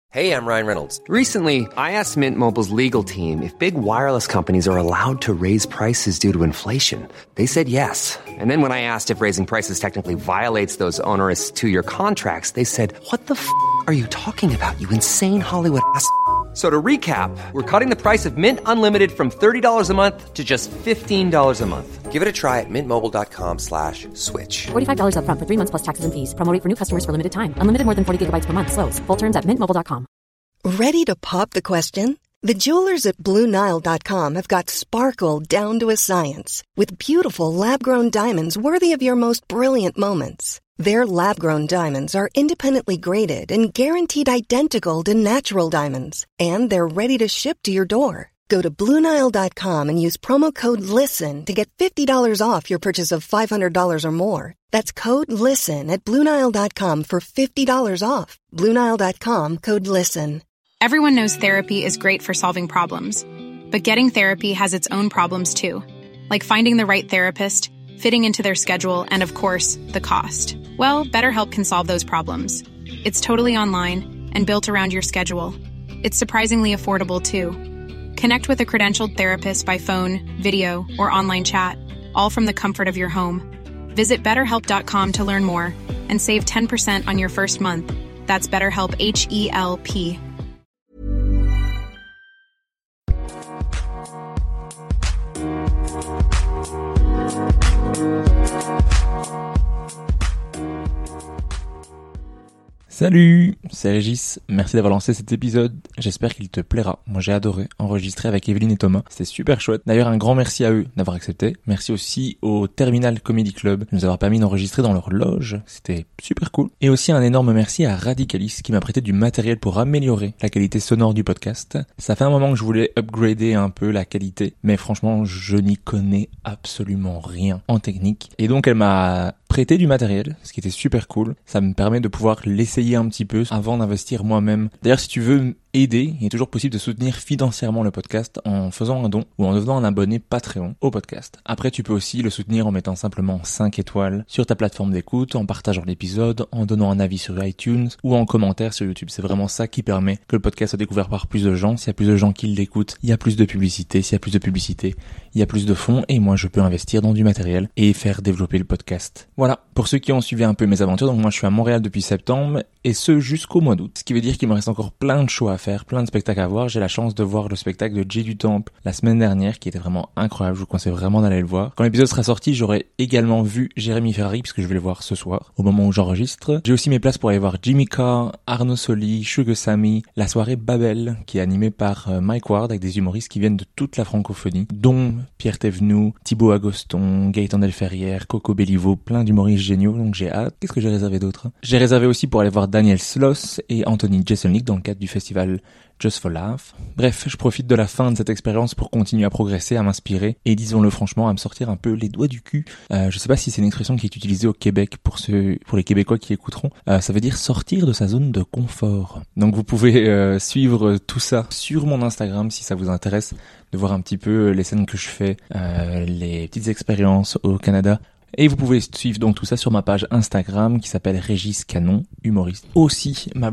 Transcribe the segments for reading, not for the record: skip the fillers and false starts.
Hey, I'm Ryan Reynolds. Recently, I asked Mint Mobile's legal team if big wireless companies are allowed to raise prices due to inflation. They said yes. And then when I asked if raising prices technically violates those onerous two-year contracts, they said, "What the f*** are you talking about, you insane Hollywood ass?" So to recap, we're cutting the price of Mint Unlimited from $30 a month to just $15 a month. Give it a try at mintmobile.com/switch. $45 up front for 3 months plus taxes and fees. Promo rate for new customers for limited time. Unlimited more than 40 gigabytes per month. Slows full terms at mintmobile.com. Ready to pop the question? The jewelers at BlueNile.com have got sparkle down to a science with beautiful lab-grown diamonds worthy of your most brilliant moments. Their lab-grown diamonds are independently graded and guaranteed identical to natural diamonds, and they're ready to ship to your door. Go to BlueNile.com and use promo code LISTEN to get $50 off your purchase of $500 or more. That's code LISTEN at BlueNile.com for $50 off. BlueNile.com, code LISTEN. Everyone knows therapy is great for solving problems, but getting therapy has its own problems too, like finding the right therapist, fitting into their schedule, and of course, the cost. Well, BetterHelp can solve those problems. It's totally online and built around your schedule. It's surprisingly affordable too. Connect with a credentialed therapist by phone, video, or online chat, all from the comfort of your home. Visit BetterHelp.com to learn more and save 10% on your first month. That's BetterHelp, H-E-L-P. Salut, c'est Régis, merci d'avoir lancé cet épisode, j'espère qu'il te plaira. Moi j'ai adoré enregistrer avec Evelyne et Thomas, c'était super chouette. D'ailleurs un grand merci à eux d'avoir accepté, merci aussi au Terminal Comedy Club de nous avoir permis d'enregistrer dans leur loge, c'était super cool. Et aussi un énorme merci à Radicalis qui m'a prêté du matériel pour améliorer la qualité sonore du podcast. Ça fait un moment que je voulais upgrader un peu la qualité, mais franchement je n'y connais absolument rien en technique. Et donc elle m'a prêté du matériel, ce qui était super cool. Ça me permet de pouvoir l'essayer un petit peu avant d'investir moi-même. D'ailleurs, si tu veux aider, il est toujours possible de soutenir financièrement le podcast en faisant un don ou en devenant un abonné Patreon au podcast. Après, tu peux aussi le soutenir en mettant simplement 5 étoiles sur ta plateforme d'écoute, en partageant l'épisode, en donnant un avis sur iTunes ou en commentaire sur YouTube. C'est vraiment ça qui permet que le podcast soit découvert par plus de gens. S'il y a plus de gens qui l'écoutent, il y a plus de publicité. S'il y a plus de publicité, il y a plus de fonds et moi je peux investir dans du matériel et faire développer le podcast. Voilà, pour ceux qui ont suivi un peu mes aventures, donc moi je suis à Montréal depuis septembre et ce jusqu'au mois d'août. Ce qui veut dire qu'il me reste encore plein de shows à faire, plein de spectacles à voir. J'ai la chance de voir le spectacle de Jay du Temple la semaine dernière qui était vraiment incroyable, je vous conseille vraiment d'aller le voir. Quand l'épisode sera sorti, j'aurai également vu Jérémy Ferrari puisque je vais le voir ce soir au moment où j'enregistre. J'ai aussi mes places pour aller voir Jimmy Carr, Arnaud Soli, Sugar Sammy, la soirée Babel qui est animée par Mike Ward avec des humoristes qui viennent de toute la francophonie, dont Pierre Thévenoud, Thibaut Agoston, Gaëtan Delferrière, Coco Bellivo, plein d'humoristes géniaux, donc j'ai hâte. Qu'est-ce que j'ai réservé d'autre? J'ai réservé aussi pour aller voir Daniel Sloss et Anthony Jeselnik dans le cadre du festival Just for Laugh. Bref, je profite de la fin de cette expérience pour continuer à progresser, à m'inspirer et disons-le franchement, à me sortir un peu les doigts du cul. Je sais pas si c'est une expression qui est utilisée au Québec pour les Québécois qui écouteront. Ça veut dire sortir de sa zone de confort. Donc vous pouvez suivre tout ça sur mon Instagram si ça vous intéresse, de voir un petit peu les scènes que je fais, les petites expériences au Canada. Et vous pouvez suivre donc tout ça sur ma page Instagram qui s'appelle Régis Canon, humoriste. Aussi, ma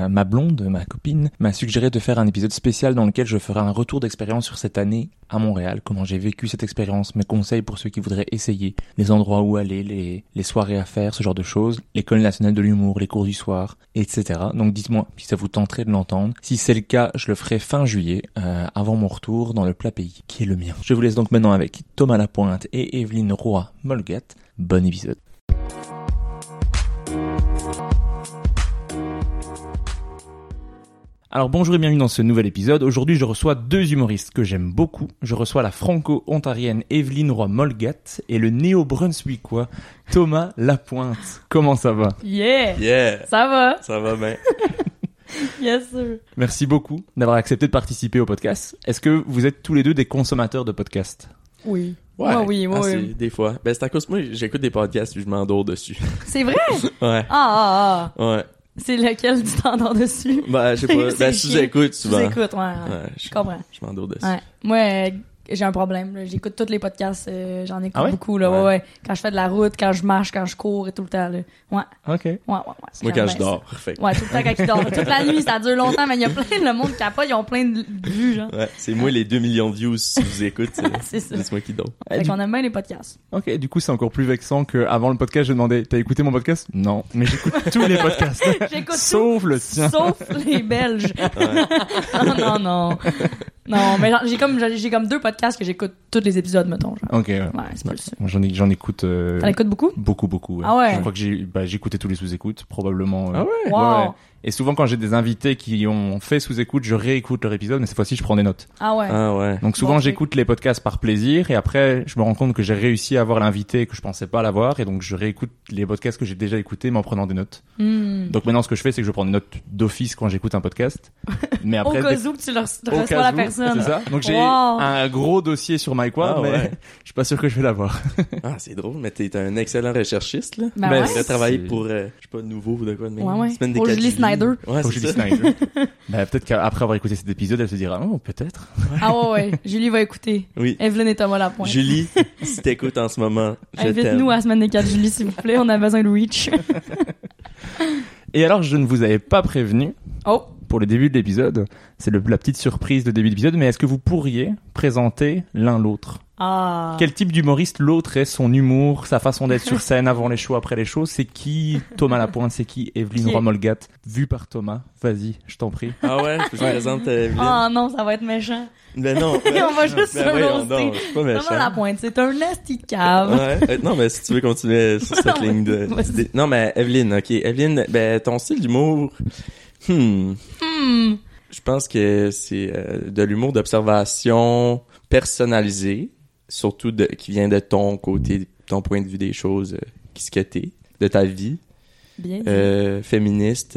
copine, m'a suggéré de faire un épisode spécial dans lequel je ferai un retour d'expérience sur cette année à Montréal, comment j'ai vécu cette expérience, mes conseils pour ceux qui voudraient essayer, les endroits où aller, les soirées à faire, ce genre de choses, l'école nationale de l'humour, les cours du soir, etc. Donc dites-moi si ça vous tenterait de l'entendre. Si c'est le cas, je le ferai fin juillet, avant mon retour dans le plat pays, qui est le mien. Je vous laisse donc maintenant avec Thomas Lapointe et Evelyne Roy-Molgat. Bon épisode. Alors bonjour et bienvenue dans ce nouvel épisode. Aujourd'hui je reçois deux humoristes que j'aime beaucoup. Je reçois la franco-ontarienne Evelyne Roy-Molgat et le néo-brunswickois Thomas Lapointe. Comment ça va? Yeah. Ça va? Ça va bien. Yes sir. Merci beaucoup d'avoir accepté de participer au podcast. Est-ce que vous êtes tous les deux des consommateurs de podcasts? Oui. Ouais, oui. Des fois. Ben, c'est à cause, moi, j'écoute des podcasts et je m'endors dessus. C'est vrai? Ouais. Ah. Ouais. C'est lequel tu t'endors dessus? Ben, je sais pas. Ben, si j'écoute souvent. Tu écoutes, ouais. Je comprends. Je m'endors dessus. Ouais. Moi, j'ai un problème. Là. J'écoute tous les podcasts. J'en écoute Ah ouais? beaucoup. Là, Ouais. ouais. Quand je fais de la route, quand je marche, quand je cours et tout le temps. Là. Ouais. Ok. Ouais. Moi, J'aime quand bien je dors. ça. Fait. Ouais, tout le temps quand il dort. Toute la nuit, ça dure longtemps, mais il y a plein de monde qui capote, ils ont plein de vues, genre. Ouais, c'est moi les 2 millions de views si vous écoutez. C'est ça. C'est moi qui dors. Fait qu'on aime bien les podcasts. Ok, du coup, c'est encore plus vexant qu'avant le podcast, je demandais, t'as écouté mon podcast? Non, mais j'écoute tous les podcasts. J'écoute Sauf le tien. Sauf les Belges. Non. Non, mais genre, j'ai comme 2 podcasts que j'écoute tous les épisodes, mettons. Genre. Ok, ouais. Ouais, c'est pas ça. J'en écoute, T'en écoutes beaucoup? beaucoup. Ouais. Ah ouais? Je crois que j'écoutais tous les sous-écoutes, probablement. Ah ouais? Wow. Et souvent, quand j'ai des invités qui ont fait sous-écoute, je réécoute leur épisode, mais cette fois-ci, je prends des notes. Ah ouais. Ah ouais. Donc souvent, Bon, j'écoute les podcasts par plaisir, et après, je me rends compte que j'ai réussi à avoir l'invité que je pensais pas l'avoir, et donc je réécoute les podcasts que j'ai déjà écoutés, mais en prenant des notes. Donc maintenant, ce que je fais, c'est que je prends des notes d'office quand j'écoute un podcast. Mais après, Au cas où que tu reçois la personne. C'est ça. Donc j'ai Wow. un gros dossier sur MyQuad, Ah mais ouais. je suis pas sûr que je vais l'avoir. Ah, c'est drôle, mais t'es un excellent recherchiste, là. Ben Ben, ouais. Tu devrais travailler c'est- pour, je sais pas, Nouveau ou de quoi de même. Ouais. Semaine des Pour 4 Julie juillet. Snyder. Ouais, Faut c'est Julie ça. Snyder. Ben, peut-être qu'après avoir écouté cet épisode, elle se dira, oh, peut-être. Ah ouais. Julie va écouter. Oui. Evelyne et Thomas Lapointe. Julie, si t'écoutes en ce moment, je t'aime. Invite-nous à la semaine des 4 Julie, s'il vous plaît. On a besoin de reach. Et alors, je ne vous avais pas prévenu Oh. pour le début de l'épisode. C'est la petite surprise de début d'épisode, mais est-ce que vous pourriez présenter l'un l'autre? Ah. Quel type d'humoriste l'autre est, son humour, sa façon d'être sur scène avant les shows, après les shows? C'est qui Thomas Lapointe? C'est qui Evelyne Qui est- Roy-Molgat? Vu par Thomas. Vas-y, je t'en prie. Ah ouais, je présente Evelyne. Ah non, ça va être méchant. Ben non. On va juste se voyons roaster. donc, c'est pas méchant. Thomas Lapointe, c'est un nasty de cave. Ouais. Non, mais si tu veux continuer sur cette Non, ligne de... vas-y. Non, mais Evelyne, ok. Evelyne, ben, ton style d'humour... Je pense que c'est de l'humour d'observation personnalisé, surtout qui vient de ton côté, ton point de vue des choses, ce que t'es, de ta vie. Bien dit. Féministe,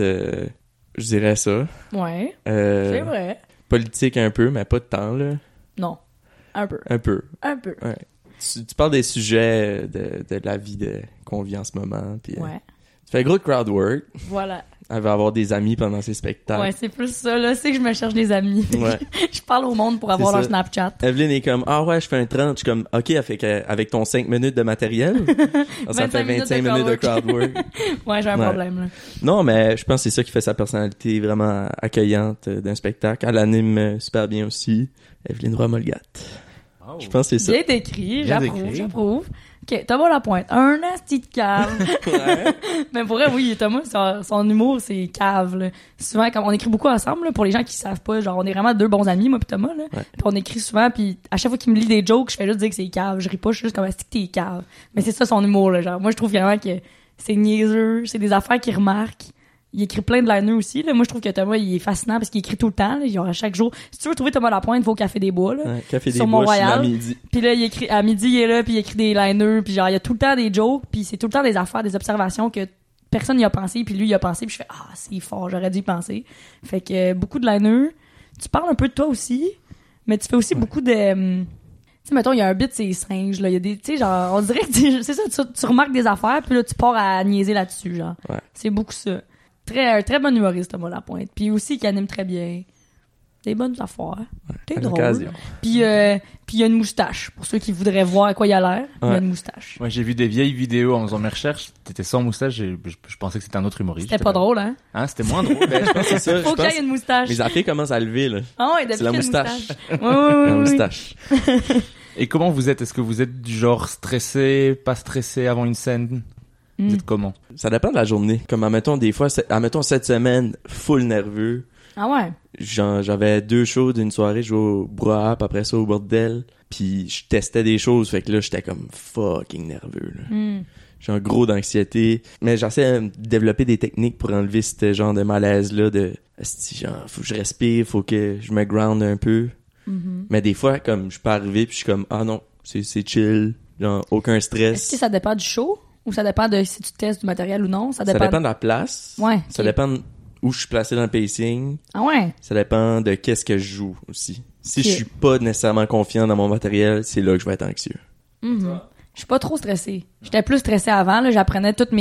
je dirais ça. Ouais. Euh, C'est vrai. Politique un peu, mais pas de temps, là. Non. Un peu. Un peu. Un peu. Ouais. Tu parles des sujets de la vie qu'on vit en ce moment. Puis, Ouais. tu fais gros crowd work. Voilà. Elle va avoir des amis pendant ses spectacles. Ouais, c'est plus ça, là. C'est que je me cherche des amis. Ouais. Je parle au monde pour avoir C'est leur ça. Snapchat. Evelyne est comme, ah ouais, je fais un 30. Je suis comme, ok, elle fait avec ton 5 minutes de matériel, ça 25 fait 25 minutes de crowd work. Ouais, j'ai un Ouais. problème, là. Non, mais je pense que c'est ça qui fait sa personnalité vraiment accueillante d'un spectacle. Elle anime super bien aussi. Evelyne Roy-Molgat. Je pense que c'est ça. Bien décrit, Bien j'approuve, décrit. j'approuve. Ok, Thomas Lapointe, un asti de cave. Ouais. Mais pour vrai, oui, Thomas, son humour, c'est cave, là. Souvent, quand on écrit beaucoup ensemble, là, pour les gens qui savent pas, genre, on est vraiment 2 bons amis, moi pis Thomas, là. Ouais. Puis on écrit souvent, puis à chaque fois qu'il me lit des jokes, je fais juste dire que c'est cave. Je ris pas, je suis juste comme, asti que t'es cave. Mais c'est ça son humour, là, genre. Moi, je trouve vraiment que c'est niaiseux, c'est des affaires qu'il remarque. Il écrit plein de liners aussi, là. Moi, je trouve que Thomas, il est fascinant parce qu'il écrit tout le temps, là. Genre, à chaque jour. Si tu veux trouver Thomas Lapointe, il faut au Café des Bois, là. Ouais, Café des Sur Bois, je suis là à Mont-Royal. midi. Puis là, il écrit, à midi, il est là, puis il écrit des liners, puis genre, il y a tout le temps des jokes, puis c'est tout le temps des affaires, des observations que personne n'y a pensé, puis lui, il a pensé, puis je fais, ah, c'est fort, j'aurais dû y penser. Fait que beaucoup de liners. Tu parles un peu de toi aussi, mais tu fais aussi beaucoup de... tu sais, mettons, il y a un bit, c'est singes, là, il y a des... Tu sais, genre, on dirait que c'est ça, tu remarques des affaires, puis là, tu pars à niaiser là-dessus, genre. Ouais. C'est beaucoup ça. Un très bon humoriste, Thomas Lapointe. Puis aussi, qui anime très bien. Des bonnes affaires. T'es à drôle. l'occasion. Puis il y a une moustache. Pour ceux qui voudraient voir à quoi il a l'air, il y a Ouais. une moustache. Ouais, j'ai vu des vieilles vidéos en faisant mes recherches. T'étais sans moustache et je pensais que c'était un autre humoriste. C'était pas drôle, hein? Hein, c'était moins drôle. Ben, je pense que c'est ça. Faut Je qu'il y pense ait une moustache. mes affaires commencent à lever, là. Ah ouais, depuis C'est la qu'il y a une moustache. Ouais, ouais, La ouais. moustache. Et comment vous êtes? Est-ce que vous êtes du genre stressé, pas stressé avant une scène? Vous êtes comment? Ça dépend de la journée. Comme, admettons, des fois, admettons, cette semaine, full nerveux. Ah ouais? J'avais 2 shows d'une soirée, je jouais au brouhaha, puis après ça au bordel, puis je testais des choses, fait que là j'étais comme fucking nerveux là. J'ai un gros d'anxiété, mais j'essaie de développer des techniques pour enlever ce genre de malaise là, de genre faut que je respire, faut que je me ground un peu. Mais des fois comme je peux arriver puis je suis comme ah non, c'est chill, genre aucun stress. Est-ce que ça dépend du show? Ou ça dépend de si tu testes du matériel ou non? Ça Ça dépend, dépend de la place. Ouais, Ça ok. dépend où je suis placé dans le pacing. Ah ouais? Ça dépend de qu'est-ce que je joue aussi. Si Ok. je suis pas nécessairement confiant dans mon matériel, c'est là que je vais être anxieux. Je suis pas trop stressée. J'étais plus stressée avant, là. J'apprenais toutes mes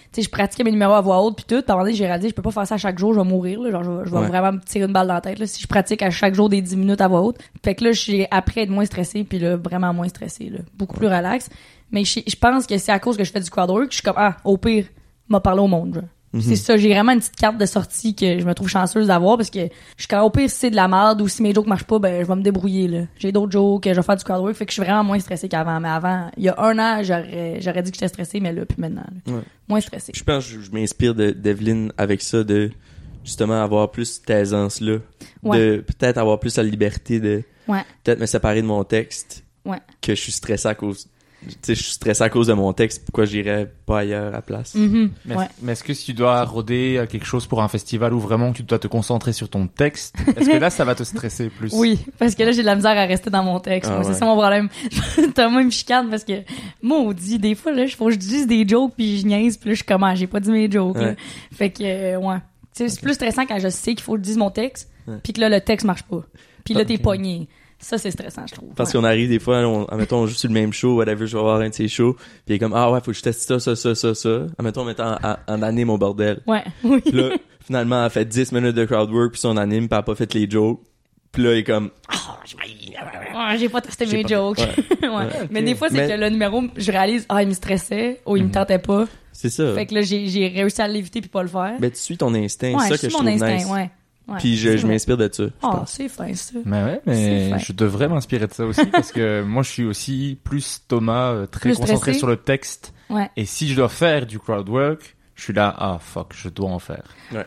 sais, je pratiquais mes numéros à voix haute puis tout. Puis à un moment donné, j'ai réalisé, je peux pas faire ça chaque jour, je vais mourir, là. Genre, je vais vraiment me tirer une balle dans la tête, là, si je pratique à chaque jour des 10 minutes à voix haute. Fait que là, je suis après être moins stressée puis là, vraiment moins stressée, là. Beaucoup plus relax. Mais je pense que c'est à cause que je fais du crowd work, je suis comme, au pire, m'a parlé au monde, genre. C'est ça, j'ai vraiment une petite carte de sortie que je me trouve chanceuse d'avoir parce que je suis quand au pire si c'est de la merde ou si mes jokes marchent pas, ben je vais me débrouiller là. J'ai d'autres jokes, je vais faire du crowd work, fait que je suis vraiment moins stressée qu'avant. Mais avant, il y a 1 an, j'aurais dit que j'étais stressée, mais là, puis maintenant, là, moins stressée. Je pense que je m'inspire d'Evelyne avec ça, de justement avoir plus cette aisance-là, de peut-être avoir plus la liberté de peut-être me séparer de mon texte, que je suis stressé à cause... Tu sais, je suis stressé à cause de mon texte, pourquoi j'irais pas ailleurs à la place. Mais est-ce que si tu dois roder quelque chose pour un festival où vraiment tu dois te concentrer sur ton texte, est-ce que là ça va te stresser plus? Oui, parce que là j'ai de la misère à rester dans mon texte. Moi, c'est ça mon problème. Thomas il me chicane parce que maudit, des fois là, faut que je dise des jokes puis je niaise puis là je suis comme j'ai pas dit mes jokes. Là. Fait que c'est plus stressant quand je sais qu'il faut que je dise mon texte puis que là le texte marche pas. Puis là t'es pogné. Ça, c'est stressant, je trouve. Parce qu'on arrive des fois, admettons, on joue sur le même show, whatever, je vais voir un de ces shows, pis il est comme, faut que je teste ça. Admettons, on met en anime mon bordel. Oui. Pis là, finalement, elle fait 10 minutes de crowd work, pis son anime, pis elle a pas fait les jokes. Pis là, il est comme, j'ai pas testé mes jokes. Mais des fois, c'est que le numéro, je réalise, il me stressait, ou il me tentait pas. C'est ça. Fait que là, j'ai réussi à l'éviter puis pas le faire. Ben, tu suis ton instinct, c'est ça que je trouve nice. Puis je m'inspire de ça. C'est fin, ça. Mais je devrais m'inspirer de ça aussi parce que moi, je suis aussi plus Thomas, très concentré stressé. sur le texte. Et si je dois faire du crowd work, je suis là, fuck, je dois en faire.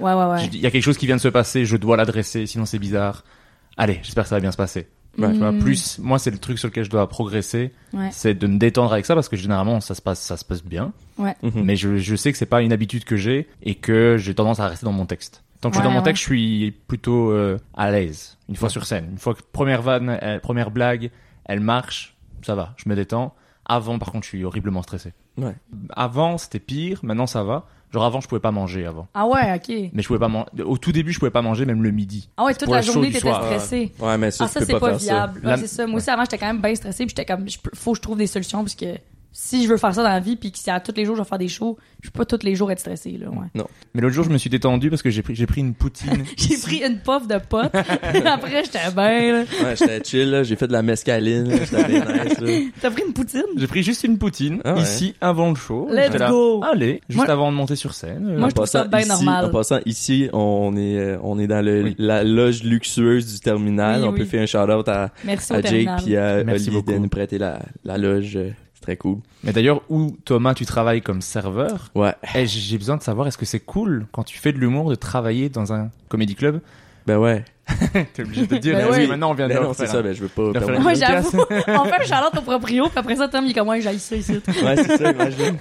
Il y a quelque chose qui vient de se passer, je dois l'adresser, sinon c'est bizarre. Allez, j'espère que ça va bien se passer. Tu vois, plus, moi, c'est le truc sur lequel je dois progresser, c'est de me détendre avec ça parce que généralement, ça se passe bien. Mais je sais que c'est pas une habitude que j'ai et que j'ai tendance à rester dans mon texte. Tant que je suis dans mon texte, je suis plutôt à l'aise. Une fois sur scène. Une fois que première blague, elle marche, ça va, je me détends. Avant, par contre, je suis horriblement stressé. Avant, c'était pire, maintenant ça va. Genre avant, je pouvais pas manger avant. Ah ouais, ok. Mais je pouvais pas manger. Au tout début, je pouvais pas manger, même le midi. Ah ouais, toute la journée, t'étais stressé. Ouais, mais ça, c'est pas viable. C'est ça. Moi aussi, avant, j'étais quand même bien stressé, puis j'étais comme, faut que je trouve des solutions, parce que si je veux faire ça dans la vie, puis que c'est à tous les jours, je vais faire des shows, je peux pas tous les jours être stressé, là, Non. Mais l'autre jour, je me suis détendu parce que j'ai pris une poutine. J'ai pris une puff de pote. Après, j'étais bien, là. Ouais, j'étais chill, là. J'ai fait de la mescaline, là. J'étais bien nice, là. T'as pris une poutine? J'ai pris juste une poutine, ici, avant le show. Let's go! Allez, juste avant de monter sur scène. Moi, je trouve ça bien normal. En passant, ici, on est dans la loge luxueuse du terminal. On peut faire un shout-out à Jake puis à Olivier de nous prêter la loge. Très cool. Mais d'ailleurs, où Thomas, tu travailles comme serveur. Ouais. Et j'ai besoin de savoir, est-ce que c'est cool quand tu fais de l'humour de travailler dans un comedy club? Ben ouais. T'es obligé de dire, oui, maintenant on vient de non, c'est ça, ben je veux pas. Moi, j'avoue. On fait un shout-out au proprio, puis après ça, Tom, il est comme moi, j'aille ça ici. Ouais, c'est ça, imagine.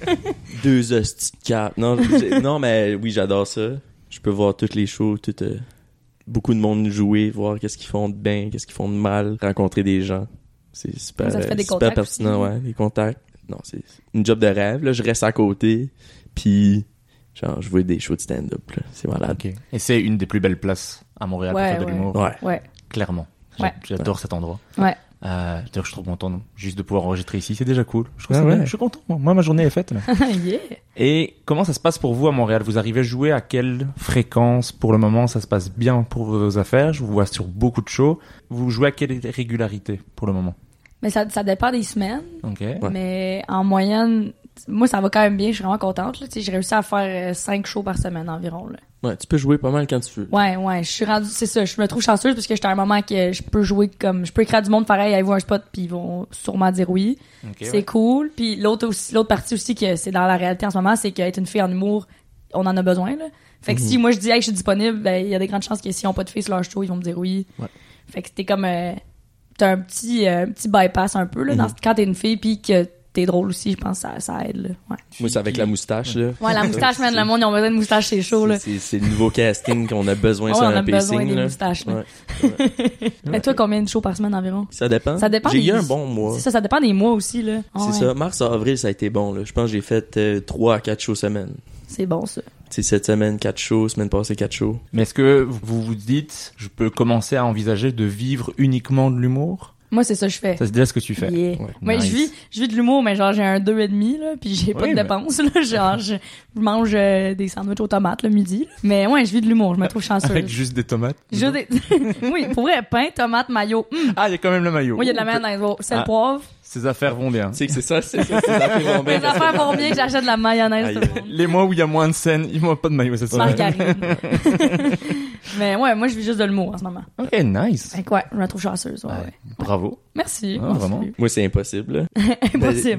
2 hosties de cap. Non, mais oui, j'adore ça. Je peux voir toutes les shows, beaucoup de monde jouer, voir qu'est-ce qu'ils font de bien, qu'est-ce qu'ils font de mal, rencontrer des gens. C'est super, super pertinent, les contacts. Non, c'est une job de rêve, là. Je reste à côté, puis genre, je vois des shows de stand-up, là. C'est malade. Okay. Et c'est une des plus belles places à Montréal pour faire de l'humour. Ouais. Clairement. J'adore cet endroit. Ouais. D'ailleurs, je suis trop content juste de pouvoir enregistrer ici. C'est déjà cool. Je suis content. Moi, ma journée est faite, là. Yeah. Et comment ça se passe pour vous à Montréal? Vous arrivez à jouer à quelle fréquence? Pour le moment, ça se passe bien pour vos affaires. Je vous vois sur beaucoup de shows. Vous jouez à quelle régularité pour le moment? Mais ça dépend des semaines. Okay. Mais en moyenne, moi, ça va quand même bien. Je suis vraiment contente, là. Tu sais, j'ai réussi à faire 5 shows par semaine environ, là. Ouais, tu peux jouer pas mal quand tu veux. Ouais, je suis rendue, c'est ça, je me trouve chanceuse parce que j'étais à un moment que je peux jouer comme, je peux écrire du monde pareil, allez voir un spot puis ils vont sûrement dire oui. Okay, c'est cool. Puis l'autre partie aussi que c'est dans la réalité en ce moment, c'est qu'être une fille en humour, on en a besoin, là. Fait que si moi je dis, hey, je suis disponible, ben, il y a des grandes chances que s'ils ont pas de filles sur leur show, ils vont me dire oui. Ouais. Fait que t'es comme, t'as un petit bypass un peu, là, quand t'es une fille pis que t'es drôle aussi, je pense que ça aide, là. Ouais. Moi, c'est avec la moustache, là. Ouais, la moustache, man, le monde, ils ont besoin de moustache, c'est chaud, là. C'est le nouveau casting qu'on a besoin sur un pacing, là. On a besoin des moustaches, là. Mais toi, combien de shows par semaine environ? Ça dépend. J'ai eu un bon mois. C'est ça dépend des mois aussi, là. C'est ça. Mars à avril, ça a été bon, là. Je pense que j'ai fait 3 à 4 shows semaine. C'est bon, ça. C'est cette semaine, 4 shows, semaine passée, 4 shows. Mais est-ce que vous vous dites, je peux commencer à envisager de vivre uniquement de l'humour? Moi, c'est ça que je fais. Ça, c'est déjà ce que tu fais. Yeah. Ouais, Mais nice. je vis de l'humour, mais genre, j'ai un 2,5, là, puis j'ai pas Oui, de mais- dépenses, là. Genre, je mange des sandwichs aux tomates le midi, là. Mais ouais, je vis de l'humour, je me trouve chanceuse. Avec juste des tomates. Juste des... oui, pour vrai, pain, tomate, mayo. Ah, il y a quand même le maillot. Moi, il y a de la mayonnaise, sel, Ah. poivre. Ces affaires vont bien. Tu sais que c'est ça, ces affaires vont bien. Les affaires vont bien que j'achète de la mayonnaise, Aïe. tout le monde. Les mois où il y a moins de scènes, ils m'ont pas de maillot cette semaine. Margarine. Mais ouais, moi, je vis juste de l'humour en ce moment. Ok, nice. Fait que ouais, je me trouve chanceuse, ouais. Bravo. Merci. Ah, merci. vraiment? Moi, c'est impossible, là. Impossible.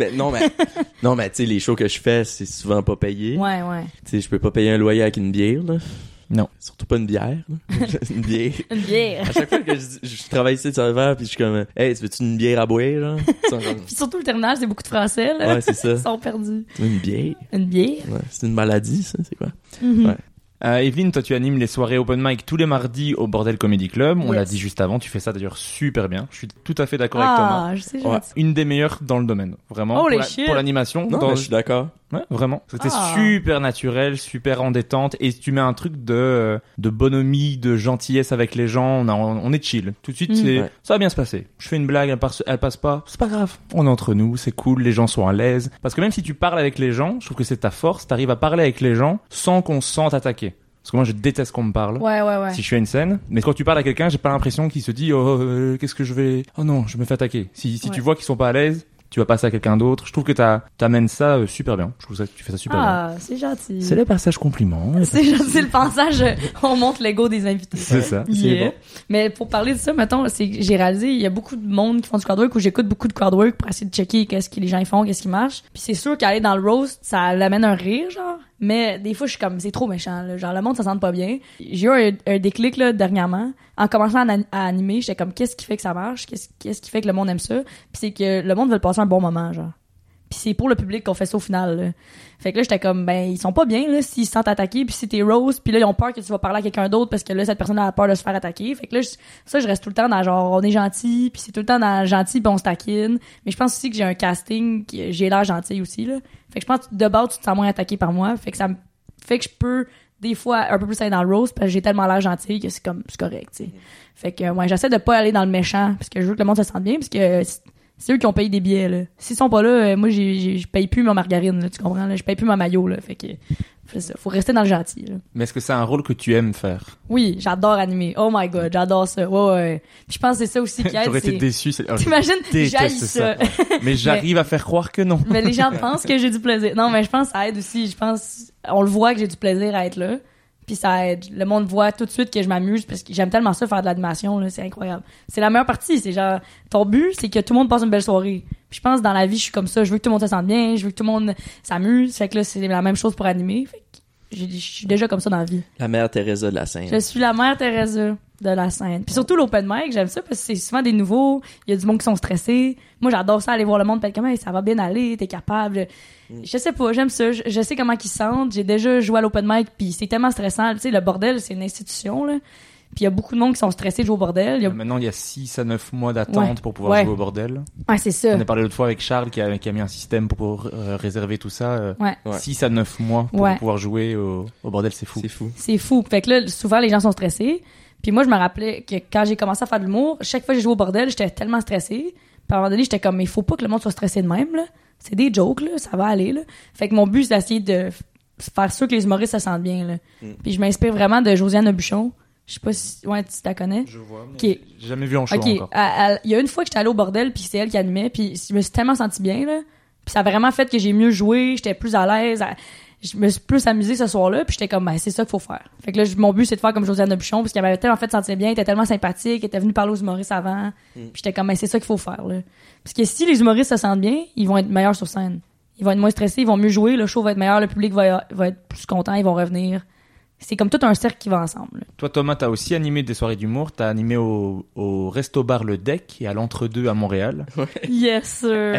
Non, mais tu sais, les shows que je fais, c'est souvent pas payé. Ouais, ouais. Tu sais, je peux pas payer un loyer avec une bière, là. Non. Surtout pas une bière, là. Une bière. Une bière. À chaque fois que je travaille ici de serveur, puis je suis comme, hey, tu veux-tu une bière à boire, là? Ils sont comme, Puis surtout le terminal, c'est beaucoup de français, là. ouais, c'est ça. Ils sont perdus. Tu veux une bière? Une bière. Ouais, c'est une maladie, ça, c'est quoi? Mhm. Ouais. Evelyne, toi tu animes les soirées open mic tous les mardis au Bordel Comedy Club. On Yes. l'a dit juste avant, tu fais ça d'ailleurs super bien. Je suis tout à fait d'accord avec Thomas. Ah, je sais, Ouais. gentil. Une des meilleures dans le domaine, vraiment. Holy pour la- shit. pour l'animation. Non, dans- mais je suis d'accord. Ouais, vraiment. C'était Ah. super naturel, super en détente, et tu mets un truc de bonhomie, de gentillesse avec les gens. On est chill. Tout de suite, c'est Ouais. ça va bien se passer. Je fais une blague, elle passe pas, c'est pas grave. On est entre nous, c'est cool, les gens sont à l'aise. Parce que même si tu parles avec les gens, je trouve que c'est ta force. T'arrives à parler avec les gens sans qu'on se sente attaqué. Parce que moi, je déteste qu'on me parle. Ouais, ouais, ouais. Si je fais une scène, mais quand tu parles à quelqu'un, j'ai pas l'impression qu'il se dit qu'est-ce que je vais, oh non, je me fais attaquer. Si Ouais. tu vois qu'ils sont pas à l'aise, tu vas passer à quelqu'un d'autre. Je trouve que t'amènes ça super bien. Je trouve que tu fais ça super bien. Ah, c'est gentil. C'est le passage compliment. C'est gentil le passage, on monte l'ego des invités. C'est ça. Yeah. C'est bon. Mais pour parler de ça, mettons, c'est que j'ai réalisé, il y a beaucoup de monde qui font du crowdwork ou j'écoute beaucoup de crowdwork pour essayer de checker qu'est-ce que les gens font, qu'est-ce qui marche. Puis c'est sûr qu'aller dans le roast, ça l'amène un rire, genre. Mais des fois, je suis comme, c'est trop méchant, là. Genre, le monde, ça sent pas bien. J'ai eu un déclic, là, dernièrement. En commençant à animer, j'étais comme, qu'est-ce qui fait que ça marche? Qu'est-ce qui fait que le monde aime ça? Puis c'est que le monde veut passer un bon moment, genre. Puis c'est pour le public qu'on fait ça au final, là. Fait que là, j'étais comme, ben, ils sont pas bien, là, s'ils se sentent attaqués, puis si t'es rose, puis là, ils ont peur que tu vas parler à quelqu'un d'autre parce que là, cette personne a peur de se faire attaquer. Fait que là, je reste tout le temps dans genre, on est gentil, puis c'est tout le temps dans gentil, puis on se taquine. Mais je pense aussi que j'ai un casting, j'ai l'air gentil aussi, là. Fait que je pense que de base, tu te sens moins attaqué par moi. Fait que ça me fait que je peux, des fois, un peu plus aller dans le rose parce que j'ai tellement l'air gentil que c'est correct, tu sais. Fait que, ouais, j'essaie de pas aller dans le méchant parce que je veux que le monde se sente bien parce que c'est eux qui ont payé des billets, là. S'ils sont pas là, moi, je paye plus ma margarine, là, tu comprends, là. Je paye plus ma maillot, là. Fait que, c'est ça. Faut rester dans le gentil, là. Mais est-ce que c'est un rôle que tu aimes faire? Oui, j'adore animer. Oh my god, j'adore ça. Ouais, ouais. Puis je pense que c'est ça aussi qui aide. J'aurais été c'est- déçu. T'imagines? Déteste J'haïs ça. Mais j'arrive à faire croire que non. Mais les gens pensent que j'ai du plaisir. Non, mais je pense que ça aide aussi. Je pense, on le voit que j'ai du plaisir à être là. Puis ça aide. Le monde voit tout de suite que je m'amuse parce que j'aime tellement ça faire de l'animation, là. C'est incroyable. C'est la meilleure partie. C'est genre, ton but, c'est que tout le monde passe une belle soirée. Puis je pense dans la vie, je suis comme ça. Je veux que tout le monde se sente bien. Je veux que tout le monde s'amuse. Fait que là, c'est la même chose pour animer. Fait que je suis déjà comme ça dans la vie. La mère Teresa de la scène. Je suis la mère Teresa de la scène. Puis surtout l'open mic, j'aime ça parce que c'est souvent des nouveaux, il y a du monde qui sont stressés. Moi, j'adore ça, aller voir le monde, peut-être comme, hey, ça va bien aller, t'es capable. Je sais pas, j'aime ça. Je sais comment ils se sentent. J'ai déjà joué à l'open mic, puis c'est tellement stressant. Tu sais, le bordel, c'est une institution, là. Puis il y a beaucoup de monde qui sont stressés de jouer au bordel. Maintenant, il y a 6 à 9 mois d'attente Ouais. pour pouvoir Ouais. jouer au bordel. Ouais, c'est ça. On a parlé l'autre fois avec Charles qui a mis un système pour réserver tout ça. Ouais. Ouais. 6 à 9 mois pour Ouais. pouvoir jouer au bordel, c'est fou. C'est fou. C'est fou. Fait que là, souvent, les gens sont stressés. Puis moi, je me rappelais que quand j'ai commencé à faire de l'humour, chaque fois que j'ai joué au bordel, j'étais tellement stressée. Puis à un moment donné, j'étais comme, mais il faut pas que le monde soit stressé de même, là. C'est des jokes, là. Ça va aller, là. Fait que mon but, c'est d'essayer de faire sûr que les humoristes se sentent bien, là. Puis je m'inspire vraiment de Josiane Aubuchon. Je sais pas si, ouais, tu la connais. Je vois, mais Ok. j'ai jamais vu en show Ok. encore. Il y a une fois que j'étais allée au bordel, puis c'est elle qui animait, puis je me suis tellement sentie bien, là. Puis ça a vraiment fait que j'ai mieux joué, j'étais plus à l'aise. Je me suis plus amusée ce soir-là, puis j'étais comme, ben, c'est ça qu'il faut faire. Fait que là, mon but, c'est de faire comme Josiane Aubuchon, parce qu'elle m'avait tellement fait sentir bien, elle était tellement sympathique, elle était venue parler aux humoristes avant. Puis j'étais comme, ben, c'est ça qu'il faut faire, là. Parce que si les humoristes se sentent bien, ils vont être meilleurs sur scène. Ils vont être moins stressés, ils vont mieux jouer, le show va être meilleur, le public va être plus content, ils vont revenir. C'est comme tout un cercle qui va ensemble, là. Toi, Thomas, t'as aussi animé des soirées d'humour. T'as animé au Resto-Bar Le Deck et à l'Entre-deux à Montréal. Yes, sir.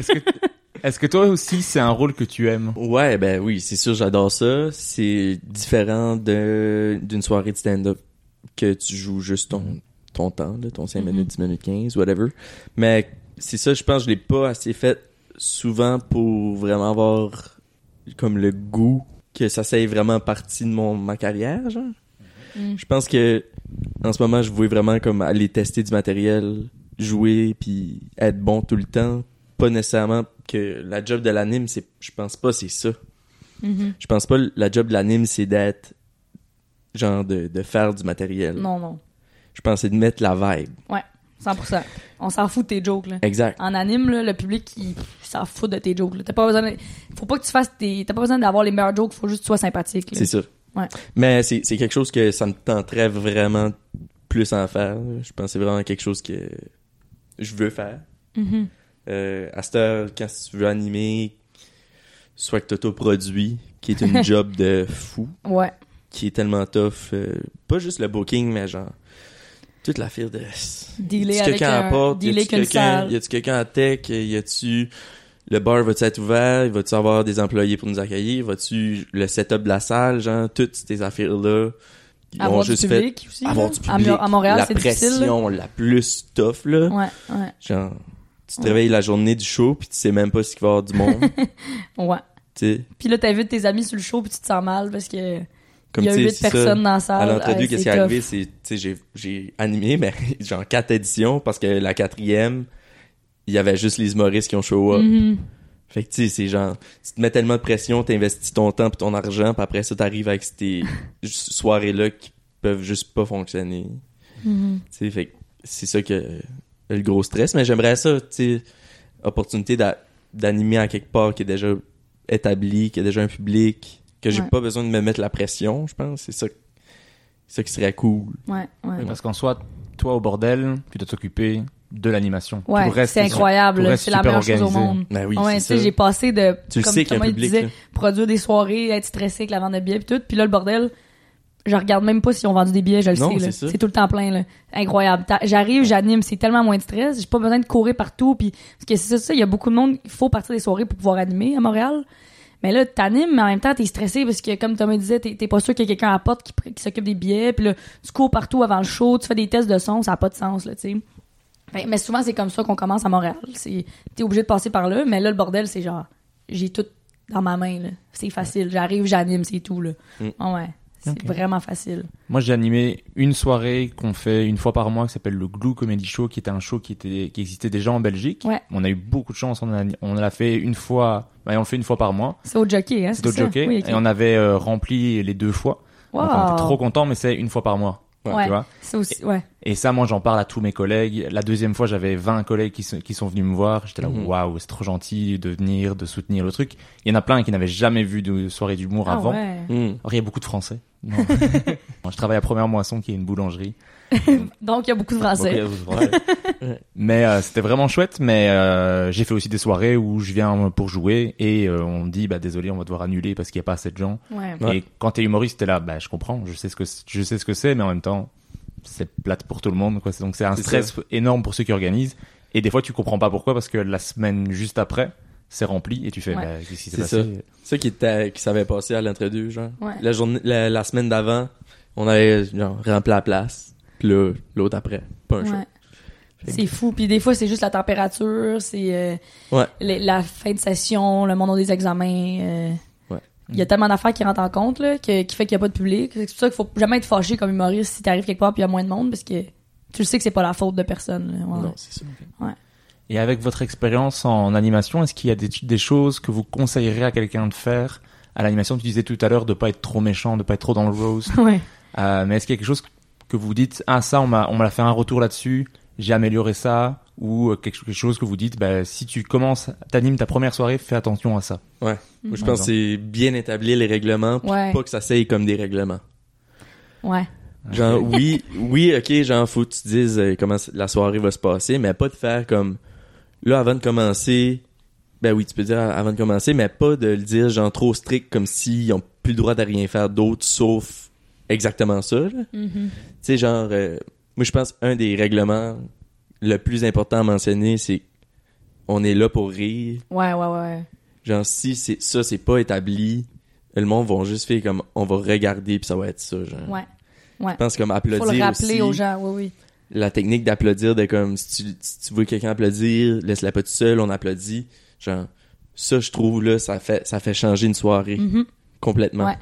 Est-ce que toi aussi, c'est un rôle que tu aimes? Ouais, ben oui, c'est sûr, j'adore ça. C'est différent d'une soirée de stand-up que tu joues juste ton temps, là, ton 5 minutes, 10 minutes 15, whatever. Mais c'est ça, je pense que je l'ai pas assez fait souvent pour vraiment avoir comme le goût que ça soit vraiment partie de ma carrière, genre. Je pense que en ce moment, je voulais vraiment comme aller tester du matériel jouer puis être bon tout le temps. Pas nécessairement que la job de l'anime, je pense pas c'est ça. Je pense pas la job de l'anime, c'est d'être genre de faire du matériel. Non. Je pense que c'est de mettre la vibe. Ouais, 100%. On s'en fout de tes jokes, là. Exact. En anime, là, le public, il s'en fout de tes jokes, là. T'as pas besoin t'as pas besoin d'avoir les meilleurs jokes, faut juste que tu sois sympathique, là. C'est ça. Ouais. Mais c'est quelque chose que ça me tenterait vraiment plus à en faire. Je pense que c'est vraiment quelque chose que je veux faire. À cette heure, quand tu veux animer, soit que t'auto-produis, qui est une job de fou. Ouais. Qui est tellement tough. Pas juste le booking, mais genre toute l'affaire de dealer avec y a-tu quelqu'un à tech, y a-tu le bar va-tu être ouvert, va-tu avoir des employés pour nous accueillir, va-tu le setup de la salle, genre toutes ces affaires là avoir du public aussi, avoir du public, à Montréal, c'est difficile, la pression la plus tough là. Ouais. Genre tu te réveilles la journée du show puis tu sais même pas s'il va y avoir du monde. Ouais. Tu sais. Puis là t'invites tes amis sur le show puis tu te sens mal parce que comme il y a 8 personnes dans la salle. À l'entrevue, qu'est-ce qui est arrivé, c'est, tu sais, j'ai animé, mais genre 4 éditions, parce que la 4e, il y avait juste les humoristes qui ont show up. Fait que, tu sais, c'est genre, tu te mets tellement de pression, t'investis ton temps pis ton argent, pis après ça, t'arrives avec ces soirées-là qui peuvent juste pas fonctionner. Tu sais, fait que c'est ça que le gros stress, mais j'aimerais ça, tu sais, opportunité d'animer à quelque part qui est déjà établi, qui a déjà un public, que j'ai pas besoin de me mettre la pression, je pense. C'est ça qui serait cool. Ouais. Parce qu'en soi, toi, au bordel, tu dois t'occuper de l'animation. Ouais, c'est incroyable. C'est la meilleure chose au monde. Ben oui, ouais, c'est ça. J'ai passé de, tu comme sais qu'il y a un public, disait, produire des soirées, être stressé avec la vente de billets pis tout. Puis là, le bordel, je regarde même pas si on vendu des billets, je le sais. Là. C'est tout le temps plein. Là. Incroyable. J'arrive, j'anime, c'est tellement moins de stress. J'ai pas besoin de courir partout. Puis, parce que c'est ça, il y a beaucoup de monde, il faut partir des soirées pour pouvoir animer à Montréal. Mais là, t'animes, mais en même temps, t'es stressé parce que, comme Thomas disait, t'es pas sûr qu'il y a quelqu'un à la porte qui s'occupe des billets. Puis là, tu cours partout avant le show, tu fais des tests de son, ça a pas de sens, là, tu sais. Mais souvent, c'est comme ça qu'on commence à Montréal. T'es obligé de passer par là, mais là, le bordel, c'est genre, j'ai tout dans ma main, là. C'est facile. J'arrive, j'anime, c'est tout, là. Ouais. C'est vraiment facile. Moi, j'ai animé une soirée qu'on fait une fois par mois qui s'appelle le Glue Comedy Show, qui était un show qui existait déjà en Belgique. Ouais. On a eu beaucoup de chance. On l'a fait une fois. On le fait une fois par mois. C'est au Jockey, hein? C'est au Jockey. Oui, okay. Et on avait rempli les 2 fois. Wow. Donc on était trop contents, mais c'est une fois par mois. Ouais. Tu vois? C'est aussi, ouais. Et ça, moi, j'en parle à tous mes collègues. La deuxième fois, j'avais 20 collègues qui sont venus me voir. J'étais là, waouh, c'est trop gentil de venir, de soutenir le truc. Il y en a plein qui n'avaient jamais vu de soirée d'humour avant. Ouais. Alors, il y a beaucoup de Français. Non. Je travaille à Première Moisson, qui est une boulangerie. Donc, il y a beaucoup de Français. Mais c'était vraiment chouette. Mais j'ai fait aussi des soirées où je viens pour jouer et on me dit, bah désolé, on va devoir annuler parce qu'il n'y a pas assez de gens. Ouais. Et quand t'es humoriste, t'es là, bah je comprends, je sais ce que c'est, mais en même temps, c'est plate pour tout le monde, quoi. Donc c'est un stress énorme pour ceux qui organisent. Et des fois, tu comprends pas pourquoi, parce que la semaine juste après, c'est rempli et tu fais, bah, qu'est-ce qui s'est passé? C'est ça qui s'avait passé à l'entre-deux, genre. Ouais. La semaine d'avant, on avait genre rempli la place. Puis là, l'autre après, pas un show. C'est fou. Puis des fois, c'est juste la température, c'est la fin de session, le moment des examens. Il y a tellement d'affaires qui rentrent en compte là, qui fait qu'il n'y a pas de public. C'est pour ça qu'il faut jamais être fâché comme humoriste si t'arrives quelque part puis il y a moins de monde, parce que tu le sais que c'est pas la faute de personne. Là. Non, c'est sûr. Ouais. Et avec votre expérience en animation, est-ce qu'il y a des choses que vous conseillerez à quelqu'un de faire à l'animation? Tu disais tout à l'heure de pas être trop méchant, de pas être trop dans le roast. Ouais. Mais est-ce qu'il y a quelque chose que vous dites, ça on m'a fait un retour là-dessus, j'ai amélioré ça, ou quelque chose que vous dites, bah si tu t'animes ta première soirée, fais attention à ça. Ouais. Je pense que c'est bien établir les règlements, puis pas que ça s'aille comme des règlements. Ouais. Genre oui, ok, genre faut que tu te dises comment la soirée va se passer, mais pas de faire comme là avant de commencer. Ben oui, tu peux dire avant de commencer, mais pas de le dire genre trop strict comme s'ils ont plus le droit de rien faire d'autre sauf exactement ça. Tu sais, genre moi je pense un des règlements le plus important à mentionner, c'est on est là pour rire. Ouais. Genre si c'est pas établi, le monde va juste faire comme on va regarder puis ça va être ça, genre. Ouais. Je pense comme applaudir aussi. Faut le rappeler aussi, aux gens, oui. La technique d'applaudir, de comme si tu veux quelqu'un applaudir, laisse-la pas tout seul, on applaudit. Genre ça je trouve là ça fait changer une soirée complètement. Ouais.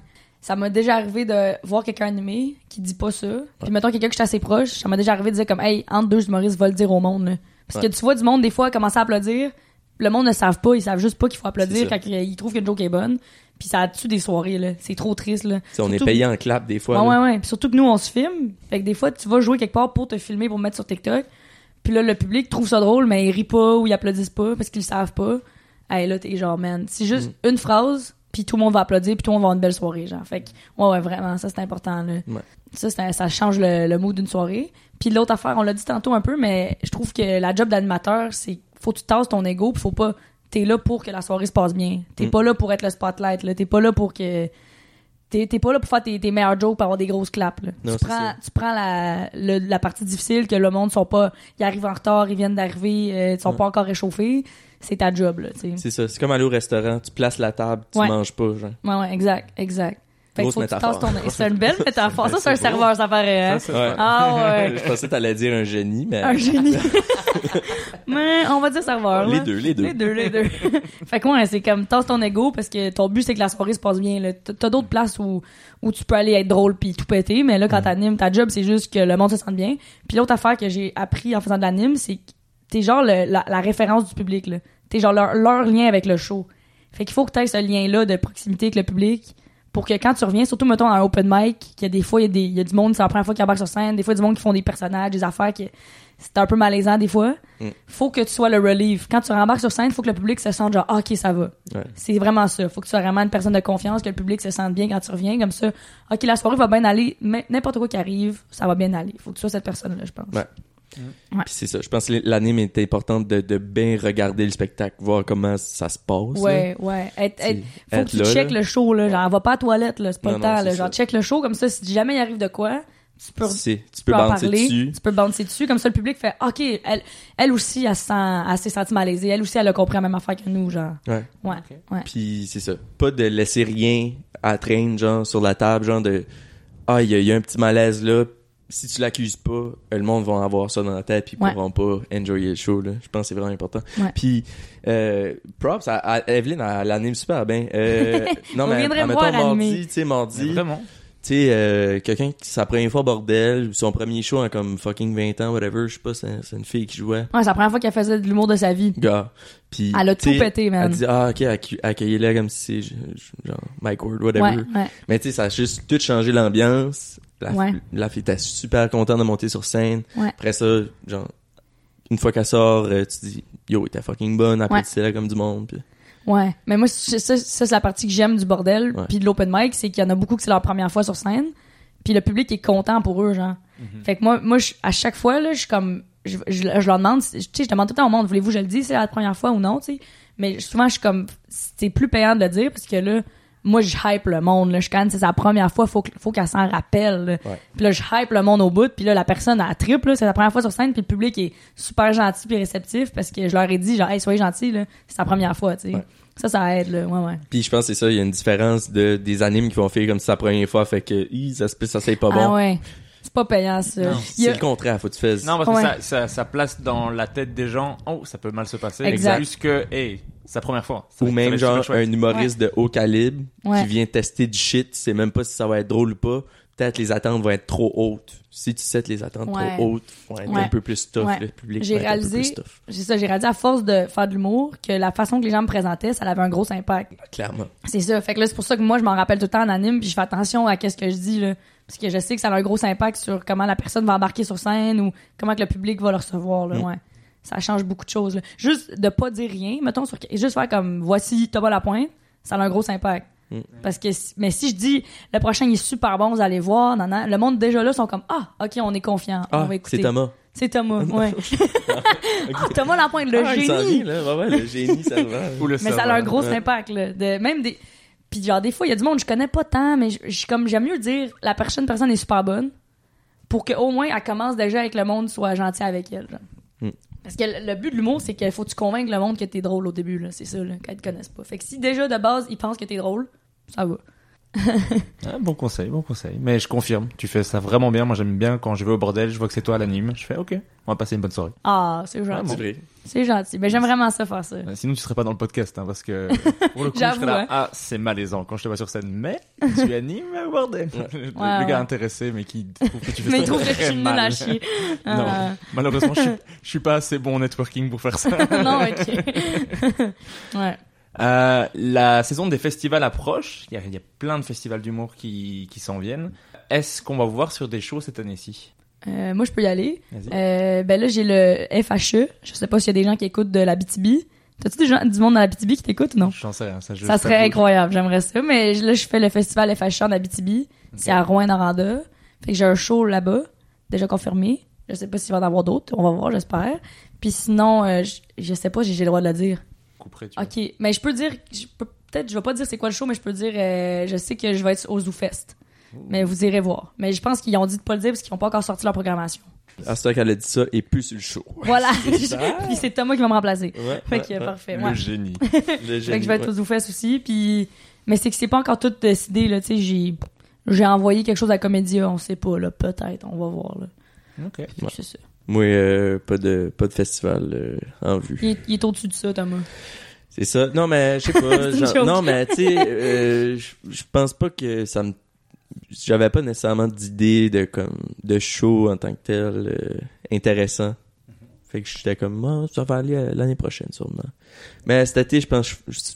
ça m'a déjà arrivé de voir quelqu'un animé qui dit pas ça. Puis mettons quelqu'un que je suis assez proche, ça m'a déjà arrivé de dire comme, hey, entre deux humoristes, va le dire au monde, là. Parce que tu vois du monde, des fois, commencer à applaudir. Le monde ne savent pas, ils savent juste pas qu'il faut applaudir quand ils trouvent qu'une joke est bonne. Puis ça tue des soirées, là. C'est trop triste, là. On est payé en clap des fois. Ouais. Puis surtout que nous, on se filme. Fait que des fois, tu vas jouer quelque part pour te filmer, pour mettre sur TikTok. Puis là, le public trouve ça drôle, mais il rit pas ou il applaudissent pas parce qu'ils le savent pas. Hey, là, t'es genre, man, c'est juste une phrase, puis tout le monde va applaudir, puis tout le monde va avoir une belle soirée, genre. Fait que, ouais, vraiment, ça, c'est important, là. Ouais. Ça change le mood d'une soirée. Puis l'autre affaire, on l'a dit tantôt un peu, mais je trouve que la job d'animateur, c'est faut que tu tasses ton ego, puis faut pas... T'es là pour que la soirée se passe bien. T'es pas là pour être le spotlight, là. T'es pas là pour que... T'es pas là pour faire tes meilleurs jokes pour avoir des grosses claps, là. Non, tu prends la partie difficile, que le monde sont pas... Ils arrivent en retard, ils viennent d'arriver, ils sont pas encore réchauffés. C'est ta job, là, tu sais. C'est ça. C'est comme aller au restaurant. Tu places la table, tu manges pas, genre. Ouais, exact. Fait que grosse faut que tu métaphore. tasses ton... C'est une belle métaphore. Ça, c'est un serveur, ça paraît, hein? Ouais. Ah ouais. Je pensais que t'allais dire un génie, mais... Un génie. Mais on va dire serveur, Les là. deux. Les deux. Fait que ouais, c'est comme tasse ton ego parce que ton but c'est que la soirée se passe bien, là. T'as d'autres places où tu peux aller être drôle puis tout péter, mais là quand t'animes, ta job c'est juste que le monde se sente bien. Puis l'autre affaire que j'ai appris en faisant de l'anime, c'est que t'es genre la référence du public, là. T'es genre leur lien avec le show. Fait qu'il faut que t'aies ce lien-là de proximité avec le public pour que quand tu reviens, surtout mettons à un open mic, qu'il y a des fois il y a du monde, c'est la première fois qu'ils embarquent sur scène, des fois du monde qui font des personnages, des affaires qui c'est un peu malaisant des fois. Faut que tu sois le relief. Quand tu rembarques sur scène, faut que le public se sente genre OK, ça va. Ouais. C'est vraiment ça. Faut que tu sois vraiment une personne de confiance, que le public se sente bien quand tu reviens comme ça. OK, la soirée va bien aller, n'importe quoi qui arrive, ça va bien aller. Faut que tu sois cette personne-là, je pense. Ouais. Puis c'est ça. Je pense que l'anime est importante de bien regarder le spectacle, voir comment ça se passe. Ouais. Faut que tu checkes le show, là. Genre, va pas à la toilette, là. C'est pas le temps, là. Genre, check le show, comme ça, si jamais il arrive de quoi, tu peux en parler. Dessus. Tu peux bouncer dessus. Comme ça, le public fait, OK, elle aussi, elle s'est sentie malaisée. Elle aussi, elle a compris la même affaire que nous, genre. Ouais. Ouais. Puis c'est ça. Pas de laisser rien à traîner, genre, sur la table, genre de, il y a un petit malaise là. Si tu l'accuses pas, le monde va avoir ça dans la tête puis ils pourront pas enjoyer le show, là. Je pense que c'est vraiment important. Ouais. Puis props à Evelyne, elle anime super bien. Non mais viendrez me mettons voir mardi, Vraiment. tu sais quelqu'un qui sa première fois bordel, ou son premier show en comme fucking 20 ans whatever, je sais pas, c'est une fille qui jouait. Ouais, c'est la première fois qu'elle faisait de l'humour de sa vie. Gars. Puis Elle a tout pété, man. Elle dit OK, accueillez-la comme si c'est genre Mike Ward whatever. Ouais. Mais tu sais ça a juste tout changé l'ambiance. La fille était super contente de monter sur scène. Ouais. Après ça, genre, une fois qu'elle sort, tu dis, yo, elle était fucking bonne, applaudissez-la comme du monde. Puis... Ouais. Mais moi, ça c'est la partie que j'aime du bordel. Puis de l'open mic, c'est qu'il y en a beaucoup que c'est leur première fois sur scène. Puis le public est content pour eux, genre. Fait que moi à chaque fois, là, je suis comme, je leur demande, tu sais, je demande tout le temps au monde, voulez-vous que je le dise, c'est la première fois ou non, tu sais. Mais souvent, je suis comme, c'est plus payant de le dire parce que là, moi je hype le monde là, c'est sa première fois, faut qu'elle s'en rappelle. Puis là je hype le monde au bout, puis là la personne elle triple là, c'est la première fois sur scène, puis le public est super gentil puis réceptif parce que je leur ai dit genre hey, soyez gentils là, c'est sa première fois, tu sais. Ça aide là, ouais. Puis je pense que c'est ça, il y a une différence des animes qui vont faire comme si c'est la première fois, fait que ça c'est pas bon. Ah ouais. C'est pas payant ça. C'est le contraire, faut que tu fasses. Non, parce que ça place dans la tête des gens, ça peut mal se passer. Exact. Plus que c'est la première fois. Ou même genre un humoriste de haut calibre qui vient tester du shit, tu sais même pas si ça va être drôle ou pas. Peut-être les attentes vont être trop hautes. Si tu sais les attentes trop hautes, vont être un peu plus tough, le public va être un peu plus tough. J'ai réalisé à force de faire de l'humour que la façon que les gens me présentaient, ça avait un gros impact. Clairement. C'est ça. Fait que là, c'est pour ça que moi, je m'en rappelle tout le temps en anime, puis je fais attention à qu'est-ce que je dis, là. Parce que je sais que ça a un gros impact sur comment la personne va embarquer sur scène ou comment que le public va le recevoir, là. Ouais. Ça change beaucoup de choses, là. Juste de pas dire rien, mettons, juste faire comme, voici Thomas Lapointe, ça a un gros impact. Parce que, mais si je dis, le prochain il est super bon, vous allez voir, le monde déjà là sont comme, ok, on est confiant, on va écouter. C'est Thomas. C'est Thomas, ouais. Thomas Lapointe, le génie. Le génie, ça va. Mais ça a un gros impact, là. Puis genre, des fois, il y a du monde que je connais pas tant, mais j'aime mieux dire, la personne est super bonne, pour qu'au moins, elle commence déjà avec le monde, soit gentil avec elle, genre. Parce que le but de l'humour, c'est qu'il faut que tu convainques le monde que t'es drôle au début, là. C'est ça, là, quand ils te connaissent pas. Fait que si déjà, de base, ils pensent que t'es drôle, ça va. Ah, bon conseil. Mais je confirme, tu fais ça vraiment bien. Moi, j'aime bien quand je vais au bordel, je vois que c'est toi à l'anime. Je fais, ok, on va passer une bonne soirée. Ah, c'est gentil. C'est vrai. C'est gentil. Mais j'aime vraiment ça faire ça. Sinon, tu serais pas dans le podcast, hein, parce que pour le coup, je J'avoue, serais là. hein. Ah, c'est malaisant quand je te vois sur scène, mais tu animes au bordel. Le Ouais. gars intéressé, mais qui trouve que tu fais Mais ça il trouve que je très suis nulle mal. à chier. Non, malheureusement, je suis pas assez bon en networking pour faire ça. Non, ok. Ouais. La saison des festivals approche. Il y a plein de festivals d'humour qui s'en viennent. Est-ce qu'on va vous voir sur des shows cette année-ci? Moi, je peux y aller. Vas-y. Ben là, j'ai le FHE. Je sais pas s'il y a des gens qui écoutes de l'Abitibi. T'as-tu du monde dans l'Abitibi qui t'écoute ou non? J'en sais rien. Ça serait incroyable, j'aimerais ça. Mais là, je fais le festival FHE en Abitibi. C'est à Rouyn-Noranda. Fait que j'ai un show là-bas, déjà confirmé. Je sais pas s'il va y en avoir d'autres. On va voir, j'espère. Puis sinon, je sais pas, j'ai le droit de le dire. Couperai, tu Ok, mais je peux dire, peut-être, je vais pas dire c'est quoi le show, mais je peux dire, je sais que je vais être au ZooFest. Mais vous irez voir. Mais je pense qu'ils ont dit de pas le dire parce qu'ils ont pas encore sorti leur programmation. À ce temps qu'elle a dit ça, et plus sur le show. Voilà. Puis c'est Thomas qui va me remplacer. Ouais, Fait que parfait. Le Ouais. génie. Le Fait que je vais être au ZooFest aussi. Puis, mais c'est que c'est pas encore tout décidé là. Tu sais, j'ai envoyé quelque chose à Comédia, on sait pas là. Peut-être, on va voir là. Ok. Fait que c'est ça. Moi, pas de festival en vue. Il est au-dessus de ça, Thomas. C'est ça. Non, mais je sais pas. C'est une joke. Non, mais tu sais, je pense pas que ça me. J'avais pas nécessairement d'idée de show en tant que tel intéressant. Fait que j'étais comme, ça va aller l'année prochaine sûrement. Mais cet été, je pense,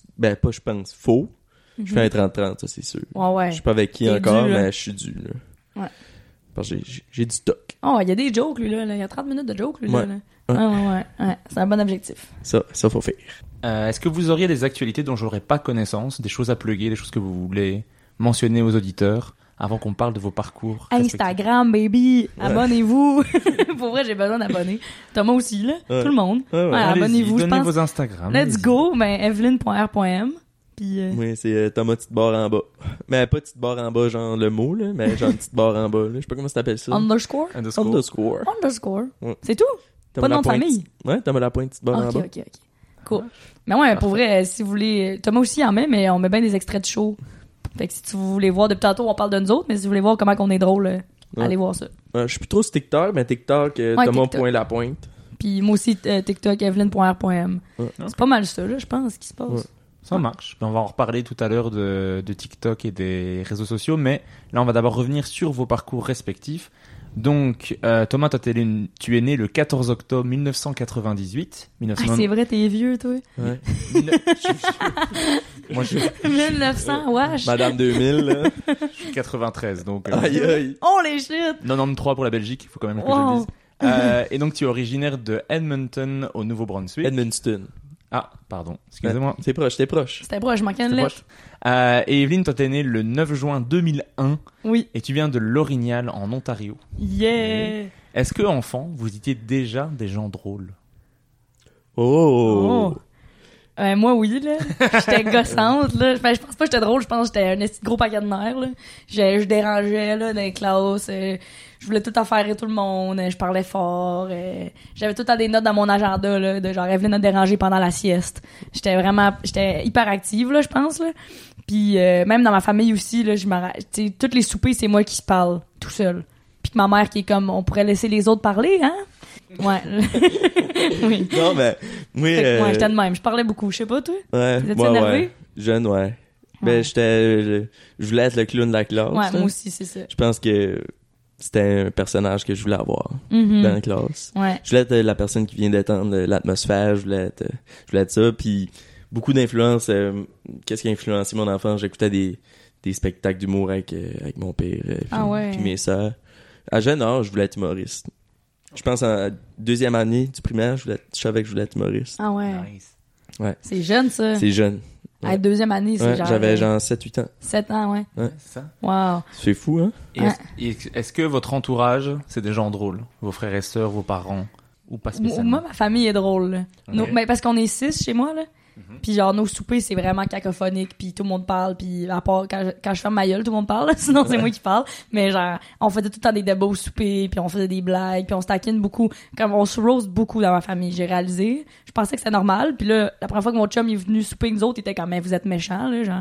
faut. Je fais un 30-30, ça c'est sûr. Ouais. Je sais pas avec qui T'es encore, dû, là. mais je suis dû là. Ouais. Parce que j'ai du stock. Oh, il y a des jokes, lui, là. Il y a 30 minutes de jokes, lui, Ouais. là. Ouais. Ouais. C'est un bon objectif. Ça faut faire. Est-ce que vous auriez des actualités dont j'aurais pas connaissance, des choses à plugger, des choses que vous voulez mentionner aux auditeurs avant qu'on parle de vos parcours respectifs? Instagram, baby! Abonnez-vous! Pour vrai, j'ai besoin d'abonner. Thomas aussi, là. Ouais. Tout le monde. Ouais. Allez-y, Abonnez-vous, je donnez pense. vos Instagram. Let's allez-y. go! Ben, evelyn.r.m. Puis, Oui, c'est Thomas petite barre en bas. Mais pas petite barre en bas, genre le mot, là, mais genre une petite barre en bas, là. Je sais pas comment ça s'appelle ça. underscore? Underscore. Ouais. Ouais. C'est tout? Pas de nom de famille? Ouais, Thomas Lapointe, petite barre en bas. Ok. Cool. Mais ouais, pour vrai, si vous voulez... Thomas aussi en met, mais on met bien des extraits de show. Fait que si vous voulez voir, depuis tantôt, on parle de nous autres, mais si vous voulez voir comment on est drôle, allez voir ça. Je suis plus trop sur TikTok, mais TikTok, Thomas.Lapointe. Puis moi aussi, TikTok, evelyn.r.m. Ouais. C'est pas mal ça, là, je pense, qui se passe. Ouais. Ça marche. Ben, on va en reparler tout à l'heure de TikTok et des réseaux sociaux, mais là, on va d'abord revenir sur vos parcours respectifs. Donc, Thomas, toi, tu es né le 14 octobre 1998. Ah, c'est vrai, t'es vieux, toi. Ouais. Moi, je 1900, wesh. Madame 2000, là. suis 93, donc... Aïe. Oh, les shit! 93 pour la Belgique, il faut quand même que je Wow. le dise. Et donc, tu es originaire de Edmonton, au Nouveau-Brunswick. Edmundston. Ah, pardon, excusez-moi. C'est proche, t'es proche. C'était proche, je manquais une C'est lettre. proche. Et Evelyne, toi, t'es née le 9 juin 2001 Oui. et tu viens de Lorignal, en Ontario. Yeah! Est-ce que, enfant, vous étiez déjà des gens drôles? Oh! Moi, oui, là. J'étais gossante, là. Enfin, je pense pas que j'étais drôle, je pense que j'étais un esti de gros paquet de nerfs, là. Je dérangeais, là, dans les classes. Je voulais tout faire rire tout le monde. Je parlais fort. J'avais tout le temps des notes dans mon agenda, là, de genre, Evelyne a dérangé pendant la sieste. J'étais hyper active, là, je pense, là. Puis, même dans ma famille aussi, là, tu sais, tous les soupers, c'est moi qui se parle, tout seul. Puis que ma mère qui est comme, on pourrait laisser les autres parler, hein? Ouais. Oui. Non, mais, moi, Fait que, ouais, j'étais de même. Je parlais beaucoup. Je sais pas, toi? ouais, T'étais-tu ouais, énervé? ouais. Jeune, ouais. Ouais. Ben, je voulais être le clown de la classe. Ouais, là. moi aussi, c'est ça. Je pense que c'était un personnage que je voulais avoir Mhm. dans la classe. Ouais. Je voulais être la personne qui vient détendre l'atmosphère, je voulais être ça, puis beaucoup d'influence. Qu'est-ce qui a influencé mon enfance? J'écoutais des spectacles d'humour avec mon père, puis mes sœurs. À jeune âge, je voulais être humoriste. Je pense en deuxième année du primaire, je savais que je voulais être humoriste. Ah ouais. Nice. Ouais. C'est jeune, ça. C'est jeune. À la deuxième année, c'est Ouais, genre... j'avais genre 7-8 ans. 7 ans, ouais. C'est ça. Wow. C'est fou, hein? Et est-ce que votre entourage, c'est des gens drôles? Vos frères et sœurs, vos parents? Ou pas spécialement? Moi, ma famille est drôle, là. Ok. Mais parce qu'on est 6 chez moi, là. Puis genre, nos soupers, c'est vraiment cacophonique, puis tout le monde parle, puis à part quand je ferme ma gueule, tout le monde parle, sinon c'est moi qui parle. Mais genre, on faisait tout le temps des débats au souper, puis on faisait des blagues, puis on se taquine beaucoup. Comme on se roast beaucoup dans ma famille, j'ai réalisé. Je pensais que c'était normal, puis là, la première fois que mon chum est venu souper avec nous autres, il était comme, mais vous êtes méchants, là, genre.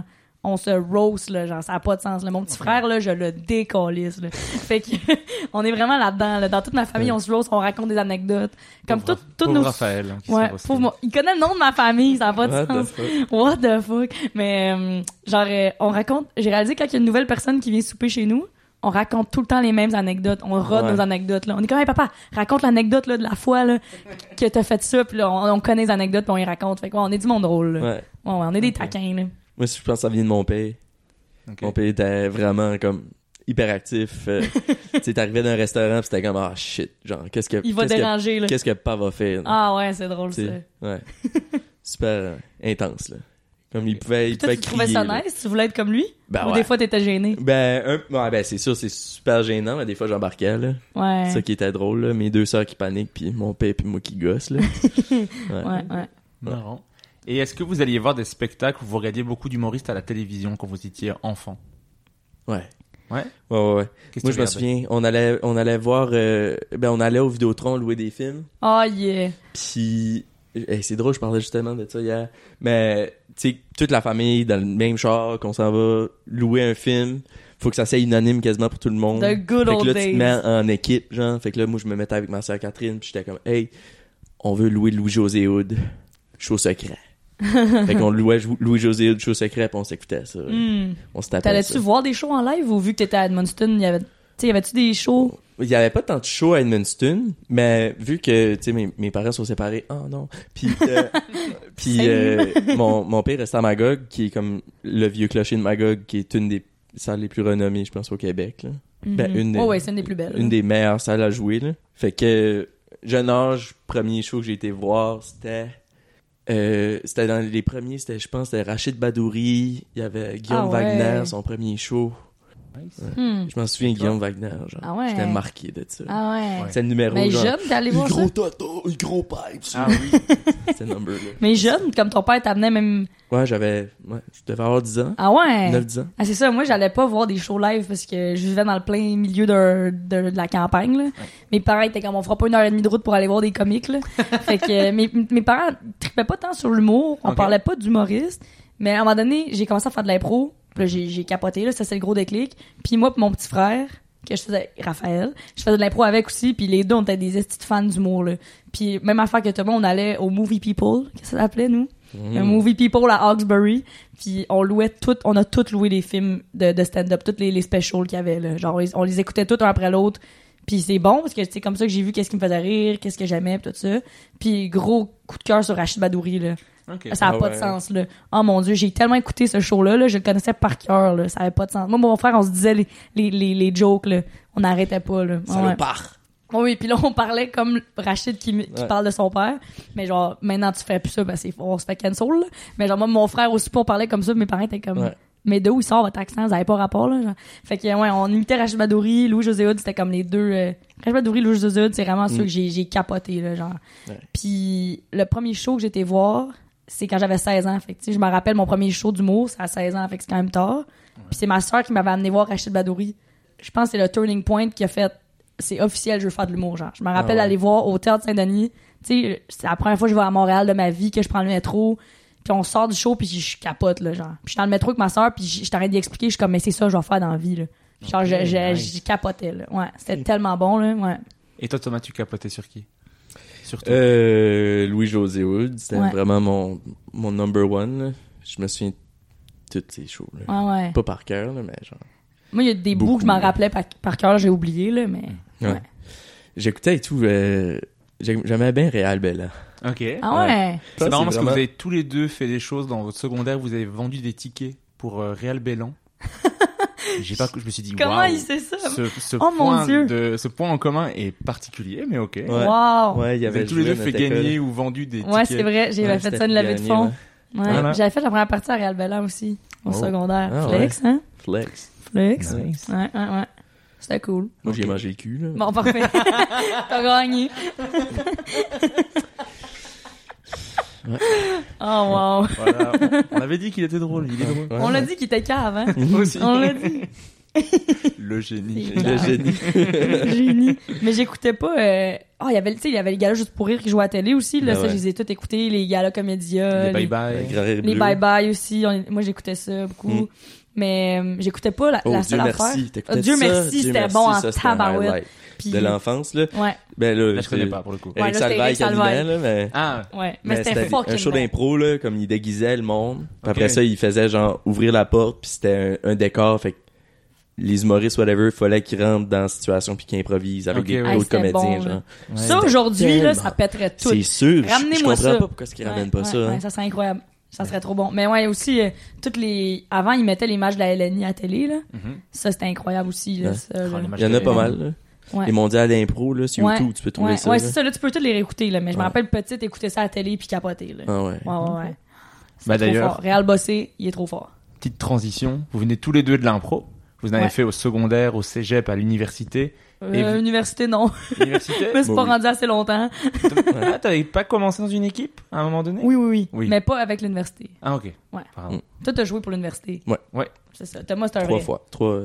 on se roast, là, genre, ça a pas de sens, là. Mon petit frère, là, je le décalisse, là. Fait que, on est vraiment là-dedans, là. Dans toute ma famille, on se roast, on raconte des anecdotes. Comme toutes nos... Raphaël. Hein, ouais, il connaît le nom de ma famille, ça a pas de What sens. the fuck? What the fuck? Mais, on raconte, j'ai réalisé quand il y a une nouvelle personne qui vient souper chez nous, on raconte tout le temps les mêmes anecdotes. On rôde nos anecdotes, là. On est comme, hey, papa, raconte l'anecdote, là, de la fois, là, que t'as fait ça, puis là, on connaît les anecdotes, puis on y raconte. Fait que, on est du monde drôle, là. Ouais, on est des taquins, là. Moi, je pense que ça vient de mon père. Okay. Mon père était vraiment comme hyperactif. Tu sais, t'arrivais dans un restaurant pis c'était comme, ah shit, genre, qu'est-ce que papa va faire? Là? Ah ouais, c'est drôle, t'sais, ça. Ouais. Super intense, là. Comme il pouvait crier. Tu trouvais ça nice? Tu voulais être comme lui? Ben ou des fois t'étais gêné? Ben c'est sûr, c'est super gênant, mais des fois j'embarquais, là. Ouais. C'est ça qui était drôle, là. Mes 2 sœurs qui paniquent pis mon père pis moi qui gosse, là. ouais. Marrant. Et est-ce que vous alliez voir des spectacles où vous regardiez beaucoup d'humoristes à la télévision quand vous étiez enfant? Ouais. Ouais? Ouais. Moi, je me souviens, on allait voir, on allait au Vidéotron louer des films. Oh yeah! Pis, c'est drôle, je parlais justement de ça hier. Mais, tu sais, toute la famille dans le même char, qu'on s'en va louer un film. Faut que ça soit unanime quasiment pour tout le monde. The good old days. Fait que là, tu te mets en équipe, genre. Fait que là, moi, je me mettais avec ma sœur Catherine pis j'étais comme, hey, on veut louer Louis-José Hood, show secret. Fait qu'on louait Louis-José Hood, show secret, pis on s'écoutait ça. On se tapait. T'allais-tu voir des shows en live ou vu que t'étais à Edmundston, y avait-tu des shows? Il y avait pas tant de shows à Edmundston, mais vu que, tu sais, mes parents sont séparés, oh non. Puis mon père restait à Magog, qui est comme le vieux clocher de Magog, qui est une des salles les plus renommées, je pense, au Québec, là. Ben, c'est une des plus belles. Une des meilleures salles à jouer, là. Fait que, jeune âge, premier show que j'ai été voir, c'était dans les premiers, je pense, c'était Rachid Badouri, il y avait Guillaume Wagner, son premier show. Nice. Je m'en souviens, Guillaume Wagner, genre. J'étais marqué de ça. C'est le numéro, mais genre. jeune, t'es allé voir ça? Gros toto, gros pipe. Ah oui. C'était le number, là. Mais jeune, comme ton père t'amenait même... Ouais, je devais avoir 10 ans. Ah ouais? 9-10 ans. Ah, c'est ça, moi, j'allais pas voir des shows live parce que je vivais dans le plein milieu de la campagne, là. Ouais. Mes parents étaient comme, on fera pas 1h30 de route pour aller voir des comiques, là. Fait que mes parents tripaient pas tant sur l'humour, on parlait pas d'humoriste, mais à un moment donné, j'ai commencé à faire de l'impro. Puis là, j'ai capoté, là, ça c'est le gros déclic. Puis moi pis mon petit frère, que je faisais, Raphaël, je faisais de l'impro avec aussi, puis les deux, on était des estis de fans d'humour, là. Puis même affaire que Thomas, on allait au Movie People, qu'est-ce que ça s'appelait, nous? Le Movie People à Hawkesbury. Puis on a tous loué les films de stand-up, tous les specials qu'il y avait, là. Genre, on les écoutait tous un après l'autre. Puis c'est bon, parce que c'est comme ça que j'ai vu qu'est-ce qui me faisait rire, qu'est-ce que j'aimais, pis tout ça. Puis gros coup de cœur sur Rachid Badouri, là. Okay. Ça a pas de sens, là. Oh mon Dieu, j'ai tellement écouté ce show-là, là, je le connaissais par cœur, là. Ça avait pas de sens. Moi, mon frère, on se disait les jokes, là. On n'arrêtait pas, là. Salopard! Oui, puis là, on parlait comme Rachid qui parle de son père. Mais genre, maintenant, tu fais plus ça, ben on se fait cancel, là. Mais genre, moi, mon frère aussi, on parlait comme ça, mes parents étaient comme... Ouais. Mais d'où il sort votre accent, ça avait pas rapport, là. Genre. Fait que, ouais, on imitait Rachid Badouri, Louis-José Hood, c'était comme les deux... Rachid Badouri, Louis-José Hood, c'est vraiment ceux que j'ai capoté, là, genre. Ouais. Puis le premier show que j'étais voir, c'est quand j'avais 16 ans. Fait que, tu sais, je me rappelle mon premier show d'humour, c'est à 16 ans, fait que c'est quand même tard. Ouais. Puis c'est ma sœur qui m'avait amené voir Rachid Badouri. Je pense que c'est le turning point qui a fait... C'est officiel, je veux faire de l'humour, genre. Je me rappelle d'aller voir au Théâtre Saint-Denis. Tu sais, c'est la première fois que je vais à Montréal de ma vie, que je prends le métro. Puis on sort du show, puis je capote, là, genre. Puis je suis dans le métro avec ma soeur, puis je t'arrête d'y expliquer, je suis comme, mais c'est ça que je vais faire dans la vie, là. Genre, je capotais, là. Ouais, c'était tellement bon, là, ouais. Et toi, Thomas, tu capotais sur qui? Surtout. Louis-José Hood, c'était vraiment mon number one, là. Je me souviens de toutes ces shows, là. Ouais. Pas par cœur, là, mais genre... Moi, il y a des bouts que je m'en rappelais par cœur, j'ai oublié, là, mais... Ouais. J'écoutais et tout, j'aimais bien Réal Bella. Ok. Ah ouais. C'est marrant parce que vous avez tous les deux fait des choses dans votre secondaire. Vous avez vendu des tickets pour Réal Bellan. Je me suis dit, comment il sait ça? Ce point en commun est particulier, mais ok. Wow. Ouais, il y avait tous les deux fait gagner ou vendu des tickets. Ouais, c'est vrai. J'avais fait ça une levée de fonds. Ouais. Voilà. J'avais fait la première partie à Réal Bellan aussi au secondaire. Flex, hein? Flex. Nice. Ouais. C'était cool. Moi, j'ai mangé le cul, là. Bon, parfait. T'as gagné. Ouais. Oh, wow. Voilà. On avait dit qu'il était drôle. Il est drôle. On l'a dit qu'il était cave, hein? Moi aussi. On l'a dit. Le génie. Le génie. Génie. Mais j'écoutais pas. Il y avait les galas juste pour rire qui jouaient à la télé aussi. Là, Ben ça, ouais. je les ai tous écoutés. Les galas comédia. Les bye-bye. Grand Rire Les Bleu. bye-bye aussi. Moi, j'écoutais ça beaucoup. Mais j'écoutais pas la Oh, seule Dieu affaire. merci. T'écoutais Dieu ça? merci, Dieu c'était merci, bon en ça, c'était un tabarouette. highlight Puis- de l'enfance, là. Ouais. Ben là, Là, je connais pas pour le coup. Ouais, là, Eric c'était Salvaille Eric qui animait, Salvaille. là, mais... Ah, Ouais. Mais c'était fucking un show bon. d'impro, là, comme il déguisait le monde. Puis Ok. après ça, il faisait genre ouvrir la porte, puis c'était un décor, fait que les humoristes, whatever, fallait qu'ils rentrent dans la situation puis qu'ils improvisent avec Ok, des ouais. autres C'était comédiens, bon, genre. là. ouais. Ça, aujourd'hui, là, ça tellement- pèterait tout. C'est sûr. Je Ramenez-moi comprends ça. pas pourquoi est-ce qu'ils ramènent pas ça, hein. Ouais, ça serait incroyable. Ça serait trop bon. Mais ouais, aussi, toutes les... Avant, ils mettaient les matchs de la LNI à la télé, là. Mhm. Ça, c'était incroyable aussi, là. Ouais. Ça, là. Oh, les matchs Il y en a de- pas mal, là. Ouais. Les mondiales d'impro, là, sur Ouais. YouTube, tu peux trouver Ouais, ça. ouais, là. c'est ça. Là, tu peux tous les réécouter, là. Mais je me Ouais. rappelle petite écouter ça à la télé puis capoter, là. Ah ouais. Ouais. C'est Bah, trop d'ailleurs- fort. Réal Bossé, il est trop fort. Petite transition. Vous venez tous les deux de l'impro. Vous en avez Ouais. fait au secondaire, au cégep, à l'université. Et vous- Université, non. Université? Je me suis pas oui. rendu assez longtemps. Ah, t'avais pas commencé dans une équipe à un moment donné? Oui. Oui. Mais pas avec l'université. Ah, ok. Ouais. Pardon. Toi, t'as joué pour l'université. Ouais. C'est ça. Thomas, c'est un 3 vrai. fois. 3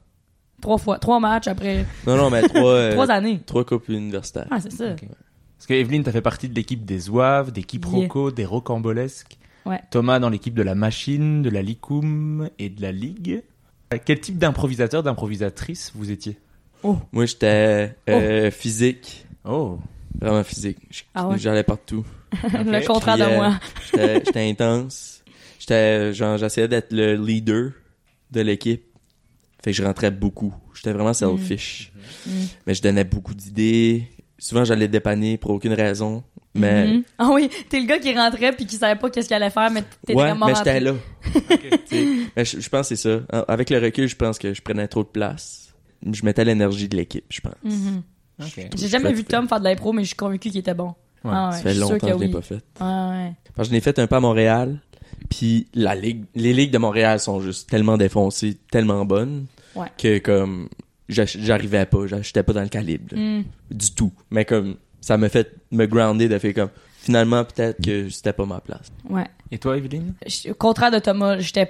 ans. 3 matchs après Non, mais 3 3 années. 3 coupes universitaires. Ah, c'est ça. Ok. Parce que Evelyne, t'as fait partie de l'équipe des Zouaves, des Quiproquos, des Rocambolesques. Ouais. Thomas dans l'équipe de la Machine, de la Licoum et de la Ligue. Quel type d'improvisateur, d'improvisatrice vous étiez? Moi, j'étais physique. Oh. Vraiment physique. Ah ouais? J'allais partout. Le contraire de Puis, moi. J'étais intense. J'essayais d'être le leader de l'équipe. Fait que je rentrais beaucoup. J'étais vraiment selfish. Mais je donnais beaucoup d'idées. Souvent, j'allais dépanner pour aucune raison. Mais, Mhm. Ah oui, t'es le gars qui rentrait puis qui savait pas qu'est-ce qu'il allait faire, mais t'étais ouais, vraiment mais rentré. j'étais là. T'sais, mais je pense que c'est ça. Avec le recul, je pense que je prenais trop de place. Je mettais l'énergie de l'équipe, je pense. Mhm. Ok. J'ai jamais vu fatigué. Tom faire de l'impro, mais je suis convaincu qu'il était bon. Ouais, Ah Ça ouais, fait je suis sûr longtemps que que je l'ai oui. pas fait. Ah ouais. Parce que je l'ai fait un peu à Montréal. Puis les ligues de Montréal sont juste tellement défoncées, tellement bonnes, Ouais. que comme j'arrivais pas, j'étais pas dans le calibre là, Mm. du tout. Mais comme ça m'a fait me grounder de faire comme finalement peut-être que c'était pas ma place. Ouais. Et toi, Evelyne? Au contraire de Thomas, j'étais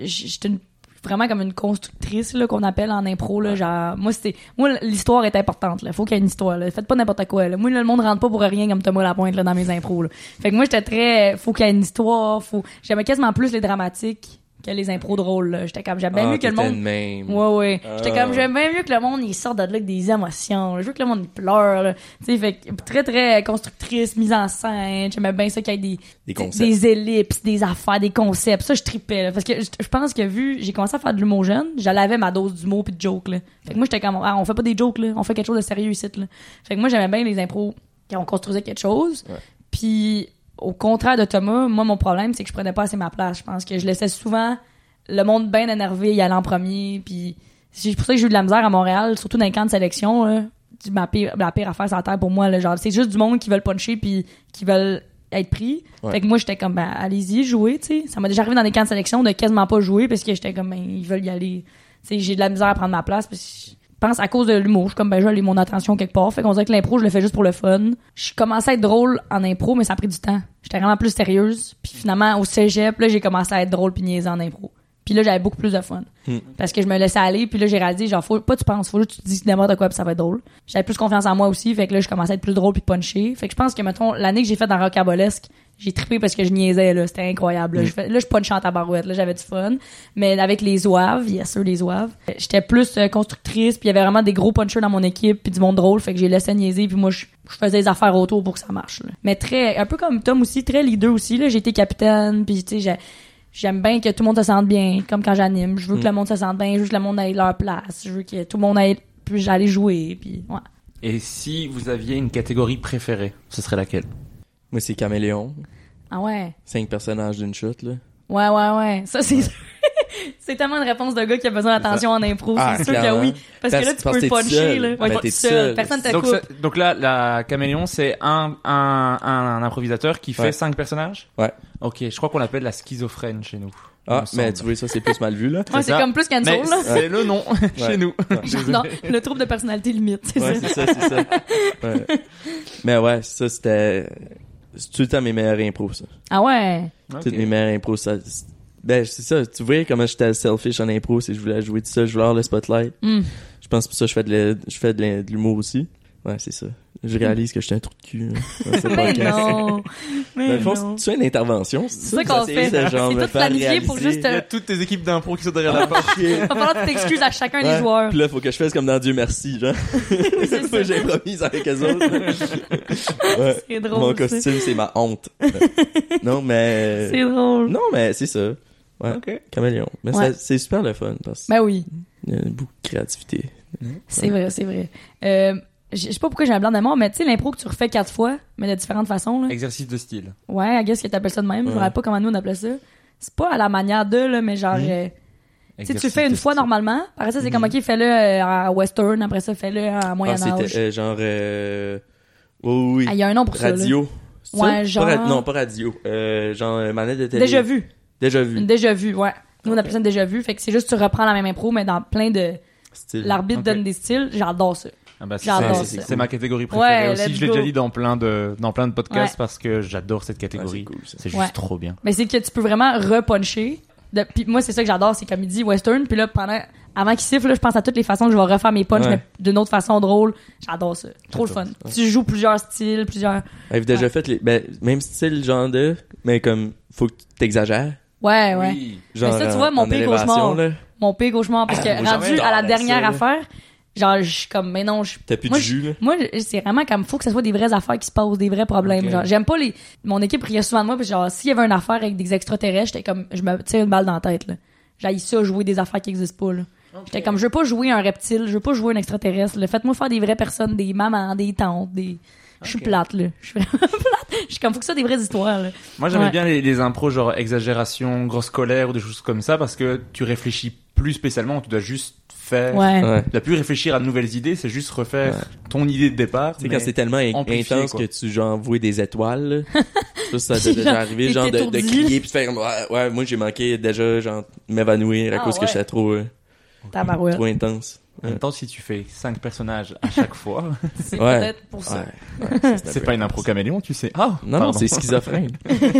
vraiment comme une constructrice là qu'on appelle en impro là, genre moi l'histoire est importante là, faut qu'il y ait une histoire là. Faites pas n'importe quoi là. Moi le monde rentre pas pour rien comme Thomas Lapointe là dans mes impros là. Fait que moi j'étais très faut qu'il y ait une histoire, j'aimais quasiment plus les dramatiques que les impros drôles là. J'étais comme j'aime bien mieux que le t'étais monde. de même. Ouais. J'étais Ah. comme, j'aime bien mieux que le monde, il sorte de là avec des émotions. Je veux que le monde, il pleure, là. Tu sais, fait que très, très constructrice, mise en scène. J'aimais bien ça qu'il y ait Des concepts. des ellipses, des affaires, des concepts. Ça, je tripais, là. Parce que je pense que j'ai commencé à faire de l'humour jeune, j'avais ma dose d'humour pis de joke, là. Fait que moi, j'étais comme, on fait pas des jokes, là. On fait quelque chose de sérieux ici, là. Fait que moi, j'aimais bien les impros quand on construisait quelque chose. Ouais. Puis, au contraire de Thomas, moi, mon problème, c'est que je prenais pas assez ma place. Je pense que je laissais souvent le monde bien énervé y aller en premier, puis c'est pour ça que j'ai eu de la misère à Montréal, surtout dans les camps de sélection, là. La pire affaire sur la terre pour moi, là, genre c'est juste du monde qui veulent puncher puis qui veulent être pris. Ouais. Fait que moi j'étais comme ben allez-y jouer, tu sais. Ça m'a déjà arrivé dans des camps de sélection de quasiment pas jouer parce que j'étais comme ben ils veulent y aller. Tu sais, j'ai de la misère à prendre ma place parce que je pense à cause de l'humour, je suis comme ben je vais aller mon attention quelque part. Fait qu'on dirait que l'impro je le fais juste pour le fun. Je commençais à être drôle en impro mais ça a pris du temps. J'étais vraiment plus sérieuse. Puis finalement au cégep là j'ai commencé à être drôle puis niaiser en impro. Puis là, j'avais beaucoup plus de fun. Parce que je me laissais aller, puis là, j'ai réalisé, genre, faut pas tu penses, faut juste que tu dis n'importe quoi, puis ça va être drôle. J'avais plus confiance en moi aussi, fait que là, je commençais à être plus drôle puis punché. Fait que je pense que, mettons, l'année que j'ai faite dans Rocambolesque, j'ai trippé parce que je niaisais, là. C'était incroyable, là. Je punchais en tabarouette, là, j'avais du fun. Mais avec les Zouaves, yes sir, les Zouaves, j'étais plus constructrice, puis il y avait vraiment des gros punchers dans mon équipe, puis du monde drôle, fait que j'ai laissé niaiser, puis moi, je faisais des affaires autour pour que ça marche, là. Mais un peu comme Tom aussi, très leader aussi, là. J'ai été capitaine, puis tu sais, j'aime bien que tout le monde se sente bien, comme quand j'anime. Je veux que le monde se sente bien, je veux que le monde ait leur place, je veux que tout le monde puisse aller jouer, puis ouais. Et si vous aviez une catégorie préférée, ce serait laquelle? Moi, c'est Caméléon. Ah ouais. 5 personnages d'une shot, là. Ouais. Ça, c'est c'est tellement une réponse de gars qui a besoin d'attention en impro. Ah, c'est sûr que clairement. oui. Parce que là, tu peux le puncher, là. Ouais, Ben, t'es t'es seul. seul. Personne te Donc, coupe. donc là, la Caméléon, c'est un improvisateur qui fait Ouais. 5 personnages? Ouais. Ok, je crois qu'on l'appelle la schizophrène chez nous. Ah, il me mais semble. tu vois, ça, c'est plus mal vu, là. Ouais, c'est ça. comme plus qu'un Mais soul, là. c'est le nom chez nous. Non, le trouble de personnalité limite, c'est Ouais, ça. c'est ça. Ouais. Mais ouais, ça, c'était... C'est tout le temps mes meilleures impros, ça. Ah ouais. Ok. Toutes mes meilleures impros, ça... Ben, c'est ça. Tu vois comment j'étais selfish en impro, c'est que je voulais jouer tout ça, je voulais avoir le spotlight. Je pense que pour ça, je fais de l'humour aussi. Ouais, c'est ça. Je réalise que j'étais un trou de cul. Mais non. Mais Dans le fond, non. tu fais une intervention, C'est ça qu'on fait. C'est tout planifié pour juste... Il y a toutes tes équipes d'impro qui sont derrière la porte. Il va falloir que tu t'excuses à chacun des joueurs. Puis là, faut que je fasse comme dans Dieu merci, genre. C'est Moi, j'improvise avec eux autres. Ouais. C'est drôle. Mon costume, c'est ma honte. Non, mais... C'est drôle. Non, mais c'est ça. Ouais. Ok. Caméléon. Mais Ouais. c'est super le fun parce Ben oui. qu'il y a beaucoup de créativité. C'est vrai, c'est vrai. Je sais pas pourquoi j'ai un blanc de mort, mais tu sais, l'impro que tu refais 4 fois, mais de différentes façons, là. Exercice de style. Ouais, I guess que t'appelles ça de même. Je me rappelle pas comment nous on appelait ça. C'est pas à la manière de, là, mais genre, tu sais, tu le fais une fois normalement. Après ça, c'est comme, ok, fais-le à western. Après ça, fais-le à Moyen-Âge. C'était genre... oui. Ah, il y a un nom pour ça, là. Radio. C'est Ouais, ça? genre- Non, pas radio. Genre manette de télé. Déjà vu. Déjà vu. Une déjà vu, ouais. Nous, on appelle ça une déjà vu. Fait que c'est juste, tu reprends la même impro, mais dans plein de... Style. L'arbitre Ok. donne des styles. J'adore ça. Ah bah, J'adore c'est ça. ma catégorie préférée Ouais, aussi. let's Je l'ai go. déjà dit dans plein de podcasts Ouais. parce que j'adore cette catégorie. Ouais, c'est cool, ça. C'est juste Ouais. trop bien. Mais c'est que tu peux vraiment repuncher. Puis moi, c'est ça que j'adore, c'est comme il dit western. Puis là, avant qu'il siffle, là, je pense à toutes les façons que je vais refaire mes punchs, Ouais. mais d'une autre façon drôle. J'adore ça. Trop le fun. Tu joues plusieurs styles, plusieurs... Avez-vous déjà fait même style genre de, mais comme, faut que tu t'exagères. Ouais, ouais. Oui. Genre, Mais ça, tu vois, mon en pire élévation, cauchemar. là. Mon pire cauchemar, parce que moi, rendu j'adore à la ça, dernière là. affaire, genre, je suis comme, mais non, T'as plus moi, de jus, là. Moi, c'est vraiment comme, faut que ce soit des vraies affaires qui se passent, des vrais problèmes. Ok. Genre, j'aime pas mon équipe riait souvent de moi, parce que genre, s'il y avait une affaire avec des extraterrestres, j'étais comme, je me tire une balle dans la tête, là. J'haïs ça, jouer des affaires qui existent pas, là. J'étais comme, je veux pas jouer un reptile, je veux pas jouer un extraterrestre, là. Faites-moi faire des vraies personnes, des mamans, des tantes, Je suis plate, là. Je suis vraiment plate. Je suis comme, faut que ça soit des vraies histoires, là. Moi, j'aimais Ouais. bien les impros genre exagération, grosse colère ou des choses comme ça parce que tu réfléchis plus spécialement, tu dois juste faire. Ouais. Ouais. Tu dois plus réfléchir à de nouvelles idées, c'est juste refaire ton idée de départ. Tu sais, mais quand c'est tellement amplifié, intense quoi. que tu, genre, vois des étoiles, là. Je sais pas si ça t'est Genre, déjà arrivé, t'es genre, de étourdi. crier pis de faire comme, ouais, moi, j'ai manqué déjà, genre, m'évanouir à Ah, cause que ouais. j'étais trop Tabarouette. intense. En même temps, si tu fais 5 personnages à chaque fois, C'est Ouais. peut-être pour ça. c'est pas une impro caméléon, tu sais. Ah, Non, pardon. c'est schizophrène.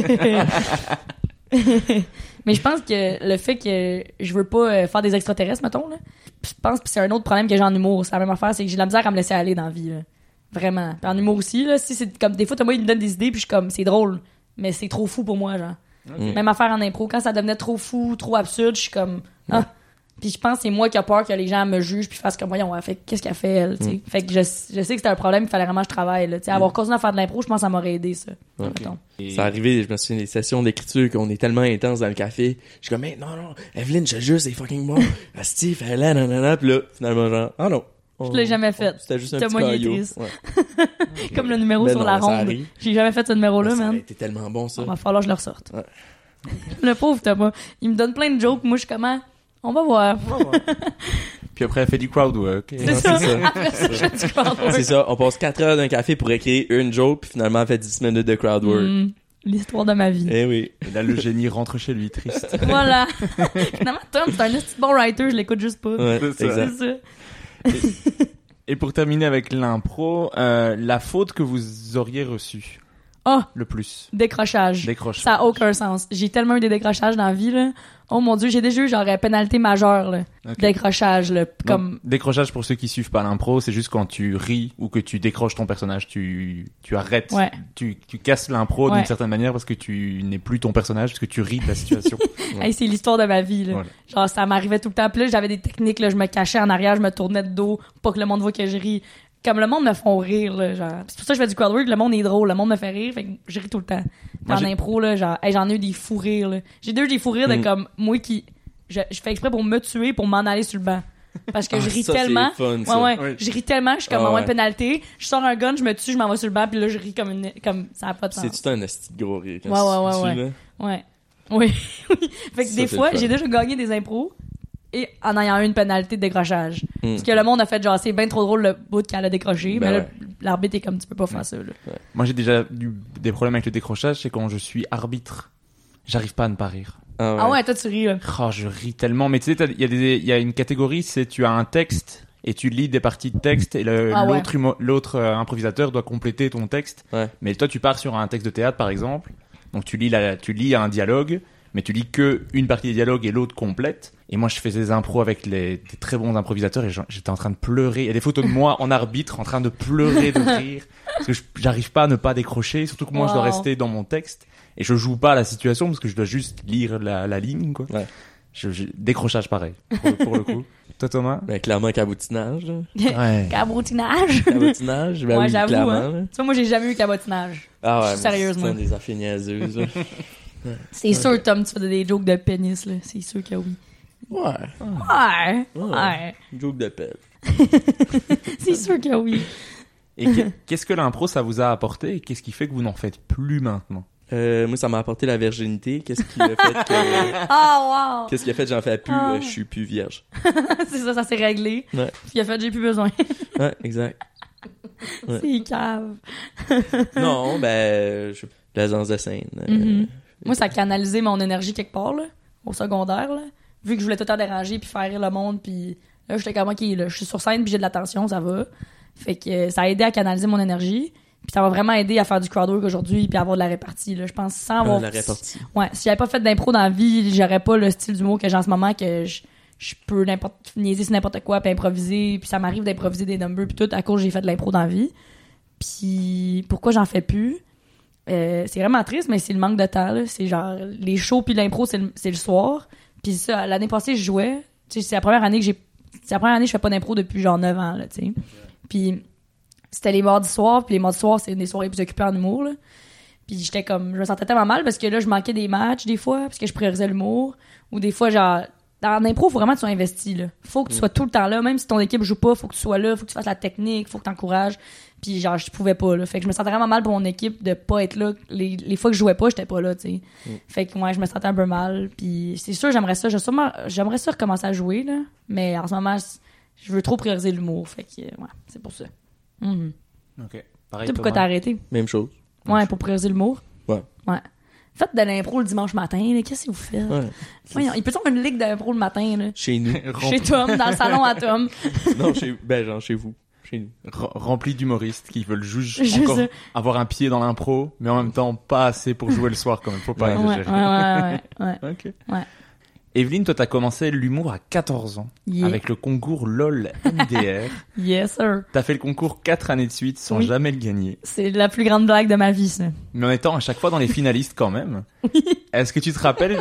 Mais je pense que le fait que je veux pas faire des extraterrestres, mettons, là, je pense que c'est un autre problème que j'ai en humour. C'est la même affaire, c'est que j'ai de la misère à me laisser aller dans la vie, là. Vraiment. Puis en humour aussi, là, si c'est comme, des fois, Thomas, il me donne des idées, puis je suis comme, c'est drôle, mais c'est trop fou pour moi, genre. Même affaire en impro, quand ça devenait trop fou, trop absurde, je suis comme, ah. Puis je pense que c'est moi qui a peur que les gens me jugent puis fassent comme, voyons, elle fait, qu'est-ce qu'elle fait, elle, tu sais. Fait que je sais que c'était un problème, il fallait vraiment que je travaille, là. Tu sais, avoir continué à faire de l'impro, je pense que ça m'aurait aidé, ça. Mettons. C'est arrivé, je me souviens des sessions d'écriture qu'on est tellement intense dans le café. Je suis comme, mais non, Evelyne, je te jure, c'est fucking bon. Asti, fais là, nanana. Pis là, finalement, genre, ah non. Je l'ai jamais fait. C'était juste un Thomas, petit il est caillot. triste. Ouais. Comme le numéro Ben sur non, la ça ronde. arrive. J'ai jamais fait ce numéro-là, Ça a man. été tellement bon, ça. Il va falloir que je le ressorte. Ouais. Le pauvre Thomas. Il me donne plein de jokes. Moi, je suis comment? On va voir. Puis après, elle fait du crowd work. C'est ça. c'est ça. Après ça, je fais du crowdwork. C'est ça, on passe 4 heures d'un café pour écrire une joke, puis finalement, on fait 10 minutes de crowd work. L'histoire de ma vie. Eh oui. Et là, le génie rentre chez lui, triste. Voilà. Finalement, Tom, c'est un petit bon writer. Je l'écoute juste pas. Ouais, C'est ça. exact. C'est ça. Et pour terminer avec l'impro, la faute que vous auriez reçue Oh, le plus. décrochage. Décrochage. Ça a aucun sens. J'ai tellement eu des décrochages dans la vie, là. Oh mon Dieu, j'ai déjà eu genre pénalité majeure, là. Ok. Décrochage, là. Comme... Donc, décrochage pour ceux qui suivent pas l'impro, c'est juste quand tu ris ou que tu décroches ton personnage, tu arrêtes, Ouais. tu casses l'impro Ouais. d'une certaine manière parce que tu n'es plus ton personnage, parce que tu ris de la situation. Hey, c'est l'histoire de ma vie, là. Voilà. Genre, ça m'arrivait tout le temps. Puis là, j'avais des techniques, là. Je me cachais en arrière, je me tournais de dos pour pas que le monde voit que je ris. Comme le monde me font rire, là. Genre. C'est pour ça que je fais du crowdwork. Le monde est drôle. Le monde me fait rire. Fait que je ris tout le temps. Puis Moi, en j'ai- impro, là, genre, hey, j'en ai eu des fous rires, là. J'ai déjà eu des fous rires de comme, moi qui, je fais exprès pour me tuer, pour m'en aller sur le banc. Parce que Ah, je ris ça, tellement. c'est fun, ça. Ouais, ouais. Oui. Je ris tellement, je suis comme, Ah, en ouais. de pénalité. Je sors un gun, je me tue, je m'en vais sur le banc, puis là, je ris comme ça a pas de sens. C'est tout un esti de gros rire. quand Ouais, tu ouais, suis, ouais, là. Ouais. Oui, oui. Fait que Ça, des c'est fois, le fun. j'ai déjà gagné des impros et en ayant eu une pénalité de décrochage. Mm. Parce que le monde a fait genre, c'est bien trop drôle le bout qu'elle a décroché. Ben mais là, ouais. l'arbitre est comme, tu peux pas faire ça, là. Moi, j'ai déjà eu des problèmes avec le décrochage, c'est quand je suis arbitre. J'arrive pas à ne pas rire. Ah ouais, toi, tu ris, là. Oh, je ris tellement. Mais tu sais, il y a une catégorie, c'est tu as un texte et tu lis des parties de texte et Ah ouais. l'autre improvisateur doit compléter ton texte. Ouais. Mais toi, tu pars sur un texte de théâtre, par exemple. Donc tu lis un dialogue, mais tu lis que une partie des dialogues et l'autre complète. Et moi, je faisais des impros avec des très bons improvisateurs et j'étais en train de pleurer. Il y a des photos de moi en arbitre en train de pleurer de rire parce que j'arrive pas à ne pas décrocher, surtout que moi je dois rester dans mon texte et je joue pas la situation parce que je dois juste lire la ligne, quoi. Ouais. Décrochage pareil pour le coup. Toi, Thomas? Ben, clairement, cabotinage, là. Ouais. Cabotinage? Cabotinage? Ben, ouais, oui, j'avoue, clairement. hein. Tu vois, moi, j'ai jamais eu cabotinage. Ah ouais. Sérieusement. C'est des affaires niaiseuses, là. C'est sûr, Tom, tu fais des jokes de pénis, là. C'est sûr que oui. Ouais. Joke de pelle. C'est sûr que oui. Et qu'est-ce que l'impro, ça vous a apporté et qu'est-ce qui fait que vous n'en faites plus maintenant? Moi, ça m'a apporté la virginité. Qu'est-ce qui a fait que... wow! Qu'est-ce qui a fait que j'en fais plus? Je suis plus vierge. C'est ça s'est réglé. Ouais. Puis il a fait j'ai plus besoin. Ouais, exact. Ouais. C'est cave. Non, l'aisance de scène. Moi, ça a canalisé mon énergie quelque part, là, au secondaire, là. Vu que je voulais tout le temps déranger puis faire rire le monde, puis là, j'étais comme, OK, là, je suis sur scène puis j'ai de l'attention, ça va. Fait que ça a aidé à canaliser mon énergie. Puis ça m'a vraiment aidé à faire du crowdwork aujourd'hui puis à avoir de la répartie, là. Je pense sans avoir... La répartie. Ouais, si j'avais pas fait d'impro dans la vie, j'aurais pas le style d'humour que j'ai en ce moment, que je peux niaiser sur n'importe quoi puis improviser, puis ça m'arrive d'improviser des numbers puis tout à cause j'ai fait de l'impro dans la vie. Puis pourquoi j'en fais plus? C'est vraiment triste, mais c'est le manque de temps, là. C'est genre les shows puis l'impro c'est le soir. Puis ça, l'année passée je jouais, tu sais, c'est la première année que je fais pas d'impro depuis genre 9 ans, là, tu sais. Puis c'était les mardis soirs, puis les mardis soirs c'est une des soirées plus occupées en humour, là. Puis j'étais comme, je me sentais tellement mal parce que là je manquais des matchs des fois parce que je priorisais l'humour, ou des fois genre dans l'impro, faut vraiment que tu sois investi, là. Faut que tu sois tout le temps là, même si ton équipe joue pas, faut que tu sois là, faut que tu fasses la technique, faut que t'encourages. Puis genre je pouvais pas, là. Fait que je me sentais vraiment mal pour mon équipe de pas être là. Les fois que je jouais pas, j'étais pas là, tu sais. Fait que moi je me sentais un peu mal, puis c'est sûr j'aimerais ça recommencer à jouer, là, mais en ce moment je veux trop prioriser l'humour, fait que ouais, c'est pour ça. OK. Pareil. Tu sais pourquoi t'as arrêté? Même chose. Ouais, pour prioriser l'humour. Ouais. Faites de l'impro le dimanche matin, là. Qu'est-ce que vous faites? Ouais. Voyons, il peut y avoir une ligue d'impro le matin, là. Chez nous. Chez Tom, dans le salon à Tom. Non, chez vous. Chez nous. Rempli d'humoristes qui veulent juste encore avoir un pied dans l'impro, mais en même temps pas assez pour jouer le soir quand même. Faut pas exagérer. Ouais. OK. Ouais. Evelyne, toi, t'as commencé l'humour à 14 ans avec le concours LOL MDR. Yes, sir. T'as fait le concours 4 années de suite sans jamais le gagner. C'est la plus grande blague de ma vie, ça. Mais en étant à chaque fois dans les finalistes quand même. Oui. Est-ce que tu te rappelles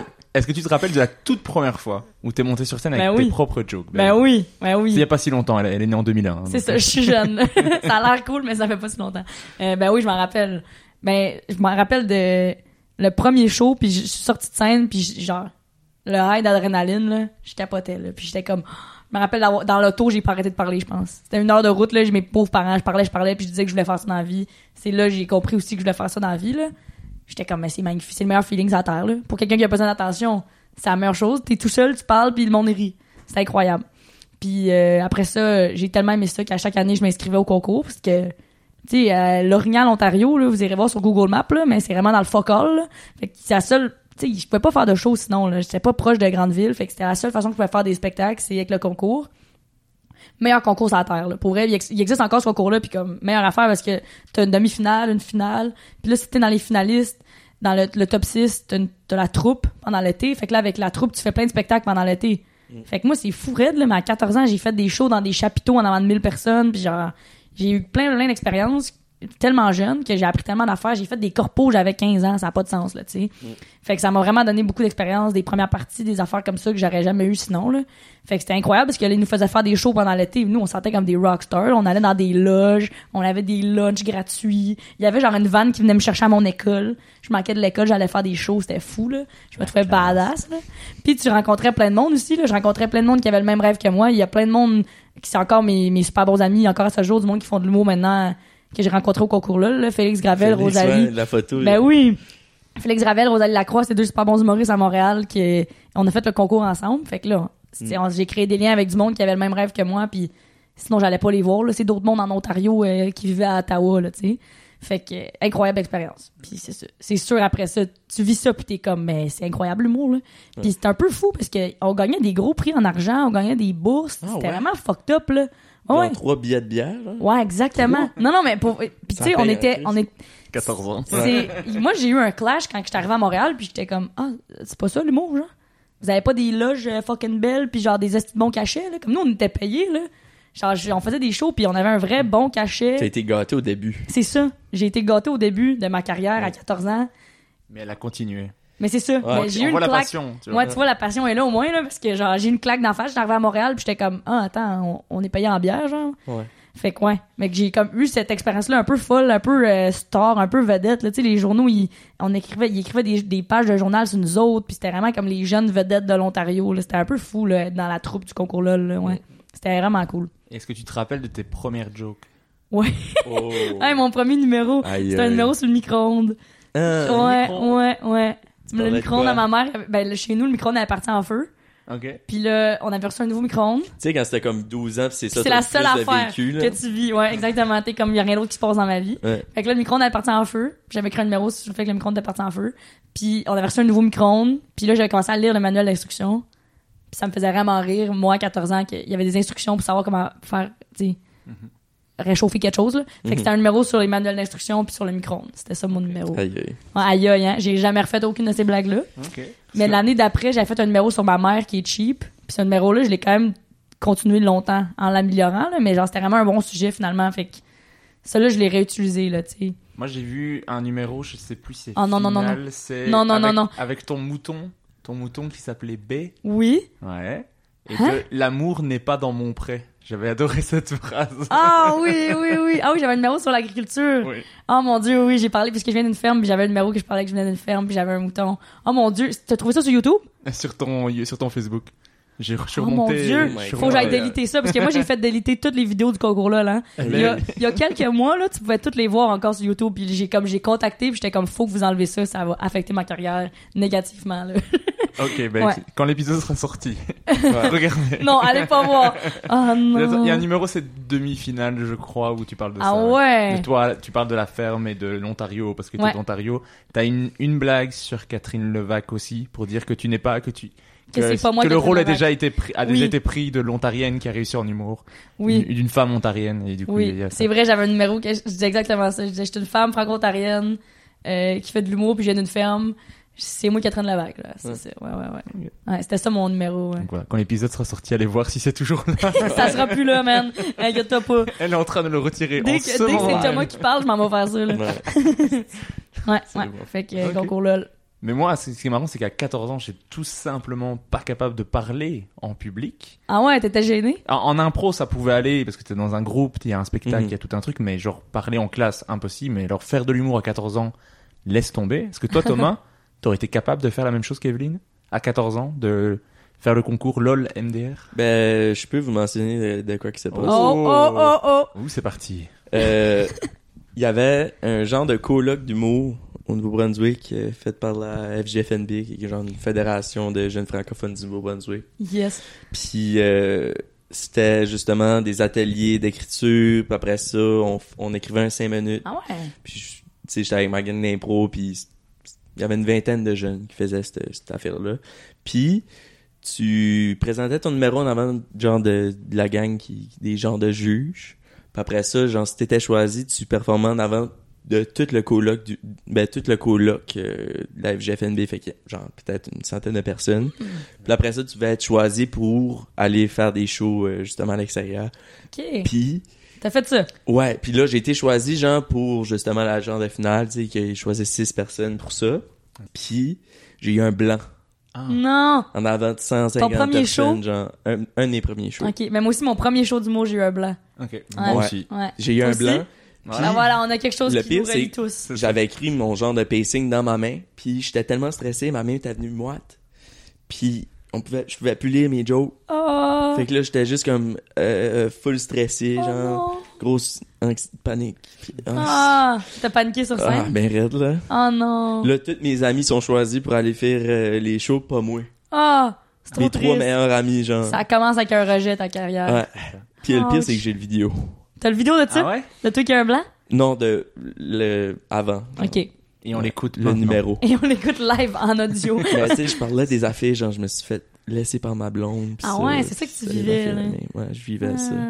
de la toute première fois où t'es monté sur scène avec tes propres jokes? Ben oui. C'est il y a pas si longtemps, elle est née en 2001. Hein, c'est ça, je suis jeune. Ça a l'air cool, mais ça fait pas si longtemps. Ben oui, je m'en rappelle. Ben, je m'en rappelle de le premier show, puis je suis sortie de scène, puis genre... Le high d'adrénaline, là, je capotais, là. Puis j'étais comme... Je me rappelle, dans l'auto, j'ai pas arrêté de parler, je pense. C'était 1 heure de route, là, j'ai mes pauvres parents, je parlais, puis je disais que je voulais faire ça dans la vie. C'est là j'ai compris aussi que je voulais faire ça dans la vie, là. J'étais comme, mais c'est magnifique, c'est le meilleur feeling sur la terre, là. Pour quelqu'un qui a besoin d'attention, c'est la meilleure chose. T'es tout seul, tu parles, puis le monde rit. C'est incroyable. Puis après ça, j'ai tellement aimé ça qu'à chaque année, je m'inscrivais au concours, parce que... Tu sais, l'Orignal, Ontario, là, vous irez voir sur Google Maps, là, mais c'est vraiment dans le focal, là. Fait que c'est la seule... Tu sais, je pouvais pas faire de show sinon, là. J'étais pas proche de grandes villes, fait que c'était la seule façon que je pouvais faire des spectacles, c'est avec le concours. Meilleur concours sur la terre, là. Pour vrai, il existe encore ce concours-là, puis comme, meilleure affaire parce que t'as une demi-finale, une finale. Puis là, si t'es dans les finalistes, dans le top 6, t'as la troupe pendant l'été. Fait que là, avec la troupe, tu fais plein de spectacles pendant l'été. Fait que moi, c'est fou raide, là, mais à 14 ans, j'ai fait des shows dans des chapiteaux en avant de 1000 personnes, puis genre, j'ai eu plein d'expériences. Tellement jeune que j'ai appris tellement d'affaires. J'ai fait des corpos, j'avais 15 ans, ça n'a pas de sens, là, tu sais. Fait que ça m'a vraiment donné beaucoup d'expérience, des premières parties, des affaires comme ça que j'aurais jamais eu sinon, là. Fait que c'était incroyable parce qu'ils nous faisaient faire des shows pendant l'été. Nous, on se sentait comme des rockstars. On allait dans des loges, on avait des lunchs gratuits. Il y avait genre une vanne qui venait me chercher à mon école. Je manquais de l'école, j'allais faire des shows, c'était fou, là. Je me trouvais badass, là. Puis tu rencontrais plein de monde aussi, là. Je rencontrais plein de monde qui avait le même rêve que moi. Il y a plein de monde qui sont encore mes super bons amis, encore à ce jour, du monde qui font de l'humour maintenant, que j'ai rencontré au concours là, Félix Gravel, Rosalie. Ouais, la photo. Ben oui. Félix Gravel, Rosalie Lacroix, c'est 2 super bons humoristes à Montréal on a fait le concours ensemble. Fait que là, j'ai créé des liens avec du monde qui avait le même rêve que moi, puis sinon j'allais pas les voir, là. C'est d'autres mondes en Ontario qui vivaient à Ottawa, là, tu sais. Fait que incroyable expérience. Puis c'est sûr après ça, tu vis ça puis t'es comme mais c'est incroyable l'humour, là. Puis c'est un peu fou parce que on gagnait des gros prix en argent, on gagnait des bourses, c'était vraiment fucked up, là. Ouais. 3 billets de bière, genre. Ouais, exactement. Non, mais puis tu sais, on est 14 ans. Moi, j'ai eu un clash quand j'étais arrivée à Montréal, puis j'étais comme, c'est pas ça l'humour, genre. Vous avez pas des loges fucking belles, puis genre des estis de bons cachets, là. Comme nous, on était payés, là. Genre, on faisait des shows, puis on avait un vrai bon cachet. T'as été gâté au début. C'est ça. J'ai été gâtée au début de ma carrière à 14 ans. Mais elle a continué. Mais c'est ça. Ouais. Mais j'ai eu une la claque. passion. Tu vois. Ouais, tu vois, la passion est là au moins, là, parce que genre, j'ai eu une claque d'en face, j'étais arrivée à Montréal, puis j'étais comme, attends, on est payé en bière, genre. Ouais. Fait que ouais, mais que j'ai comme eu cette expérience-là un peu folle, un peu star, un peu vedette. Là, tu sais, les journaux, ils écrivaient des pages de journal sur nous autres, puis c'était vraiment comme les jeunes vedettes de l'Ontario. Là, c'était un peu fou là, être dans la troupe du concours là. Ouais, c'était vraiment cool. Est-ce que tu te rappelles de tes premières jokes? Ouais. Oh. Hey, mon premier numéro, Aïe, c'était un aïe. numéro sur le micro-ondes. Ouais. Le parlais de micro-ondes quoi? à ma mère, chez nous, le micro-ondes avait parti en feu. Ok. Puis là, on avait reçu un nouveau micro-ondes. Tu sais, quand c'était comme 12 ans, pis c'est ça, C'est t'as la le seule plus de affaire vécu, là. que tu vis. Ouais, exactement. T'es comme, il y a rien d'autre qui se passe dans ma vie. Ouais. Fait que là, le micro-ondes est parti en feu. Puis j'avais écrit un numéro sur le fait que le micro-ondes était parti en feu. Puis on avait reçu un nouveau micro-ondes. Puis là, j'avais commencé à lire le manuel d'instruction. Puis ça me faisait vraiment rire, moi, à 14 ans, qu'il y avait des instructions pour savoir comment faire, tu sais, réchauffer quelque chose, là. Fait que c'était un numéro sur les manuels d'instruction puis sur le micro-ondes. C'était ça mon numéro. Aïe, aïe. Ouais, aïe, hein. J'ai jamais refait aucune de ces blagues-là. Ok. Mais l'année d'après, j'avais fait un numéro sur ma mère qui est cheap. Puis ce numéro-là, je l'ai quand même continué longtemps en l'améliorant, là, mais genre, c'était vraiment un bon sujet, finalement. Fait que ça, là, je l'ai réutilisé, là, tu sais. Moi, j'ai vu un numéro, je sais plus si c'est Oh, non. c'est Non. avec ton mouton qui s'appelait B. Oui. Ouais. Et que l'amour n'est pas dans mon pré. J'avais adoré cette phrase. Ah oui. Ah oui, j'avais un numéro sur l'agriculture. Oui. Oh mon Dieu, oui, j'ai parlé, puisque je viens d'une ferme, puis j'avais un numéro que je parlais que je venais d'une ferme, puis j'avais un mouton. Oh mon Dieu, t'as trouvé ça sur YouTube? Sur ton Facebook. Je suis Oh mon remonté. Dieu, je suis faut que j'aille remonté, déliter ça, parce que moi j'ai fait déliter toutes les vidéos du concours là. Il y a quelques mois, là, tu pouvais toutes les voir encore sur YouTube, puis j'ai contacté, puis j'étais comme, faut que vous enlevez ça, ça va affecter ma carrière négativement, là. Ok, ben, Ouais. quand l'épisode sera sorti. Regardez. Non, allez pas voir. Oh non. Il y a un numéro, c'est demi-finale, je crois, où tu parles de ça. Ah ouais. Mais toi, tu parles de la ferme et de l'Ontario, parce que tu es Ouais. d'Ontario. T'as une blague sur Catherine Levac aussi, pour dire que tu n'es pas, que c'est pas moi, que le Catherine rôle a Levac. déjà été pris, Oui. pris de l'Ontarienne qui a réussi en humour. Oui. D'une femme ontarienne, et du coup, il Oui, y a ça. c'est vrai, j'avais un numéro que je disais exactement ça. Je disais, je suis une femme franco-ontarienne qui fait de l'humour, puis je viens d'une ferme. C'est moi Catherine Levac, là. Ouais, c'était ça mon numéro. Ouais. Donc voilà, quand l'épisode sera sorti, allez voir si c'est toujours là. Ça sera plus là, man. Inquiète-toi pas. Elle est en train de le retirer Dès en que ce c'est moment. Thomas qui parle, je m'en vais faire ça, là. Ouais. Fait que Ok. concours là. Mais moi, ce qui est marrant, c'est qu'à 14 ans, j'étais tout simplement pas capable de parler en public. Ah ouais, t'étais gêné? En impro, ça pouvait aller, parce que t'es dans un groupe, il y a un spectacle, il Mhm. y a tout un truc, mais genre, parler en classe, impossible. Mais alors, faire de l'humour à 14 ans, laisse tomber. Est-ce que toi, Thomas, t'aurais été capable de faire la même chose qu'Evelyne? À 14 ans, de faire le concours LOL MDR? Ben, je peux vous mentionner de quoi qui s'est passé. Oh. Ouh, c'est parti. Il y avait un genre de colloque d'humour au Nouveau-Brunswick fait par la FGFNB, qui est genre une fédération de jeunes francophones du Nouveau-Brunswick. Yes. Puis c'était justement des ateliers d'écriture, puis après ça, on écrivait un 5 minutes. Ah ouais. Puis tu sais, j'étais avec ma gang d'impro, puis il y avait une vingtaine de jeunes qui faisaient cette affaire-là. Puis tu présentais ton numéro en avant genre de la gang des genres de juges. Puis après ça, genre si t'étais choisi, tu performais en avant de tout le coloc de la FGFNB, fait que genre peut-être une centaine de personnes. Puis après ça, tu vas être choisi pour aller faire des shows justement à l'extérieur. OK. Puis T'as fait ça? ouais, puis là j'ai été choisi genre pour justement la genre de finale, tu sais, qu'ils choisissent 6 personnes pour ça. Puis j'ai eu un blanc Non. en avant de 150 Ton premier personnes, show? genre un de mes premiers shows. OK. Mais moi aussi, mon premier show d'humour, j'ai eu un blanc. Ok, Ouais. moi aussi. Ouais. J'ai eu Toi un aussi? blanc. Ah, voilà, on a quelque chose Le qui pire, nous relie c'est- tous. J'avais écrit mon genre de pacing dans ma main, puis j'étais tellement stressé, ma main était venue moite. Puis je pouvais plus lire mes jokes. Oh. Fait que là j'étais juste comme full stressé, Oh genre non. grosse panique. Puis, Ah. T'as paniqué sur scène? ben raide là. Oh non. Là tous mes amis sont choisis pour aller faire les shows, pas moi. Ah. C'est trop Mes triste. 3 meilleurs amis, genre. Ça commence avec un rejet, ta carrière. Ouais. Puis le pire, Ouch. c'est que j'ai le vidéo. T'as le vidéo de ça? Ah ouais? De toi qui a un blanc? Non, de le avant. genre, OK. Et on l'écoute Le maintenant. numéro. Et on l'écoute live en audio. Mais tu sais, je parlais des affaires, genre je me suis fait laisser par ma blonde. pis Ah ça, ouais, c'est ça que tu les vivais, affaires, là. mais ouais, je vivais ça.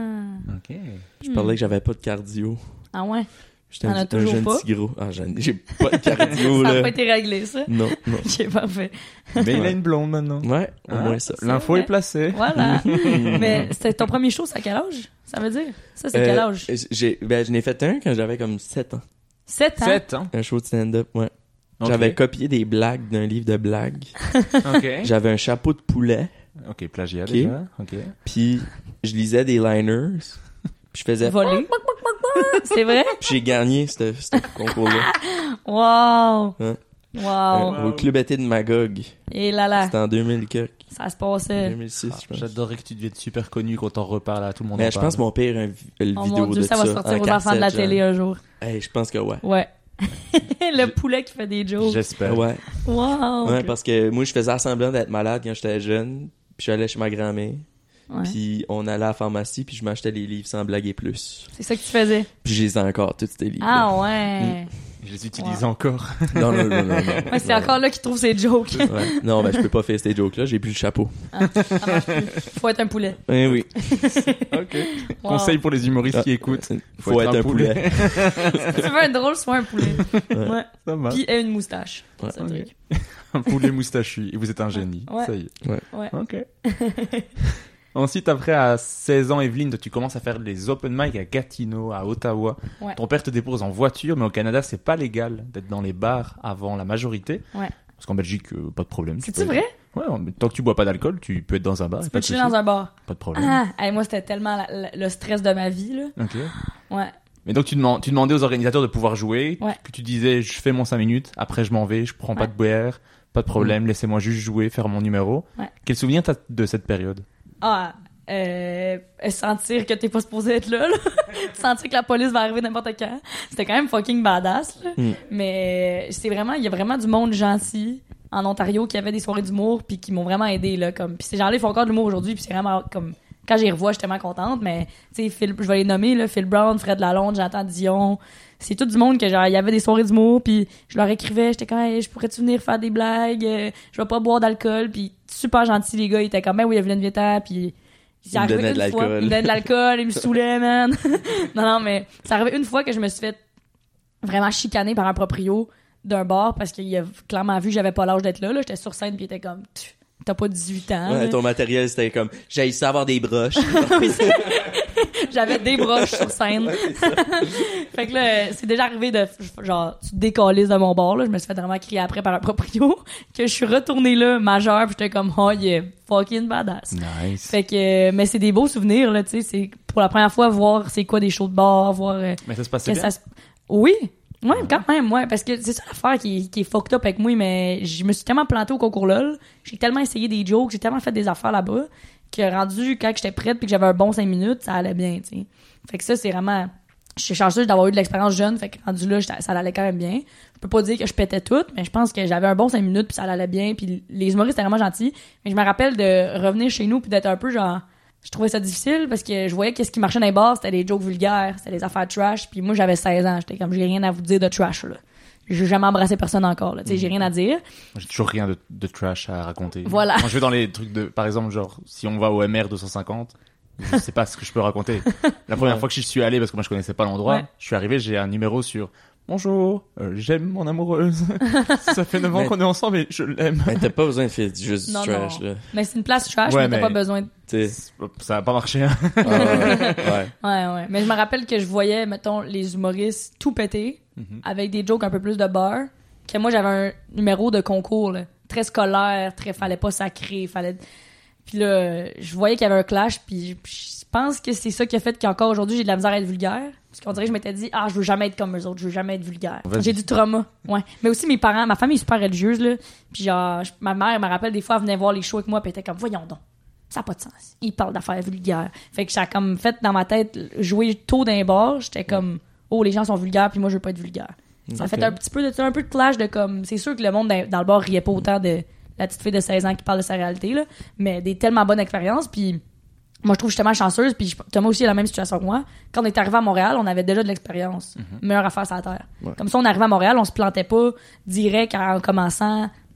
OK. Je parlais que j'avais pas de cardio. Ah ouais? J'étais T'en as toujours jeune pas? petit gros. Ah, j'ai pas de cardio, Ça là. a pas été réglé, ça? Non. Ok, parfait. Mais il a une blonde maintenant. Ouais, au moins ça. L'info vrai. est placée. Voilà. Mais c'était ton premier show, c'est à quel âge? Ça veut dire? Ça, c'est quel âge? Je n'ai fait un quand j'avais comme 7 ans. 7 ans? 7 ans. Un show de stand-up, ouais. Ok. J'avais copié des blagues d'un livre de blagues. OK. J'avais un chapeau de poulet. OK, plagiat Ok. déjà. OK. Puis je lisais des liners. Puis je faisais... Volé? C'est vrai? Puis j'ai gagné ce concours-là. Wow! Hein? Wow! Au club été de Magog. Et là là, C'était en 2000 quelque. ça se passait. 2006, je pense. J'adorerais que tu deviennes super connu quand on reparle à tout le monde. Mais en je pense que parle. mon père a une Oh vidéo mon Dieu, de ça va sortir en aux enfants de la cassette, télé genre. un jour. Hey, je pense que ouais. Ouais. Le poulet qui fait des jokes. J'espère. Ouais. Wow! Ouais, parce que moi, je faisais semblant d'être malade quand j'étais jeune. Puis je suis allé chez ma grand-mère. Ouais. Puis on allait à la pharmacie, puis je m'achetais les livres sans blaguer plus. C'est ça que tu faisais? Puis je les ai encore, tous ces livres. Ah ouais! Je les utilise encore. Non. Ouais, c'est encore là qu'il trouve ses jokes. Ouais. Non, ben je peux pas faire ces jokes-là, j'ai plus le chapeau. Ça marche plus. Faut être un poulet. Eh oui. OK. Wow. Conseil pour les humoristes qui écoutent. Faut être un poulet. Si tu veux un drôle, sois un poulet. Ouais. Ça marche. Puis aie une moustache. Ouais. C'est un truc. Un poulet moustachu. Et vous êtes un génie. Ouais. Ça y est. Ouais. OK. Ensuite, après, à 16 ans, Evelyne, toi, tu commences à faire des open mic à Gatineau, à Ottawa. Ouais. Ton père te dépose en voiture, mais au Canada, c'est pas légal d'être dans les bars avant la majorité. Ouais. Parce qu'en Belgique, pas de problème. C'est-tu vrai? Ouais, mais tant que tu bois pas d'alcool, tu peux être dans un bar. Tu pas peux de chiller souci. dans un bar. Pas de problème. Ah! Hey, moi, c'était tellement le stress de ma vie, là. OK. Ouais. Mais donc, tu demandais aux organisateurs de pouvoir jouer. Ouais. Que tu disais, je fais mon 5 minutes, après je m'en vais, je prends pas Ouais. de bière, pas de problème, laissez-moi juste jouer, faire mon numéro. Ouais. Quel souvenir t'as de cette période? Ah, sentir que t'es pas supposé être là. Sentir que la police va arriver n'importe quand. C'était quand même fucking badass, là. Mais c'est vraiment, il y a vraiment du monde gentil en Ontario qui avait des soirées d'humour puis qui m'ont vraiment aidé, là. Comme, puis ces gens-là, ils font encore de l'humour aujourd'hui puis c'est vraiment comme, quand j'y revois, je suis tellement contente, mais, tu sais, je vais les nommer, là, Phil Brown, Fred Lalonde, Jonathan Dion. C'est tout du monde que, genre, il y avait des soirées d'humour puis je leur écrivais, j'étais comme, hey, je pourrais-tu venir faire des blagues? Je vais pas boire d'alcool puis super gentils, les gars. Ils étaient comme, ben oui, Evelyne Vieta puis Ils me donnaient de l'alcool. Ils me donnaient de l'alcool, ils me saoulaient, man. non, mais ça arrivait une fois que je me suis fait vraiment chicaner par un proprio d'un bar parce qu'il a clairement vu que j'avais pas l'âge d'être là. J'étais sur scène puis il était comme, t'as pas 18 ans. Ouais, là. ton matériel, c'était comme, j'ai essayé d'avoir des broches. J'avais des broches sur scène. Fait que là, c'est déjà arrivé de, genre, tu te décalisses de mon bar, là. Je me suis fait vraiment crier après par un proprio que je suis retournée là, majeure, puis j'étais comme, oh yeah, fucking badass. Nice. Fait que, mais c'est des beaux souvenirs, là, tu sais, c'est pour la première fois voir c'est quoi des shows de bar, voir, Mais ça se passait que bien? ça se... Oui. Ouais, quand même, ouais, parce que c'est ça l'affaire qui est fucked up avec moi, mais je me suis tellement planté au concours LOL, j'ai tellement essayé des jokes, j'ai tellement fait des affaires là-bas, que rendu, quand j'étais prête puis que j'avais un bon 5 minutes, ça allait bien, tu sais. Fait que ça, c'est vraiment... Je suis chanceuse d'avoir eu de l'expérience jeune, fait que rendu là, ça allait quand même bien. Je peux pas dire que je pétais tout, mais je pense que j'avais un bon 5 minutes puis ça allait bien, puis les humoristes étaient vraiment gentils. Mais je me rappelle de revenir chez nous puis d'être un peu genre... Je trouvais ça difficile parce que je voyais qu'est-ce qui marchait dans les bars, c'était des jokes vulgaires, c'était des affaires trash, puis moi j'avais 16 ans, j'étais comme j'ai rien à vous dire de trash là. J'ai jamais embrassé personne encore là, tu sais, j'ai rien à dire. J'ai toujours rien de trash à raconter. Voilà. Quand je vais dans les trucs de, par exemple, genre, si on va au MR 250, je sais pas ce que je peux raconter. La première fois que j'y suis allé, parce que moi je connaissais pas l'endroit, Ouais. je suis arrivé, j'ai un numéro sur bonjour, j'aime mon amoureuse. Ça fait 9 ans Mais- qu'on est ensemble et je l'aime. Mais t'as pas besoin de faire juste du Non, trash, non. là. Mais c'est une place trash, Ouais, mais t'as mais- pas besoin de... Tu sais. Ça a pas marché. Hein. Ouais. Ouais. Mais je me rappelle que je voyais, mettons, les humoristes tout péter, avec des jokes un peu plus de bar, que moi, j'avais un numéro de concours, là, très scolaire, fallait pas sacrer, Puis là, je voyais qu'il y avait un clash, puis je pense que c'est ça qui a fait qu'encore aujourd'hui, j'ai de la misère à être vulgaire. Parce qu'on dirait que je m'étais dit, je veux jamais être comme eux autres, je veux jamais être vulgaire. Vas-y. J'ai du trauma, ouais. Mais aussi mes parents, ma famille est super religieuse, là. Puis genre, ma mère, elle me rappelle des fois, elle venait voir les shows avec moi, puis elle était comme, voyons donc. Ça n'a pas de sens. Ils parlent d'affaires vulgaires. Fait que ça a comme fait dans ma tête jouer tôt d'un bar. J'étais comme, oh, les gens sont vulgaires, puis moi, je veux pas être vulgaire. Ça a fait un petit peu de clash de comme, c'est sûr que le monde dans le bar riait pas autant de la petite fille de 16 ans qui parle de sa réalité, là. Mais des tellement bonnes expériences, puis moi, je trouve que je suis tellement chanceuse, puis Thomas aussi a la même situation que moi. Quand on est arrivé à Montréal, on avait déjà de l'expérience. Meilleure affaire sur la terre. Ouais. Comme ça, on arrivait à Montréal, on se plantait pas direct en commençant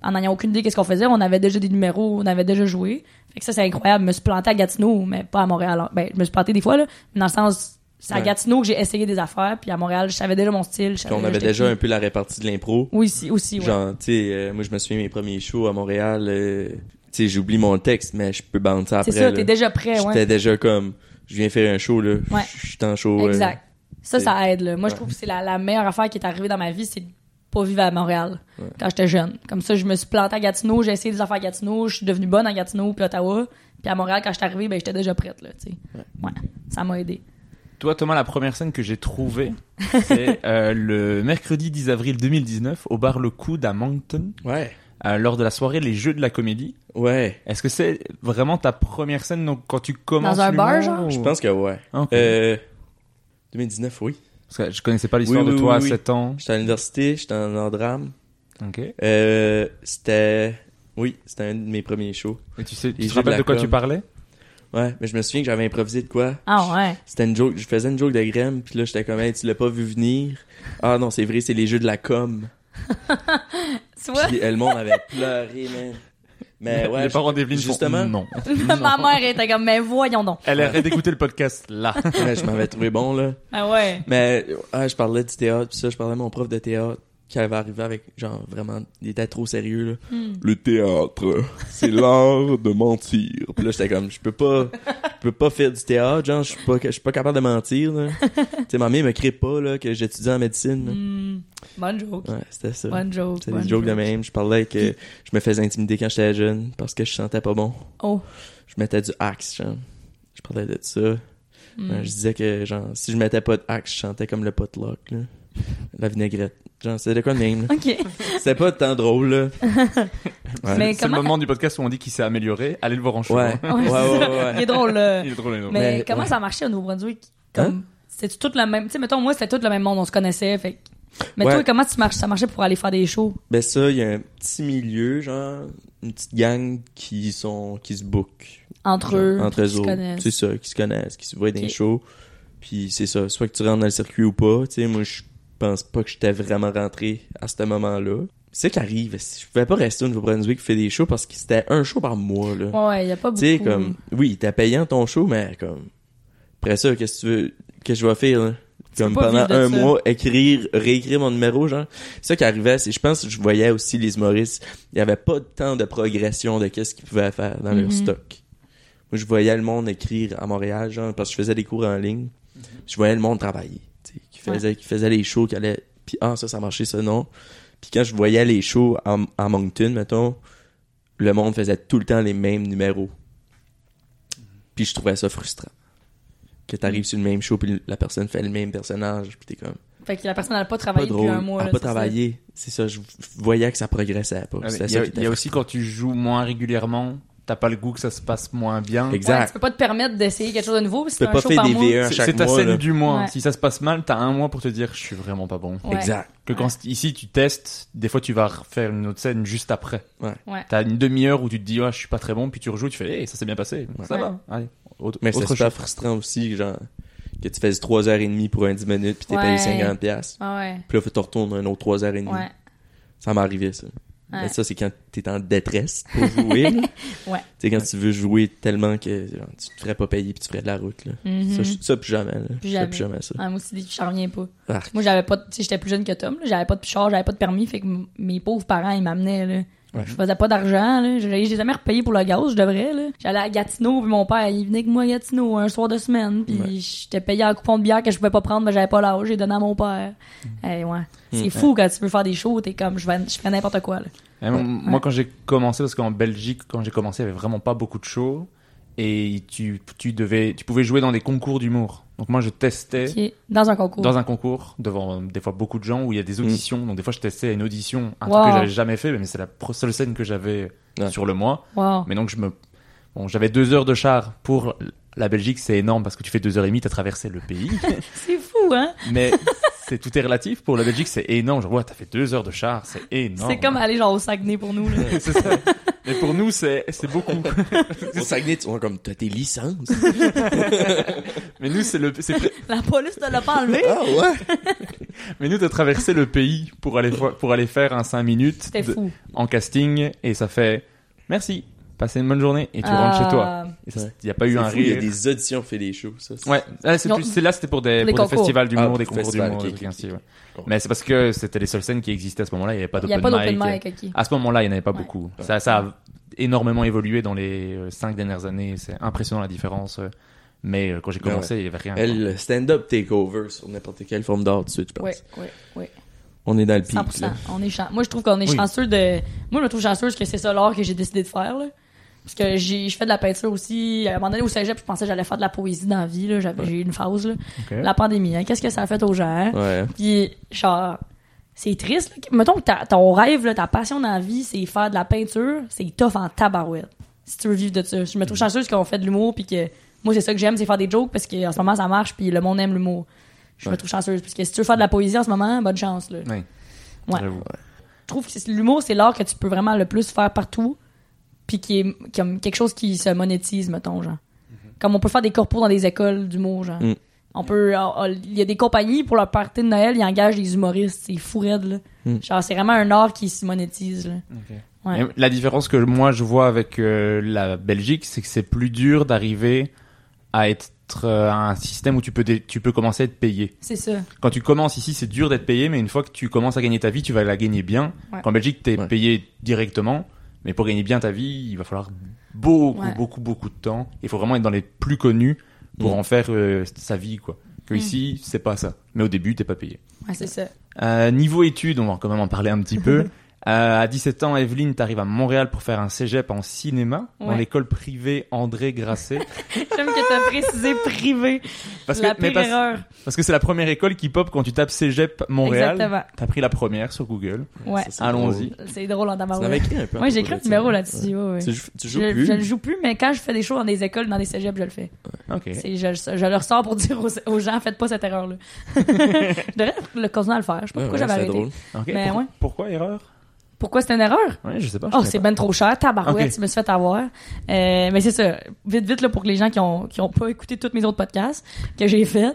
en n'ayant aucune idée qu'est-ce qu'on faisait. On avait déjà des numéros, on avait déjà joué. Fait que ça, c'est incroyable. Je me suis planté à Gatineau, mais pas à Montréal. Ben, je me suis planté des fois, là. Mais dans le sens, c'est à Gatineau que j'ai essayé des affaires, puis à Montréal, je savais déjà mon style. Puis on avait déjà un peu la répartie de l'impro. Oui, aussi, ouais. Genre, tu sais, moi, je me souviens mes premiers shows à Montréal, tu sais, j'oublie mon texte, mais je peux bouncer après. C'est ça, là. t'es déjà prêt, ouais. J'étais déjà comme, je viens faire un show, là. Ouais. Je suis en show. Exact. Ça aide, là. Moi, je trouve que c'est la meilleure affaire qui est arrivée dans ma vie, c'est de pas vivre à Montréal quand j'étais jeune. Comme ça, je me suis plantée à Gatineau, j'ai essayé des affaires à Gatineau, je suis devenue bonne à Gatineau puis Ottawa. Puis à Montréal, quand j'étais arrivée, ben j'étais déjà prête, là, tu sais. Ouais. Ça m'a aidé. Toi, Thomas, la première scène que j'ai trouvée, c'est le mercredi 10 avril 2019 au bar Le Coude à Moncton. Ouais. Lors de la soirée Les Jeux de la Comédie. Ouais. Est-ce que c'est vraiment ta première scène donc, quand tu commences dans un bar, l'humour, genre? Je pense que ouais. Okay. 2019, oui. Parce que je connaissais pas l'histoire de toi à 7 ans. J'étais à l'université, j'étais en art drame. Ok. C'était un de mes premiers shows. Et tu te Jeux rappelles de de quoi la tu com. parlais? Ouais, mais je me souviens que j'avais improvisé de quoi. Ah ouais. C'était une joke, je faisais une joke de Graham, puis là j'étais comme, hey, tu l'as pas vu venir. Ah non, c'est vrai, c'est les jeux de la com. Tu vois? Puis le monde avait pleuré, man. Mais ouais, les parents d'Evelyne justement, non. Ma mère était comme, mais voyons donc. Elle arrête d'écouter le podcast là. ouais, je m'avais trouvé bon là. Ah ouais. Mais je parlais du théâtre, puis ça, je parlais à mon prof de théâtre qui avait arrivé avec, genre, vraiment, il était trop sérieux, là. Le théâtre, c'est l'art de mentir. Puis là, j'étais comme, je peux pas faire du théâtre, genre, je suis pas capable de mentir, là. Tu sais, ma mère me crée pas, là, que j'étudie en médecine, Bonne joke. là. Ouais, c'était ça. Bonne joke. C'était des jokes de même. Je parlais que je me faisais intimider quand j'étais jeune parce que je sentais pas bon. Oh. Je mettais du Axe, genre. Je parlais de ça. Je disais que, genre, si je mettais pas de Axe, je chantais comme le potluck, là. La vinaigrette. Genre, c'était de quoi de même, là. OK. C'était pas tant drôle, là. Ouais. Mais C'est le comment... moment du podcast où on dit qu'il s'est amélioré. Allez le voir en show. Ouais. Ouais. Il est drôle, là. Il est drôle, il est drôle. Mais Mais, comment ouais. ça marchait au Nouveau-Brunswick? Comme, c'était tout le même... Tu sais, mettons, moi, c'était tout le même monde, on se connaissait, fait... Mais toi, comment ça marchait pour aller faire des shows? Ben ça, il y a un petit milieu, genre, une petite gang qui se bookent. Entre Genre, eux, entre qui eux se autres. connaissent. C'est ça, qui se connaissent, qui se voient dans les Ok. shows. Puis c'est ça, soit que tu rentres dans le circuit ou pas. Tu sais, moi, je pense pas que j'étais vraiment rentré à ce moment-là. C'est ça qui arrive. Je pouvais pas rester au Nouveau-Brunswick et faire des shows parce que c'était un show par mois, là. Ouais, y a pas beaucoup. Tu sais, comme, oui, t'es payant ton show, mais comme, après ça, qu'est-ce que tu veux, que je vais faire, là? Comme peux pas pendant vivre de un ça. mois, réécrire mon numéro, genre. C'est ça qui arrivait, je pense que je voyais aussi les humoristes, il y avait pas tant de progression de qu'est-ce qu'ils pouvaient faire dans leur stock. Moi, je voyais le monde écrire à Montréal, genre, parce que je faisais des cours en ligne. Je voyais le monde travailler, tu sais, qui faisait les shows, qui allaient, puis ça marchait, ça, non. Puis quand je voyais les shows à Moncton, mettons, le monde faisait tout le temps les mêmes numéros. Puis je trouvais ça frustrant. Que t'arrives sur le même show, puis la personne fait le même personnage, puis t'es comme... Fait que la personne n'a pas Pas travaillé depuis drôle, un mois. elle a là, pas c'est ça. travaillé. C'est ça, je voyais que ça progressait pas. Ah, mais C'était Il y ça a, qui était il y a aussi quand tu joues moins régulièrement, t'as pas le goût que ça se passe moins bien. Ouais, Exact. tu peux pas te permettre d'essayer quelque chose de nouveau, parce Tu que peux c'est pas un show faire par des mois. V1 C'est chaque ta mois, scène là. du mois. Ouais. Si ça se passe mal, t'as un mois pour te dire je suis vraiment pas bon. Ouais. Exact. Que quand ici tu testes, des fois tu vas refaire une autre scène juste après. Ouais. T'as une demi-heure où tu te dis je suis pas très bon, puis tu rejoues, tu fais ça s'est bien passé, ça Ouais. va. Allez, Mais c'est autre super chose. frustrant aussi, genre, que tu fais 3h30 pour un 10 minutes, puis t'es Ouais. payé 50$. Puis Ah ouais. là, faut que tu retournes un autre 3h30. Ouais. Ça m'est arrivé, ça. Ouais. Mais ça, c'est quand t'es en détresse pour jouer. là. Ouais. Tu sais, quand tu veux jouer tellement que genre, tu te ferais pas payer puis tu ferais de la route. Là. Ça, plus jamais. Là. Plus Je fais jamais. plus jamais ça. Ah, moi aussi, j'en reviens pas. Arc. Moi, j'avais pas, tu sais, j'étais plus jeune que Tom, là. J'avais pas de char, j'avais pas de permis, fait que mes pauvres parents, ils m'amenaient, là. Ouais. Je faisais pas d'argent, là. Je les ai jamais repayés pour le gaz, je devrais, là. J'allais à Gatineau, puis mon père, il venait avec moi à Gatineau un soir de semaine, puis Ouais. j'étais payé un coupon de bière que je pouvais pas prendre, mais j'avais pas l'âge, j'ai donné à mon père. Ouais. C'est fou quand tu veux faire des shows, t'es comme, je fais n'importe quoi, là. Et moi, quand j'ai commencé, parce qu'en Belgique, quand j'ai commencé, il y avait vraiment pas beaucoup de shows. Et tu pouvais jouer dans des concours d'humour. Donc moi, je testais Ok. Dans un concours. dans un concours devant des fois beaucoup de gens où il y a des auditions. Donc des fois, je testais une audition, un Wow. truc que j'avais jamais fait, mais c'est la seule scène que j'avais Ouais. sur le mois. Wow. Mais donc j'avais 2 heures de char pour la Belgique, c'est énorme parce que tu fais 2h30, t'as traversé le pays. C'est fou, hein? Mais tout est relatif. Pour la Belgique, c'est énorme. Genre, ouais, t'as fait 2 heures de char, c'est énorme. C'est comme aller genre au Saguenay pour nous, là. C'est ça. Mais pour nous, c'est beaucoup. Au Saguenay, tu vois comme, t'as tes licences. Mais nous, c'est La police te l'a pas enlevé. Ah ouais? Mais nous, t'as traversé le pays pour aller faire un 5 minutes C'était fou. en casting et ça fait merci, passez une bonne journée et tu rentres chez toi. Il n'y a pas eu un C'est fou, il y a rire. des auditions fait des shows, ça. Ouais, là c'était pour des concours. festivals d'humour, Ah, des concours festivals, d'humour, ok, des trucs ok, ainsi, ok. ouais. Mais c'est parce que c'était les seules scènes qui existaient à ce moment-là, il n'y avait pas Il n'y a pas d'open d'open mic. mic, ok. À ce moment-là, il n'y en avait pas Ouais. beaucoup. Ça a énormément évolué dans les 5 dernières années, c'est impressionnant la différence. Mais quand j'ai commencé, il n'y avait rien. Le stand-up takeover sur n'importe quelle forme d'art tout de suite, je pense. Oui. On est dans le pic, 100%. là. Moi, je trouve qu'on est Oui. chanceux de... Moi, je me trouve chanceuse que c'est ça l'art que j'ai décidé de faire, là. Parce que je fais de la peinture aussi. À un moment donné, au cégep, je pensais que j'allais faire de la poésie dans la vie, là. J'ai eu une phase, là. Ok. La pandémie, hein. Qu'est-ce que ça a fait aux gens, hein? Ouais. Puis, genre, c'est triste, là. Mettons que ton rêve, là, ta passion dans la vie, c'est faire de la peinture, c'est tough en tabarouette. Si tu veux vivre de ça. Je me trouve chanceuse qu'on fait de l'humour, puis que moi, c'est ça que j'aime, c'est faire des jokes, parce qu'en ce moment, ça marche, puis le monde aime l'humour. Je me trouve chanceuse. Parce que si tu veux faire de la poésie en ce moment, bonne chance, là. Oui. Ouais. J'avoue. Je trouve que l'humour, c'est l'art que tu peux vraiment le plus faire partout, puis qui est comme quelque chose qui se monétise, mettons, genre. Comme on peut faire des corpos dans des écoles d'humour, genre. Mm. On peut... Il y a des compagnies, pour leur party de Noël, ils engagent des humoristes. C'est fou raide, là. Genre, c'est vraiment un art qui se monétise, là. Ouais. Et la différence que moi je vois avec la Belgique, c'est que c'est plus dur d'arriver à être un système où tu peux commencer à être payé. C'est ça. Quand tu commences ici, c'est dur d'être payé, mais une fois que tu commences à gagner ta vie, tu vas la gagner bien. Ouais. En Belgique, t'es Ouais. payé directement, mais pour gagner bien ta vie, il va falloir beaucoup de temps. Il faut vraiment être dans les plus connus pour en faire sa vie, quoi. Que ici, c'est pas ça. Mais au début, t'es pas payé. Ouais, c'est ça. Niveau études, on va quand même en parler un petit peu. À 17 ans, Evelyne, t'arrives à Montréal pour faire un cégep en cinéma dans Ouais. l'école privée André Grasset. J'aime que t'as précisé privé. La pire erreur. Parce que c'est la première école qui pop quand tu tapes cégep Montréal. Exactement. T'as pris la première sur Google. Ouais. Ça, c'est Allons-y. drôle. C'est drôle en Tu en avais tabarouette. écrit un peu. Moi, j'ai écrit un numéro là-dessus. Ouais. Tu joues Je plus? le joue plus, mais quand je fais des shows dans des écoles, dans des cégeps, je le fais. Ok. Je le ressors pour dire aux gens, faites pas cette erreur-là. Je devrais le continuer à le faire. Je sais pas pourquoi j'avais arrêté. drôle. Ok. Mais ouais. Pourquoi erreur? Pourquoi c'était une erreur? Ouais, je sais pas. je Oh, connais c'est pas. ben trop cher. Tabarouette, Ok. je me suis fait avoir. Mais c'est ça. Vite, là, pour que les gens qui ont pas écouté tous mes autres podcasts que j'ai fait.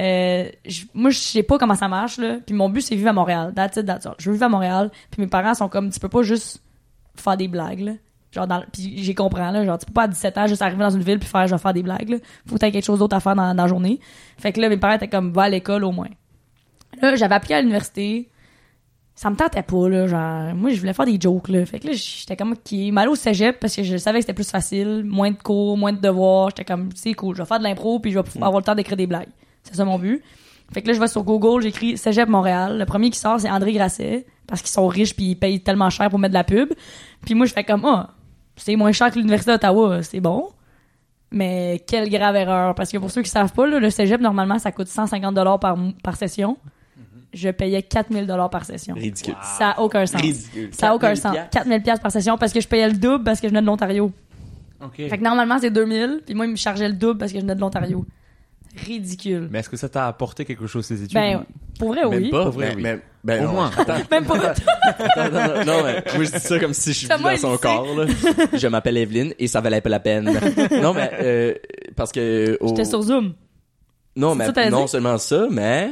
Moi, je sais pas comment ça marche, là. Puis mon but, c'est vivre à Montréal. That's it, that's all. Je veux vivre à Montréal. Puis mes parents sont comme, tu peux pas juste faire des blagues, là. Genre, puis j'y comprends, là. Genre, tu peux pas à 17 ans juste arriver dans une ville puis faire, je vais faire des blagues, là. Faut que t'aies quelque chose d'autre à faire dans la journée. Fait que là, mes parents étaient comme, va à l'école au moins. Là, j'avais appris à l'université. Ça me tentait pas, là, genre, moi, je voulais faire des jokes, là. Fait que là, j'étais comme, OK, mal au cégep, parce que je savais que c'était plus facile, moins de cours, moins de devoirs. J'étais comme, c'est cool, je vais faire de l'impro, puis je vais pouvoir avoir le temps d'écrire des blagues. C'est ça mon but. Fait que là, je vais sur Google, j'écris Cégep Montréal. Le premier qui sort, c'est André Grasset, parce qu'ils sont riches, puis ils payent tellement cher pour mettre de la pub. Puis moi, je fais comme, c'est moins cher que l'Université d'Ottawa, c'est bon. Mais quelle grave erreur, parce que pour ceux qui savent pas, là, le Cégep, normalement, ça coûte 150$ par session. Je payais 4000$ par session. Ridicule. Ça a aucun sens. Ridicule. Ça a aucun 4000$. sens. 4000$ par session parce que je payais le double parce que je venais de l'Ontario. Ok. Fait que normalement, c'est 2000, puis moi, il me chargeait le double parce que je venais de l'Ontario. Ridicule. Mais est-ce que ça t'a apporté quelque chose, ces études? Ben, pour vrai, oui. Même pas? Pour vrai, oui. Ben Au non. moins. Attends, Même pas. non, mais moi, je dis ça comme si je Ça, vivais moi, dans son il corps, là. Je m'appelle Evelyne et ça valait pas la peine. Non, mais, parce que... J'étais sur Zoom. Non, C'est mais ça, t'as non dit? seulement ça, mais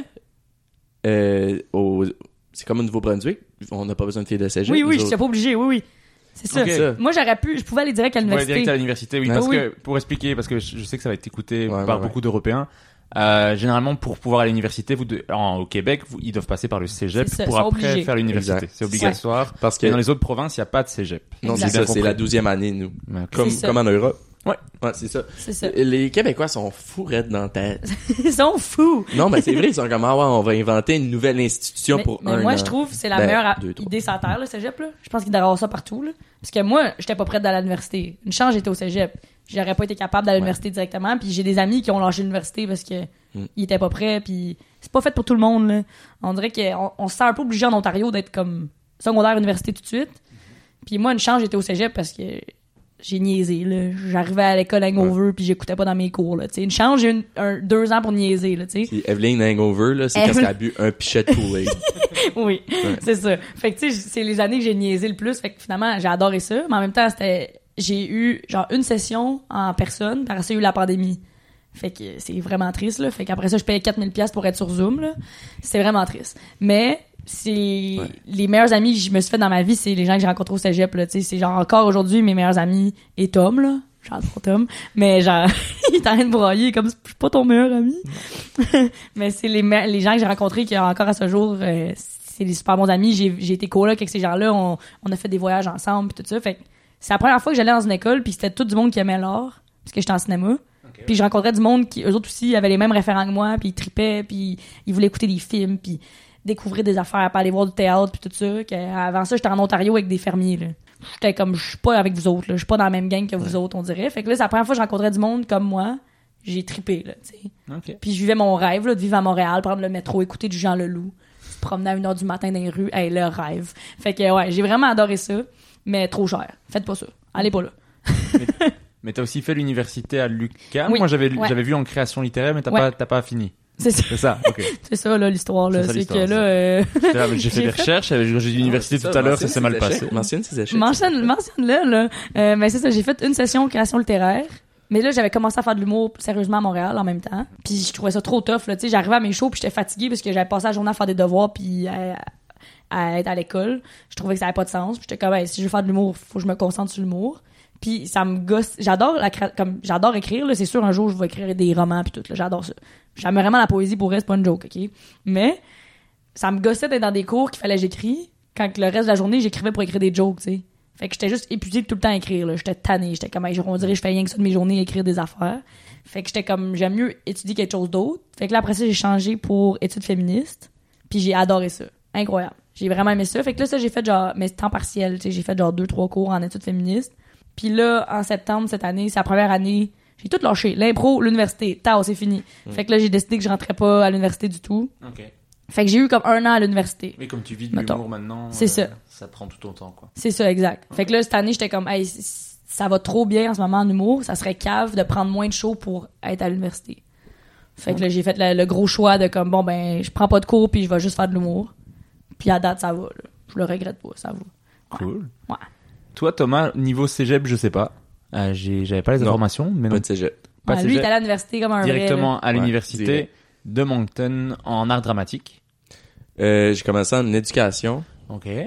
c'est comme au Nouveau-Brunswick, on n'a pas besoin de filles de cégep. Oui, nous je autres. suis pas obligé, oui. C'est ça. Ok. Ça. Moi, je pouvais aller direct à Ouais, l'université. direct à l'université, oui. Ouais. Parce Oui. que, pour expliquer, parce que je sais que ça va être écouté Ouais, par ouais, beaucoup d'Européens, généralement, pour pouvoir aller à l'université, au Québec, ils doivent passer par le cégep C'est ça, pour ils sont après obligés. faire l'université. Exact. C'est obligatoire. Parce que Et dans les autres provinces, il n'y a pas de cégep. non, Exact. c'est ça, c'est la compris. 12e année, nous. Ok. Comme, C'est ça. comme en Europe. Ouais. Ouais, c'est ça. C'est ça. Les Québécois sont fous raides dans la tête. Ils sont fous. Non, mais c'est vrai, ils sont comme, ah ouais, on va inventer une nouvelle institution pour mais un moi, an. je trouve que c'est la Ben, meilleure 2, 3. idée sur la terre, le cégep, là. Je pense qu'il devrait avoir ça partout, là. Parce que moi, j'étais pas prête d'aller à l'université. Une chance, j'étais au cégep. J'aurais pas été capable d'aller à l'université directement. Puis j'ai des amis qui ont lâché l'université parce que ils étaient pas prêts. Puis c'est pas fait pour tout le monde, là. On dirait qu'on se sent un peu obligé en Ontario d'être comme secondaire, université tout de suite. Puis moi, une chance, j'étais au cégep parce que j'ai niaisé, là. J'arrivais à l'école hangover puis j'écoutais pas dans mes cours, là. Tu sais, une chance, j'ai eu 2 ans pour niaiser, là, tu sais. Puis Evelyne Hangover, là, c'est quand elle a bu un pichet de Kool-Aid. Oui, c'est ça. Fait que tu sais, c'est les années que j'ai niaisé le plus. Fait que finalement, j'ai adoré ça. Mais en même temps, j'ai eu genre une session en personne. Par ça, il y a eu la pandémie. Fait que c'est vraiment triste, là. Fait qu'après ça, je payais 4000$ pour être sur Zoom, là. C'est vraiment triste. Mais c'est les meilleurs amis que je me suis fait dans ma vie, c'est les gens que j'ai rencontrés au cégep, là. Tu sais, c'est genre encore aujourd'hui, mes meilleurs amis et Tom, là. J'adore Tom. Mais genre, il est en train de broyer comme je suis pas ton meilleur ami. Mais c'est les gens que j'ai rencontrés qui encore à ce jour, c'est des super bons amis. J'ai été coloc avec ces gens-là. On a fait des voyages ensemble pis tout ça. Fait que c'est la première fois que j'allais dans une école puis c'était tout du monde qui aimait l'art parce que j'étais en cinéma. Okay. Puis je rencontrais du monde qui, eux autres aussi, avaient les mêmes référents que moi puis ils tripaient puis ils voulaient écouter des films puis découvrir des affaires, pas aller voir du théâtre puis tout ça. Avant ça, j'étais en Ontario avec des fermiers, là. J'étais comme, je suis pas avec vous autres, là. Je suis pas dans la même gang que vous autres, on dirait. Fait que là, c'est la première fois que je rencontrais du monde comme moi. J'ai trippé, là, tu sais. Okay. Puis je vivais mon rêve, là, de vivre à Montréal, prendre le métro, écouter du Jean Leloup, se promener à 1h du matin dans les rues. Hey, le rêve. Fait que, ouais, j'ai vraiment adoré ça. Mais trop cher. Faites pas ça. Allez pas là. Mais t'as aussi fait l'université à l'UQAM. Oui. Moi, j'avais vu en création littéraire, mais t'as pas fini. C'est ça. C'est ça, ok. C'est ça, là, l'histoire, là. C'est que là, j'ai fait des recherches, j'ai dit l'université tout à l'heure, ça s'est mal passé. Mentionne ces échecs. Mentionne-le, là. Mais c'est ça, j'ai fait une session création littéraire. Mais là, j'avais commencé à faire de l'humour sérieusement à Montréal en même temps. Puis je trouvais ça trop tough, là. Tu sais, j'arrivais à mes shows puis j'étais fatiguée parce que j'avais passé la journée à faire des devoirs puis à être à l'école. Je trouvais que ça avait pas de sens. Puis j'étais comme, si je veux faire de l'humour, faut que je me concentre sur l'humour. Puis ça me gosse. J'adore écrire, là. C'est sûr, un jour, je vais écrire des romans puis tout, là. J'adore ça. J'aime vraiment la poésie pour vrai, c'est pas une joke, OK? Mais ça me gossait d'être dans des cours qu'il fallait que j'écris quand le reste de la journée, j'écrivais pour écrire des jokes, tu sais. Fait que j'étais juste épuisée de tout le temps écrire, là. J'étais tannée. J'étais comme, on dirait que je fais rien que ça de mes journées, écrire des affaires. Fait que j'étais comme, j'aime mieux étudier quelque chose d'autre. Fait que là, après ça, j'ai changé pour études féministes. Puis j'ai adoré ça. Incroyable. J'ai vraiment aimé ça. Fait que là, ça, j'ai fait genre, mais temps partiel, tu sais, j'ai fait genre 2-3 cours en études féministes. Puis là, en septembre, cette année, c'est la première année, j'ai tout lâché. L'impro, l'université, c'est fini. Fait que là, j'ai décidé que je rentrais pas à l'université du tout. OK. Fait que j'ai eu comme 1 an à l'université. Mais comme tu vis de l'humour maintenant, c'est ça. Ça prend tout ton temps, quoi. C'est ça, exact. Fait que là, cette année, j'étais comme, hey, ça va trop bien en ce moment en humour, ça serait cave de prendre moins de shows pour être à l'université. Fait que là, j'ai fait le gros choix de comme, bon, ben, je prends pas de cours puis je vais juste faire de l'humour. Puis à date, ça va, là. Je le regrette pas, ça va. Ouais. Cool. Ouais. Toi, Thomas, niveau cégep, je sais pas. J'avais pas les informations, mais non. Pas de cégep. Pas de lui, il cégep. est à l'université comme un Directement vrai, à l'université direct. de Moncton en art dramatique. J'ai commencé en éducation. OK. Ouais.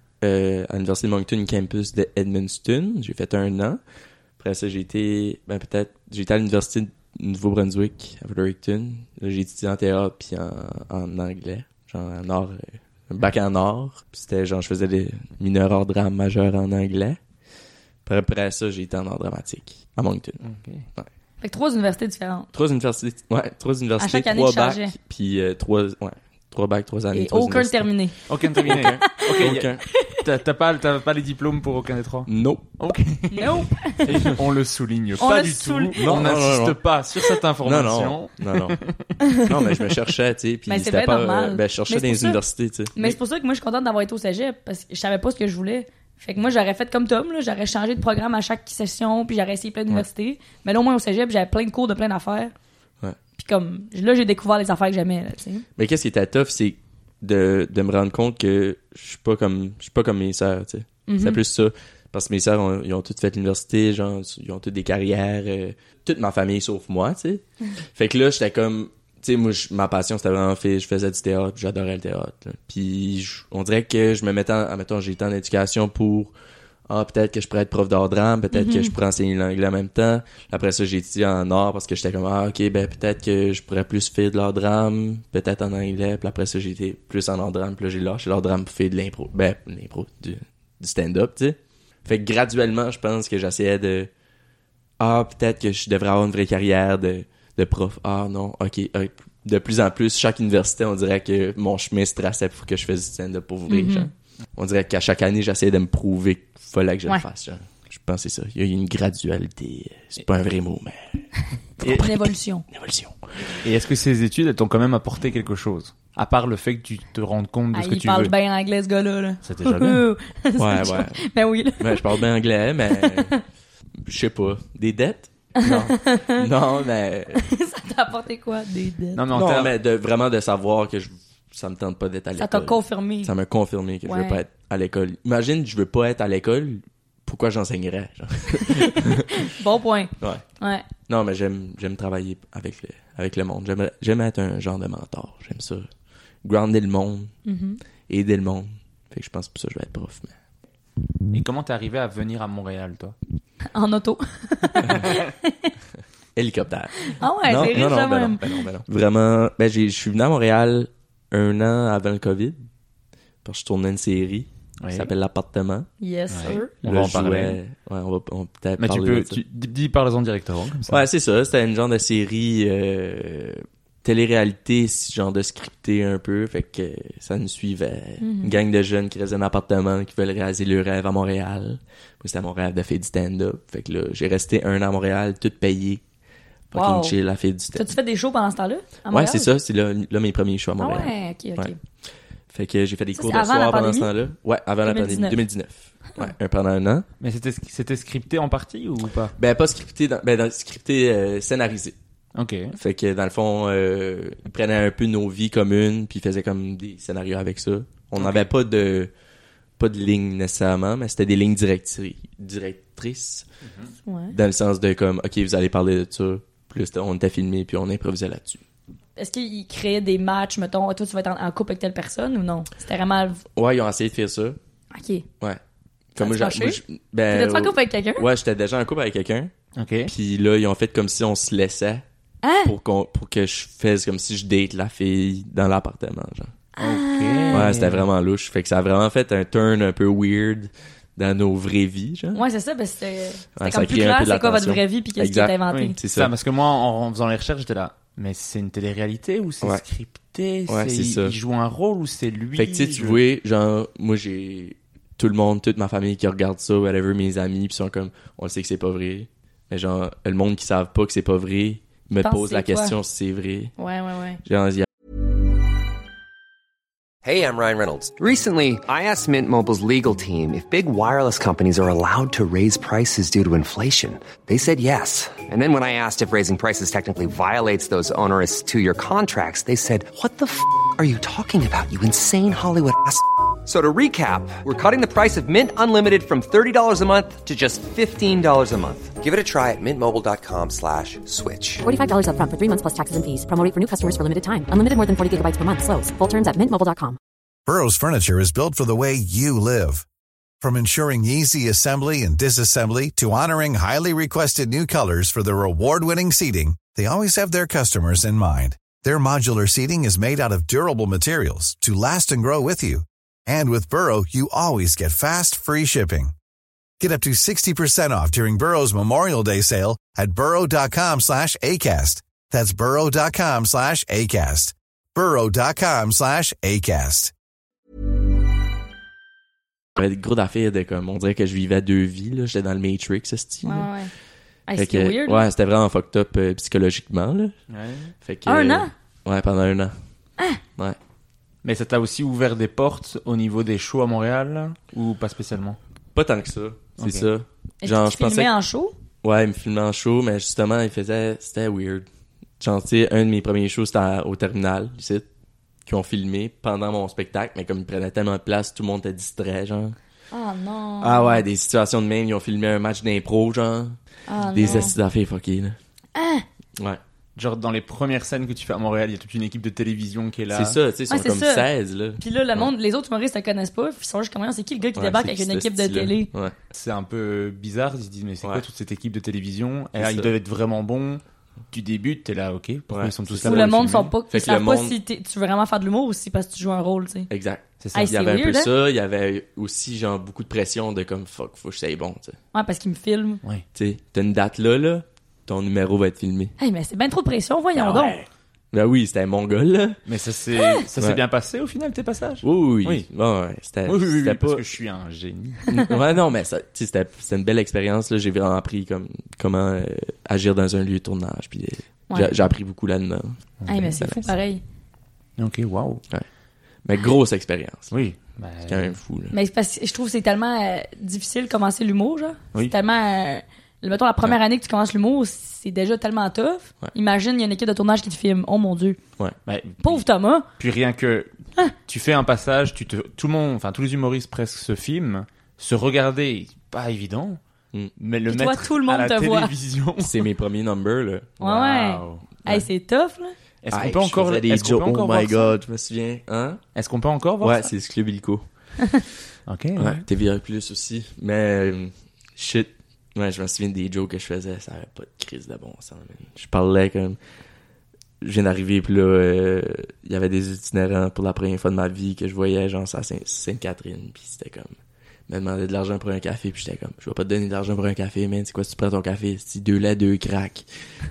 À l'université de Moncton, campus de Edmundston. J'ai fait 1 an. Après ça, j'ai été à l'université de Nouveau-Brunswick, à Fredericton. Là, j'ai étudié en théâtre puis en anglais. Genre en art, un bac en art. Puis c'était genre, je faisais des mineurs hors drame, majeurs en anglais. Puis après ça, j'ai été en art dramatique, à Moncton. OK. Ouais. Fait que 3 universités différentes. 3 universités, À chaque année, 3 tu changeais. bacs, puis 3 bacs, 3 années. Et 3 aucun universités. terminé. Aucun terminé. OK. Aucun. T'as pas les diplômes pour aucun des 3? Non. OK. Nope. Et on le souligne On pas le du souligne. tout. Non, On non, n'insiste non. pas sur cette information. Non, mais je me cherchais, tu sais, puis Ben, c'est c'était bien pas... normal. je cherchais Mais dans c'est les pour ça. universités, tu sais. Mais c'est pour ça que moi, je suis contente d'avoir été au cégep, parce que je savais pas ce que je voulais. Fait que moi, j'aurais fait comme Tom, là. J'aurais changé de programme à chaque session, puis j'aurais essayé plein d'universités. Mais là, au moins, au cégep, j'avais plein de cours de plein d'affaires. Ouais. Puis comme, là, j'ai découvert les affaires que j'aimais, là, tu sais. Mais qu'est-ce qui était tough, c'est de me rendre compte que je suis pas comme mes sœurs, tu sais. C'est plus ça. Parce que mes sœurs, ils ont toutes fait l'université, genre, ils ont toutes des carrières, toute ma famille sauf moi, tu sais. Fait que là, j'étais comme, tu sais, moi, ma passion, c'était vraiment fait, je faisais du théâtre, j'adorais le théâtre, là. Puis on dirait que je me mettais admettons, j'ai été en éducation pour, peut-être que je pourrais être prof d'art drame, peut-être que je pourrais enseigner l'anglais en même temps. Après ça, j'ai étudié en art parce que j'étais comme, ok, ben, peut-être que je pourrais plus faire de l'art drame, peut-être en anglais. Puis après ça, j'ai été plus en art drame, puis là, j'ai lâché l'art drame pour faire de l'impro. Ben, l'impro, du stand-up, tu sais. Fait que graduellement, je pense que j'essayais de, peut-être que je devrais avoir une vraie carrière de prof. Non, ok. De plus en plus, chaque université, on dirait que mon chemin se traçait pour que je fasse du stand-up pour vrai, genre. On dirait qu'à chaque année, j'essayais de me prouver qu'il fallait que je le fasse, genre. Je pense que c'est ça. Il y a une gradualité. C'est pas un vrai mot, mais... Une évolution. Une évolution. Et est-ce que ces études, elles t'ont quand même apporté quelque chose? À part le fait que tu te rendes compte de ce que il tu veux. parle bien anglais, ce gars-là, là. C'est déjà bien. Ouais. Ben oui, là. Ouais, je parle bien anglais, mais... Je sais pas. Des dettes? Non. Non, mais... Ça t'a apporté quoi, des dettes? Non, mais en Non, termes- mais vraiment de savoir que ça me tente pas d'être à l'école. Ça t'a confirmé. Ça m'a confirmé que je veux Ouais. pas être à l'école. Imagine, je veux pas être à l'école. pourquoi j'enseignerais, genre. Bon point. Ouais. Non, mais j'aime travailler avec le monde. J'aime être un genre de mentor. J'aime ça. Grounder le monde. Aider le monde. Fait que je pense que pour ça, je vais être prof. Mais... Et comment t'es arrivé à venir à Montréal, toi? En auto. Hélicoptère. Ah ouais, c'est riche quand même. Ben non. Vraiment, je suis venu à Montréal 1 an avant le COVID. Parce que je tournais une série qui s'appelle L'Appartement. Yes, sir. On va en parler. On va peut-être Mais parler de ça. dis parle-en directement, comme ça. Ouais, c'est ça. C'était une genre de série télé-réalité, genre de scripté un peu. Fait que ça nous suivait. Une gang de jeunes qui restaient dans un appartement, qui veulent réaliser leur rêve à Montréal. Moi, c'était mon rêve de faire du stand-up. Fait que là, j'ai resté 1 an à Montréal, tout payé. Fucking chill à faire du stand-up. T'as-tu fait des shows pendant ce temps-là? Ouais, c'est ça. C'est là mes premiers shows à Montréal. Ah ouais, ok. Ouais. Fait que j'ai fait des cours de avant soir la pendant pandémie? ce temps-là. Ouais, avant 2019. la pandémie. 2019. Ouais, pendant 1 an. Mais c'était scripté en partie ou pas? Ben, pas scripté, scripté scénarisé. Ok. Fait que dans le fond, ils prenaient un peu nos vies communes, puis ils faisaient comme des scénarios avec ça. On n'avait pas de ligne nécessairement, mais c'était des lignes directrices. Ouais. Dans le sens de comme, ok, vous allez parler de ça. Puis là, on était filmé, puis on improvisait là-dessus. Est-ce qu'ils créaient des matchs, mettons, toi tu vas être en couple avec telle personne ou non? C'était vraiment... Ouais, ils ont essayé de faire ça. Ok. Ouais. Ça a marché? T'étais-tu en couple avec quelqu'un? Ouais, j'étais déjà en couple avec quelqu'un. Ok. Puis là, ils ont fait comme si on se laissait. Hein? Pour que je fasse comme si je date la fille dans l'appartement, genre. Ok. Ouais, c'était vraiment louche. Fait que ça a vraiment fait un turn un peu weird dans nos vraies vies, genre. Ouais, c'est ça, parce que c'était ça comme a plus créé un clair peu de c'est quoi votre l'attention. vraie vie puis qu'est-ce qui Exact. est inventé. Oui, c'est ça. Parce que moi, en faisant les recherches, j'étais là. Mais c'est une télé-réalité ou c'est scripté? Ouais, c'est ça. Il joue un rôle ou c'est lui? Fait que tu vois, genre, moi j'ai tout le monde, toute ma famille qui regarde ça, whatever, mes amis, pis sont comme, on le sait que c'est pas vrai. Mais genre, le monde qui savent pas que c'est pas vrai, me pose la question si c'est vrai. Ouais. Genre, il y a... Hey, I'm Ryan Reynolds. Recently, I asked Mint Mobile's legal team if big wireless companies are allowed to raise prices due to inflation. They said yes. And then when I asked if raising prices technically violates those onerous 2-year contracts, they said, "What the f*** are you talking about, you insane Hollywood ass?" So to recap, we're cutting the price of Mint Unlimited from $30 a month to just $15 a month. Give it a try at mintmobile.com/switch. $45 up front for 3 months plus taxes and fees. Promo rate for new customers for limited time. Unlimited more than 40 gigabytes per month. Slows full terms at mintmobile.com. Burrow's furniture is built for the way you live. From ensuring easy assembly and disassembly to honoring highly requested new colors for their award-winning seating, they always have their customers in mind. Their modular seating is made out of durable materials to last and grow with you. And with Burrow, you always get fast, free shipping. Get up to 60% off during Burrow's Memorial Day sale at burrow.com/ACAST. That's burrow.com/ACAST. burrow.com/ACAST. J'avais des gros d'affaires de comme, on dirait que je vivais 2 vies, là. J'étais dans le Matrix, ce style. Ouais. Hey, Fait c'était que, weird. ouais, c'était vraiment fucked up psychologiquement, là. Ouais. Fait que, 1 an? Ouais, pendant 1 an. Ouais. Mais ça t'a aussi ouvert des portes au niveau des shows à Montréal, là, ou pas spécialement? Pas tant que ça, c'est Ok. ça. Est-ce Genre, que tu filmais en show? Ouais, il me filmait en show, mais justement, c'était weird. Genre, tu sais, un de mes premiers shows, c'était au Terminal, ici, qui ont filmé pendant mon spectacle, mais comme ils prenaient tellement de place, tout le monde était distrait, genre. Oh non. Ah ouais, des situations de même, ils ont filmé un match d'impro, genre. Ah Des non. astuces d'affaires fuckées, là. Ouais. Genre, dans les premières scènes que tu fais à Montréal, il y a toute une équipe de télévision qui est là. C'est ça, tu sais, ils sont Ouais, c'est comme ça. 16, là. Puis là, le monde, les autres humoristes ne connaissent pas. Puis ils sont juste comme, c'est qui le gars qui Ouais, débarque c'est avec une ce équipe de style-là. télé? Ouais. C'est un peu bizarre, ils se disent, mais c'est Ouais. quoi toute cette équipe de télévision? Et C'est là, ça. ils doivent être vraiment bons. Tu débutes, t'es là, ok, pourquoi Ouais, ils sont tous c'est là Ou pour le monde filmer? sont pas, Fait ils que savent le pas monde- si tu veux vraiment faire de l'humour ou si parce que tu joues un rôle, tu sais. Exact. C'est ça. Hey, Il y avait c'est un peu weird, hein? ça, il y avait aussi, genre, beaucoup de pression de comme, fuck, faut que je sois bon, tu sais. Ouais, parce qu'ils me filment. Tu sais, t'as une date là, ton numéro va être filmé. Hey, mais c'est bien trop de pression, voyons Ah donc. ouais. Ben oui, c'était mon gars, là. Mais ça s'est Ouais. bien passé au final, tes passages? Oui. Oui. Bon, ouais, c'était Oui, c'était parce pas... que je suis un génie. Ouais, non, mais ça, tu sais, c'était une belle expérience, là. J'ai vraiment appris comment agir dans un lieu de tournage, puis Ouais. j'ai appris beaucoup là-dedans. Hey, mais c'est fou, pareil. Ok, waouh. Mais grosse expérience. Oui. C'est quand même fou, là. Mais c'est parce que je trouve que c'est tellement difficile de commencer l'humour, genre. Oui. C'est tellement... mettons, la première année que tu commences l'humour, c'est déjà tellement tough. Ouais. Imagine, il y a une équipe de tournage qui te filme. Oh mon Dieu. Ouais. Bah, Pauvre Thomas. Puis rien que tu fais un passage, tout le monde, enfin tous les humoristes presque se filment, se regarder, pas évident. Mais le Puis mettre toi, tout le monde à la te voit. télévision. C'est mes premiers numbers, là. Wow. Hey, c'est tough, là. Est-ce qu'on peut encore des est-ce qu'on peut jokes? encore Oh voir my ça? god, je me souviens. Hein? Est-ce qu'on peut encore voir Ouais, ça? c'est ce Club Illico. OK. Ouais, TVA Plus aussi. Mais, shit. Ouais, je me souviens des jokes que je faisais, ça avait pas de crise de bon sens, man. Je parlais comme... Je viens d'arriver, puis là, il y avait des itinérants pour la première fois de ma vie que je voyais, genre, à Sainte-Catherine, puis c'était comme... me demandait de l'argent pour un café, puis j'étais comme, je vais pas te donner de l'argent pour un café, man, c'est quoi si tu prends ton café? C'est 2 laits, 2 cracks.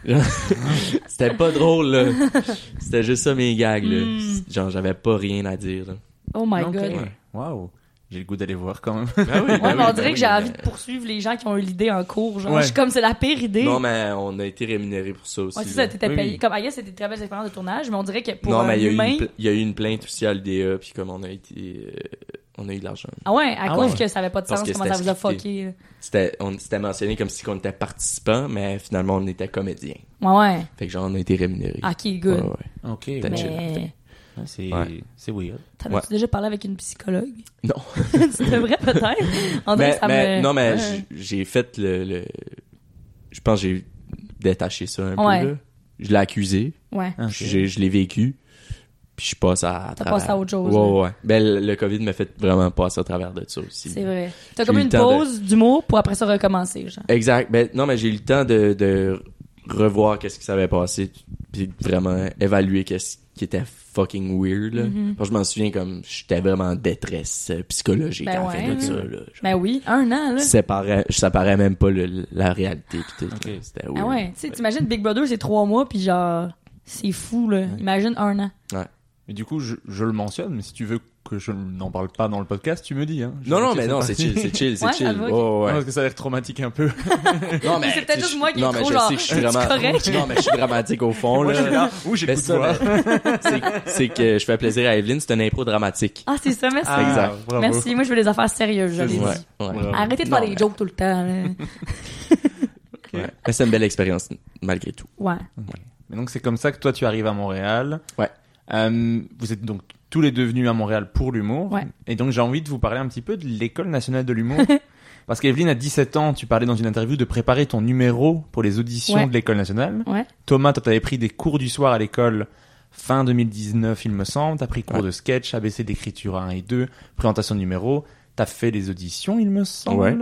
C'était pas drôle, là. C'était juste ça mes gags, là. Genre, j'avais pas rien à dire, là. Oh my OK. god. Wow. J'ai le goût d'aller voir quand même. Ah oui, Ouais, mais on dirait que j'ai envie de poursuivre les gens qui ont eu l'idée en cours. Genre, Ouais. je suis comme, c'est la pire idée. Non, mais on a été rémunérés pour ça aussi. Ouais, c'est ça, là. t'étais Oui, payé. oui. Comme, I guess, c'était une très belle expérience de tournage, mais on dirait que pour Non, un mais il humain... y a eu une plainte aussi à l'UDA, puis comme on a été... on a eu de l'argent. Ah ouais, à cause ouais. que ça avait pas de Parce sens, que comment ça vous a c'était fucké. là. C'était mentionné comme si on était participant, mais finalement on était comédien. Ouais. Fait que genre on a été rémunérés. Ok, good. Ouais. OK. Peut-être Mais C'est Ouais. c'est weird. t'avais-tu déjà parlé avec une psychologue? Non. Tu devrais peut-être. On dirait que ça me... non, mais Ouais. j'ai fait le... Je pense que j'ai détaché ça un Ouais. peu, là. Je l'ai accusé. Ouais. OK. Je l'ai vécu. Puis je passe à T'as travers. passé à autre chose, Ouais. Ben, le COVID m'a fait vraiment passer à travers de ça aussi. C'est vrai. T'as J'ai comme eu une le temps de- pause d'humour pour après ça recommencer, genre. Exact. Ben, non, mais j'ai eu le temps de revoir qu'est-ce qui s'avait passé, puis vraiment évaluer qu'est-ce qui était fucking weird, là. Mm-hmm. Parce que je m'en souviens comme j'étais vraiment en détresse psychologique Ben à la ouais, fin de ouais. ça, là. Genre, Ben oui, 1 an, là. je séparais même pas la réalité, pis tout. Ok. là. C'était weird. Ah ouais, tu sais, t'imagines Big Brother, c'est 3 mois, puis genre, c'est fou, là. Imagine 1 an. Mais du coup, je le mentionne, mais si tu veux que je n'en parle pas dans le podcast, tu me dis. Hein. Non, mais non, c'est parti. chill, c'est Ouais, chill. ça va, ok. Ouais. Non, parce que ça a l'air traumatique un peu. Non, Mais c'est peut-être juste moi qui non, est mais trop je genre, sais que je suis es-tu vraiment, correct? non, mais je suis dramatique au fond, Moi, là. je suis là. Ouh, Mais j'écoute ça, toi. c'est que je fais plaisir à Evelyne, c'est une impro dramatique. Ah, c'est ça, merci. Ah, Exact. bravo. Merci, moi je veux des affaires sérieuses, je l'ai dit. Ouais. Bravo. Arrêtez de Non, faire des mais- jokes tout le temps, là. Ouais. Mais c'est une belle expérience, malgré tout. Ouais. Mais donc, c'est comme ça que toi, tu arrives à Montréal. Ouais. Vous êtes donc tous les deux venus à Montréal pour l'humour. Ouais. Et donc, j'ai envie de vous parler un petit peu de l'École nationale de l'humour. Parce qu'Evelyne, à 17 ans, tu parlais dans une interview de préparer ton numéro pour les auditions Ouais. de l'École nationale. Ouais. Thomas, toi, t'avais pris des cours du soir à l'école fin 2019, il me semble. T'as pris cours Ouais. de sketch, ABC d'écriture 1 et 2, présentation de numéro. T'as fait les auditions, il me semble. Ouais.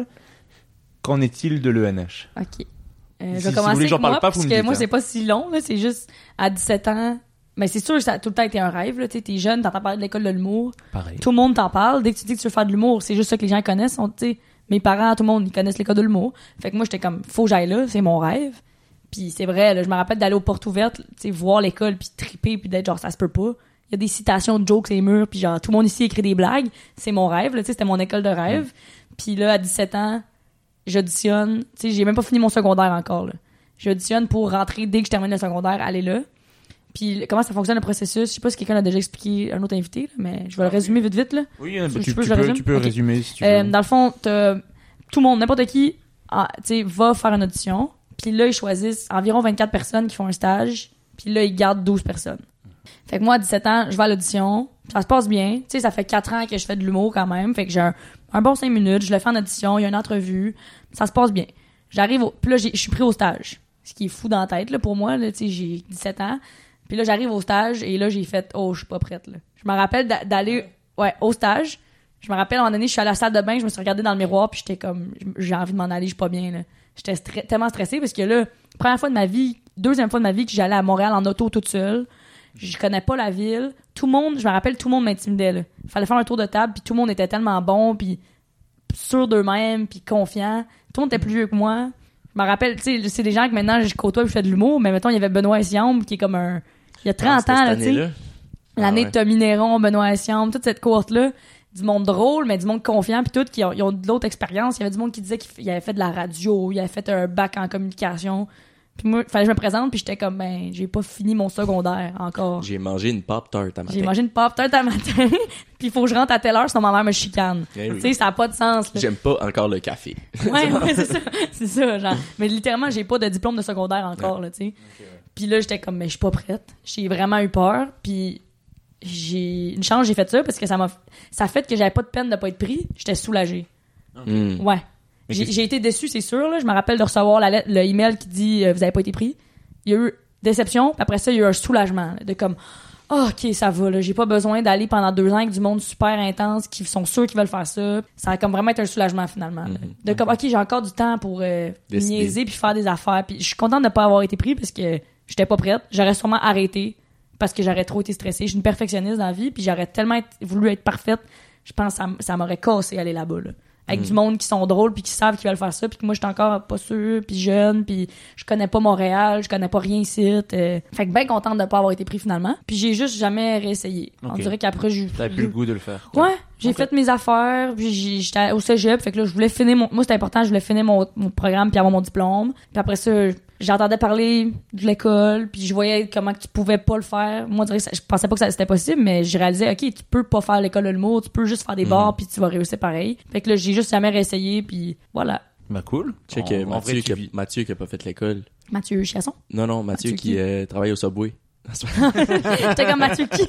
Qu'en est-il de l'ENH? OK. Si- Je vais si vous commencer voulez que j'en avec parle moi, pas, vous parce me que dites, moi, hein. c'est pas si long, là. C'est juste, à 17 ans... Mais c'est sûr que ça a tout le temps été un rêve, là. Tu sais, t'es jeune, t'entends parler de l'école de l'humour. Pareil. Tout le monde t'en parle. Dès que tu dis que tu veux faire de l'humour, c'est juste ça que les gens connaissent. Tu sais, mes parents, tout le monde, ils connaissent l'école de l'humour. Fait que moi, j'étais comme, faut que j'aille là, c'est mon rêve. Puis c'est vrai, là, je me rappelle d'aller aux portes ouvertes, tu sais, voir l'école, puis triper, puis d'être genre, ça se peut pas. Il y a des citations de jokes sur les murs, puis genre, tout le monde ici écrit des blagues. C'est mon rêve, là, tu sais, c'était mon école de rêve. Puis là, à 17 ans, j'auditionne. Tu sais, j'ai même pas fini mon secondaire encore, là. J'auditionne pour rentrer dès que je termine le secondaire, aller là. Puis comment ça fonctionne le processus, je sais pas si quelqu'un a déjà expliqué un autre invité, là, mais je vais le résumer vite, là. Oui, Tu veux que je le résume? tu peux Ok. résumer si tu veux. Dans le fond, t'as tout le monde, n'importe qui, tu sais, va faire une audition. Puis là, ils choisissent environ 24 personnes qui font un stage. Puis là, ils gardent 12 personnes. Fait que moi, à 17 ans, je vais à l'audition. Ça se passe bien. Tu sais, ça fait 4 ans que je fais de l'humour quand même. Fait que j'ai un bon 5 minutes. Je le fais en audition. Il y a une entrevue. Ça se passe bien. Puis là, je suis pris au stage. Ce qui est fou dans la tête, là, pour moi. Là, tu sais, j'ai 17 ans. Puis là, j'arrive au stage. Et là, j'ai fait, oh, je suis pas prête, là. Je me rappelle d'aller, au stage. Je me rappelle, à un moment donné, je suis à la salle de bain. Je me suis regardée dans le miroir. Puis j'étais comme, j'ai envie de m'en aller. Je suis pas bien, là. J'étais tellement stressée parce que là, première fois de ma vie, deuxième fois de ma vie que j'allais à Montréal en auto toute seule. Je connais pas la ville. Tout le monde, je me rappelle, tout le monde m'intimidait, là. Fallait faire un tour de table, puis tout le monde était tellement bon, puis sûr d'eux-mêmes, puis confiant. Tout le monde était plus vieux que moi. Je me rappelle, tu sais, c'est des gens que maintenant je côtoie et je fais de l'humour, mais mettons, il y avait Benoît Essiambre qui est comme un... Il y a 30 ans, là, tu sais. L'année de Tommy Néron, Benoît Essiambre, toute cette cohorte-là. Du monde drôle, mais du monde confiant, puis tout, qui ont de l'autre expérience. Il y avait du monde qui disait qu'il avait fait de la radio, il avait fait un bac en communication. Puis moi, fallait que je me présente, puis j'étais comme, ben, j'ai pas fini mon secondaire encore. J'ai mangé une Pop-Tart à matin. J'ai mangé une Pop-Tart à matin, puis il faut que je rentre à telle heure, sinon ma mère me chicane. Eh oui. Tu sais, ça a pas de sens, là. J'aime pas encore le café. Ouais, c'est ça. C'est ça, genre. Mais littéralement, j'ai pas de diplôme de secondaire encore, là, tu sais. Puis là, j'étais comme, mais je suis pas prête. J'ai vraiment eu peur, puis j'ai une chance, j'ai fait ça parce que ça fait que j'avais pas de peine de pas être pris. J'étais soulagée. Ouais. J'ai été déçu, c'est sûr. Là. Je me rappelle de recevoir le email qui dit vous avez pas été pris. Il y a eu déception, puis après ça, il y a eu un soulagement. Là, de comme, ok, ça va. Là, j'ai pas besoin d'aller pendant 2 ans avec du monde super intense qui sont sûrs qu'ils veulent faire ça. Ça va comme vraiment être un soulagement finalement. Là. De comme, ok, j'ai encore du temps pour niaiser puis faire des affaires. Puis je suis contente de pas avoir été pris parce que j'étais pas prête. J'aurais sûrement arrêté parce que j'aurais trop été stressée. Je suis une perfectionniste dans la vie, puis j'aurais tellement voulu être parfaite. Je pense que ça m'aurait cassé aller là-bas. Là. Avec du monde qui sont drôles puis qui savent qu'ils veulent faire ça, puis que moi j'étais encore pas sûre puis jeune, puis je connais pas Montréal, je connais pas rien ici. Fait que bien contente de pas avoir été pris finalement. Puis j'ai juste jamais réessayé. On dirait qu'après t'avais plus le goût de le faire. Ouais, j'ai fait mes affaires, puis j'étais au cégep, fait que là je voulais finir moi c'était important, je voulais finir mon programme puis avoir mon diplôme. Puis après ça, j'entendais parler de l'école, puis je voyais comment que tu pouvais pas le faire. Moi, je pensais pas que c'était possible, mais je réalisais, ok, tu peux pas faire l'école de l'humour, tu peux juste faire des bars, puis tu vas réussir pareil. Fait que là, j'ai juste jamais réessayé, puis voilà. Bah cool. Check Mathieu qui a pas fait l'école. Mathieu Chiasson? Non, Mathieu qui travaille au Subway. J'étais comme Mathieu qui?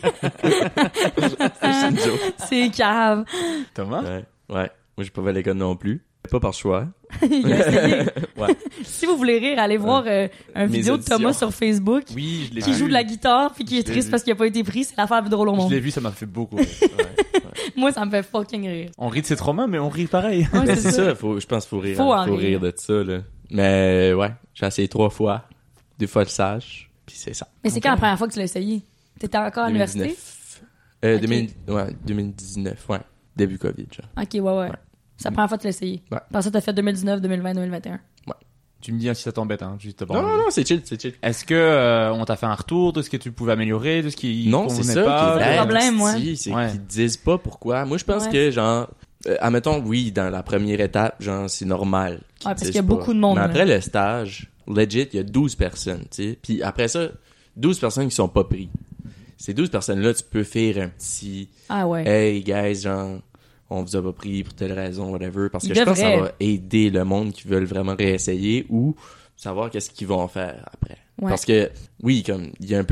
C'est cave. Thomas? Ouais. Moi, j'ai pas fait l'école non plus. Pas par choix. Il a essayé. Ouais. Si vous voulez rire, allez voir une vidéo de Thomas sur Facebook oui, je l'ai qui vu. joue de la guitare puis qui est triste parce qu'il a pas été pris. C'est l'affaire la plus drôle au monde. Je l'ai vu, ça m'a fait beaucoup rire. Moi, ça me fait fucking rire. On rit de ses traumas, mais on rit pareil. Ouais, c'est ça. Je pense qu'il faut rire. Faut rire de ça, là. Mais ouais, j'ai essayé 3 fois. 2 fois le sage. Puis c'est ça. Mais c'est quand la première fois que tu l'as essayé? T'étais encore à l'université? 2019, ouais. Début COVID, genre. Ok, ouais. C'est la première fois que tu l'as essayé. Ouais. Par ça, t'as fait 2019, 2020, 2021. Ouais. Tu me dis si ça t'embête, hein, juste avant. Non, c'est chill. Est-ce que on t'a fait un retour de ce que tu pouvais améliorer, de ce qui non, c'est ça C'est pas? le problème, moi. C'est qu'ils disent pas pourquoi. Moi, je pense que, genre, admettons, oui, dans la première étape, genre, c'est normal. Ouais, parce qu'il y a beaucoup de monde. Mais après le stage, legit, il y a 12 personnes, tu sais. Puis après ça, 12 personnes qui sont pas pris. Ces 12 personnes-là, tu peux faire un petit... Ah ouais. Hey, guys, genre... on vous a pas pris pour telle raison, whatever. Parce que je pense que ça va aider le monde qui veulent vraiment réessayer ou savoir qu'est-ce qu'ils vont faire après. Ouais. Parce que, oui, comme, il y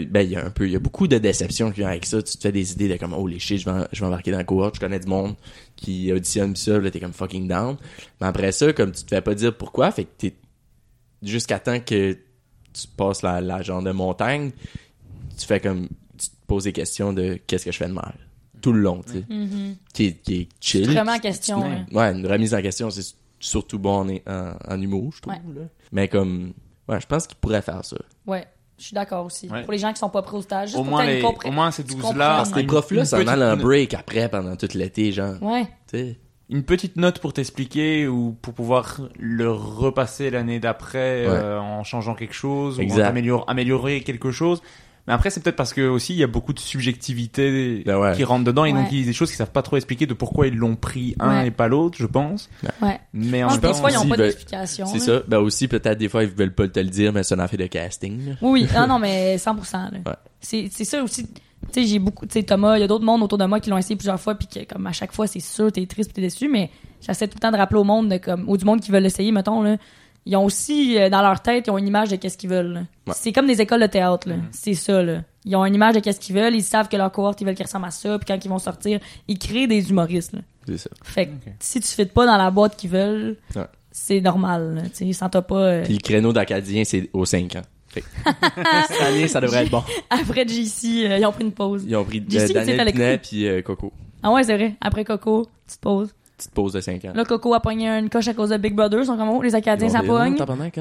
a beaucoup de déceptions qui viennent avec ça. Tu te fais des idées de comme, oh les shit, je vais embarquer dans la cohorte, je connais du monde qui auditionne pis ça, là, t'es comme fucking down. Mais après ça, comme, tu te fais pas dire pourquoi, fait que t'es, jusqu'à temps que tu passes la genre de montagne, tu fais comme, tu te poses des questions de qu'est-ce que je fais de mal. Tout le long, tu sais. Mm-hmm. Qui est chill. C'est vraiment en question. Ouais, une remise en question, c'est surtout bon en humour, je trouve. Ouais. Là. Mais comme, ouais, je pense qu'il pourrait faire ça. Ouais, je suis d'accord aussi. Ouais. Pour les gens qui sont pas prêts au stage, juste Au pour moins, que t'aies au moins ces 12-là. Parce que les profs-là s'en allent en break après, pendant tout l'été, genre. Ouais. Tu sais. Une petite note pour t'expliquer ou pour pouvoir le repasser l'année d'après en changeant quelque chose exact. ou en améliorer quelque chose. Mais après, c'est peut-être parce que aussi il y a beaucoup de subjectivité qui rentre dedans et donc il y a des choses qu'ils savent pas trop expliquer de pourquoi ils l'ont pris un et pas l'autre, je pense. Ouais. Mais je pense qu'ils n'ont pas ben, d'explication. C'est ça. Ben aussi, peut-être des fois, ils veulent pas te le dire, mais c'est une affaire de casting. Là. Oui, non, mais 100%. Là. Ouais. C'est ça aussi. Tu sais, j'ai beaucoup, tu sais, Thomas, il y a d'autres mondes autour de moi qui l'ont essayé plusieurs fois, puis que, comme à chaque fois, c'est sûr, t'es triste, t'es déçu, mais j'essaie tout le temps de rappeler au monde, ou du monde qui veut l'essayer, mettons, là. Ils ont aussi, dans leur tête, ils ont une image de qu'est-ce qu'ils veulent, là. Ouais. C'est comme des écoles de théâtre, là. C'est ça, là. Ils ont une image de qu'est-ce qu'ils veulent, ils savent que leur cohorte, ils veulent qu'ils ressemblent à ça, puis quand ils vont sortir, ils créent des humoristes, là. C'est ça. Fait que, si tu fites pas dans la boîte qu'ils veulent, c'est normal, là. Tu sais, ils sentent pas, Puis le créneau d'Acadien, c'est aux 5 ans. Cette année, ça devrait être bon. Après JC, ils ont pris une pause. Ils ont pris Daniel Pinet puis Coco. Ah ouais, c'est vrai. Après Coco, petite pause. Petite pause de 5 ans. Là, Coco a pogné une coche à cause de Big Brother. Ils sont comme, les Acadiens, ça pogne.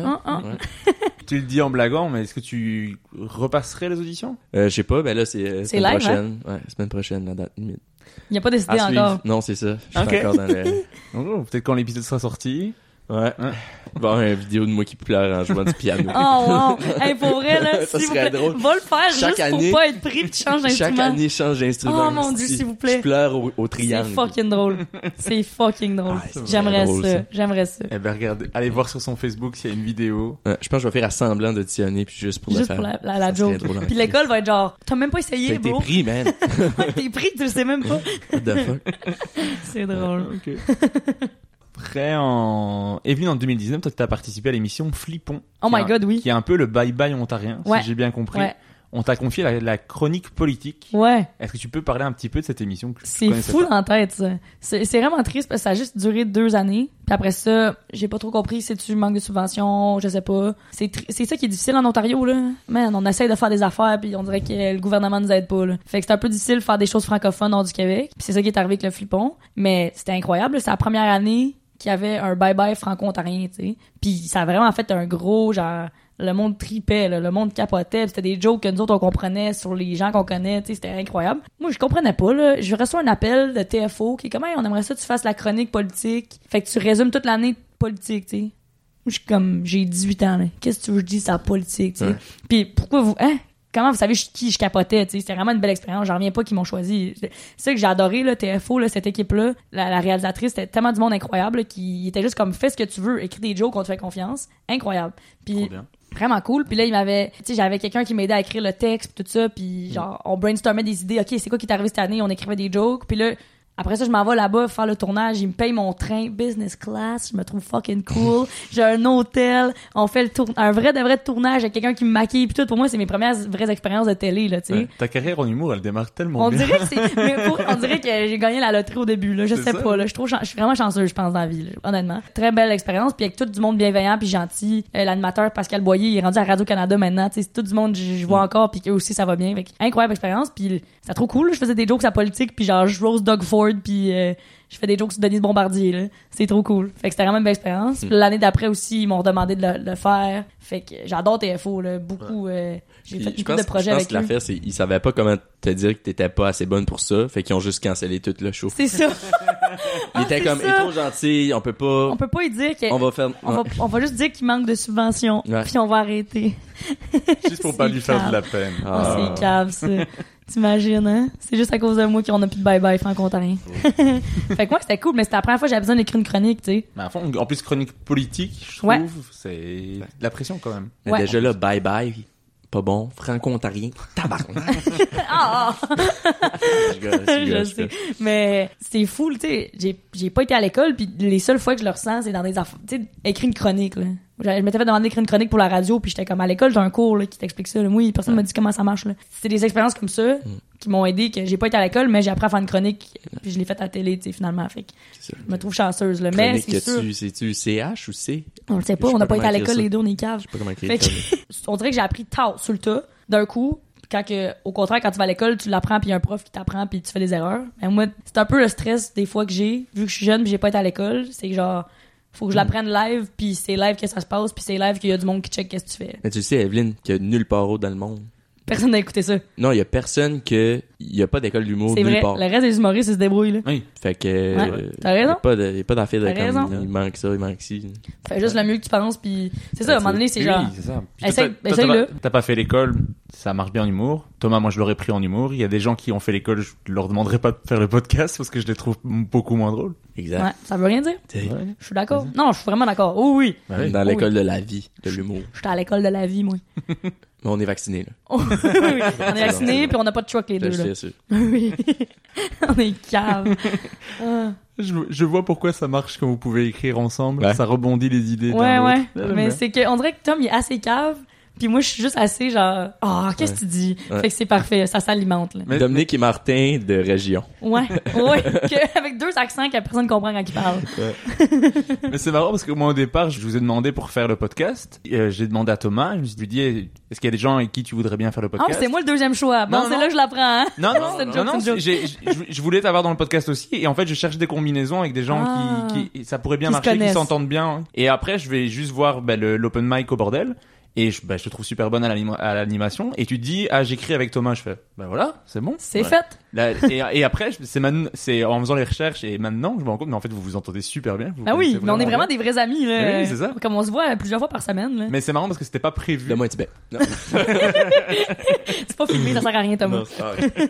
Tu le dis en blaguant, mais est-ce que tu repasserais les auditions? Je sais pas, ben là, c'est semaine live, prochaine. Hein? Ouais, semaine prochaine, la date limite. Il n'y a pas décidé encore. Non, c'est ça. Je suis encore dans le... Peut-être quand l'épisode sera sorti. Ouais. Il va y avoir une vidéo de moi qui pleure en jouant du piano. Oh wow! Hey, pour vrai, là, ça s'il vous serait plaît, drôle. va le faire juste année, pour pas être pris pis tu changes d'instrument. Chaque année, change d'instrument. Oh mon Dieu, s'il vous plaît. Je pleure au triangle. C'est fucking drôle. C'est fucking drôle. J'aimerais drôle, ça. J'aimerais ça. Eh ben, regardez, allez voir sur son Facebook s'il y a une vidéo. Je pense que je vais faire à semblant d'auditionner puis juste pour le faire. Juste pour la joke. Puis l'école va être genre, t'as même pas essayé, bro. T'es pris, man. T'es pris, tu le sais même pas. What the fuck? C'est drôle. Ok. Après, Evelyne, en 2019, toi, tu as participé à l'émission Flippons. Oh my god, oui. Qui est un peu le bye-bye ontarien, si j'ai bien compris. Ouais. on t'a confié la chronique politique. Ouais. Est-ce que tu peux parler un petit peu de cette émission que je C'est connaissais fou pas? dans la tête, ça. C'est vraiment triste parce que ça a juste duré 2 années. Puis après ça, j'ai pas trop compris si tu manques de subventions, je sais pas. C'est ça qui est difficile en Ontario, là. Man, on essaye de faire des affaires puis on dirait que le gouvernement nous aide pas, là. Fait que c'est un peu difficile de faire des choses francophones hors du Québec. Puis c'est ça qui est arrivé avec le Flippon. Mais c'était incroyable, c'est la première année qu'il y avait un bye-bye franco-ontarien, tu sais. Puis ça a vraiment fait un gros, genre... Le monde tripait, là, le monde capotait, pis c'était des jokes que nous autres on comprenait sur les gens qu'on connaît, tu sais, c'était incroyable. Moi, je comprenais pas, là. Je reçois un appel de TFO qui est comme, hey, on aimerait ça que tu fasses la chronique politique. Fait que tu résumes toute l'année politique, tu sais. Moi, je suis comme, j'ai 18 ans, là. Qu'est-ce que tu veux que je dise sur la politique, tu sais? Puis pourquoi vous, comment vous savez qui je capotais, tu sais? C'était vraiment une belle expérience. J'en reviens pas qu'ils m'ont choisi. C'est ça que j'ai adoré, là, TFO, là, cette équipe-là. La réalisatrice, c'était tellement du monde incroyable, là, qui était juste comme, fais ce que tu veux, écris des jokes, on te fait confiance. Incroyable. Puis vraiment cool. Puis là, il m'avait, tu sais, j'avais quelqu'un qui m'aidait à écrire le texte pis tout ça, puis genre on brainstormait des idées. OK, c'est quoi qui est arrivé cette année? On écrivait des jokes. Puis là, après ça, je m'en vais là-bas faire le tournage. Ils me payent mon train business class. Je me trouve fucking cool. J'ai un hôtel. On fait un vrai de vrai tournage avec quelqu'un qui me maquille. Puis tout, pour moi, c'est mes premières vraies expériences de télé, là, tu sais. Ta carrière en humour, elle démarre tellement On bien. dirait que on dirait que j'ai gagné la loterie au début, là. Je sais pas, là. Je suis vraiment chanceuse, je pense, dans la vie, là, honnêtement. Très belle expérience. Puis avec tout du monde bienveillant puis gentil. L'animateur Pascal Boyer, il est rendu à Radio-Canada maintenant. Tu sais, c'est tout du monde, je vois encore, puis eux aussi, ça va bien. Fait incroyable expérience. Puis c'était trop cool, là. Je faisais des jokes à politique, puis genre, je rose Doug Ford, puis je fais des jokes sur Denise Bombardier, là. C'est trop cool. Fait que c'était vraiment une belle expérience. Puis l'année d'après aussi, ils m'ont demandé de le faire. Fait que j'adore TFO, là. Beaucoup, j'ai fait beaucoup de projets avec eux. Je pense que l'affaire, c'est ils savaient pas comment te dire que t'étais pas assez bonne pour ça. Fait qu'ils ont juste cancellé tout le show. C'est ça. Ils étaient comme, il est trop gentil, on peut pas y dire que... On va juste dire qu'il manque de subventions. Ouais. Puis on va arrêter. Juste pour pas lui faire de la peine. C'est cave, ça. T'imagines, hein? C'est juste à cause de moi qu'on a plus de bye-bye franco-ontarien. Fait que moi, c'était cool, mais c'était la première fois que j'avais besoin d'écrire une chronique, tu sais. Mais à fond, en plus, chronique politique, je trouve, c'est de la pression quand même. Mais déjà là, bye-bye, pas bon. Franco-ontarien, tabarnak. Je sais. Mais c'est fou, tu sais. J'ai pas été à l'école, puis les seules fois que je le ressens, c'est dans des affaires. Tu sais, écrire une chronique, là. Je m'étais fait demander d'écrire une chronique pour la radio, puis j'étais comme à l'école, j'ai un cours là, qui t'explique ça. Là. Moi, personne m'a dit comment ça marche. Là. C'est des expériences comme ça qui m'ont aidé, que j'ai pas été à l'école, mais j'ai appris à faire une chronique, puis je l'ai faite à la télé, tu sais, finalement. Fait que je me trouve chanceuse. Là. Mais c'est sûr. C'est-tu CH ou C? On le sait pas, on n'a pas été à l'école, les deux, on est caves. Je sais pas comment écrire ça. On dirait que j'ai appris tard, sur le tas, d'un coup. Au contraire, quand tu vas à l'école, tu l'apprends, puis il y a un prof qui t'apprend, puis tu fais des erreurs. Mais moi, c'est un peu le stress des fois que j'ai, vu que je suis jeune, puis j'ai pas été à l'école. C'est genre, faut que je l'apprenne live, puis c'est live que ça se passe, puis c'est live qu'il y a du monde qui check qu'est-ce que tu fais. Mais tu sais, Evelyne, qu'il y a nulle part autre dans le monde. Personne n'a écouté ça. Non, il y a personne il y a pas d'école d'humour nulle nulle part. part. Le reste des humoristes, ils se débrouillent, là. Oui. Fait que... T'as raison. Il y a pas d'affaire de raison. comme, il manque ça, il manque ci. Fais juste le mieux que tu penses, puis c'est ça, à un moment donné, c'est genre... Oui, c'est ça. Essaye-le. T'as pas fait l'école, ça marche bien en humour. Thomas, moi, je l'aurais pris en humour. Il y a des gens qui ont fait l'école, je leur demanderais pas de faire le podcast parce que je les trouve beaucoup moins drôles. Exact. Ouais, ça veut rien dire. Ouais. Je suis d'accord. Non, je suis vraiment d'accord. Oui. Dans l'école de la vie, de l'humour. J'étais à l'école de la vie, moi. Mais on est vaccinés, là. Oui. On est vaccinés, puis on n'a pas de truck, les deux, là. C'est sûr. Oui. On est cave. Je vois pourquoi ça marche quand vous pouvez écrire ensemble. Ouais. Ça rebondit les idées Ouais. d'un l'autre. Mais c'est que, on dirait que Tom, il est assez cave. Puis moi, je suis juste assez genre, qu'est-ce que tu dis? Ouais. Fait que c'est parfait, ça s'alimente, là. Mais- Dominique et Martin de région. Ouais. Avec 2 accents que personne comprend quand ils parlent. Mais c'est marrant parce que moi au départ, je vous ai demandé pour faire le podcast. J'ai demandé à Thomas, je lui ai dit, est-ce qu'il y a des gens avec qui tu voudrais bien faire le podcast? C'est moi le deuxième choix. Bon, Non, c'est non. là que je l'apprends, hein? Non, C'est une joke. je voulais t'avoir dans le podcast aussi, et en fait, je cherche des combinaisons avec des gens qui ça pourrait bien Qui se marcher, qui connaissent. s'entendent bien. Et après, je vais juste voir l'open mic au bordel. Et je te trouve super bonne à l'animation. Et tu te dis, j'écris avec Thomas. Je fais, voilà, c'est bon. C'est fait. Là, et après, c'est en faisant les recherches et maintenant, je me rends compte, mais en fait, vous vous entendez super bien. Vous Ah oui, connaissez mais on est vraiment bien. des vrais amis, là. Oui, c'est ça. Comme on se voit plusieurs fois par semaine, là. Mais c'est marrant parce que c'était pas prévu. Donne-moi un Tibet. Non. C'est pas filmé, ça sert à rien, Thomas. Non, c'est pas vrai.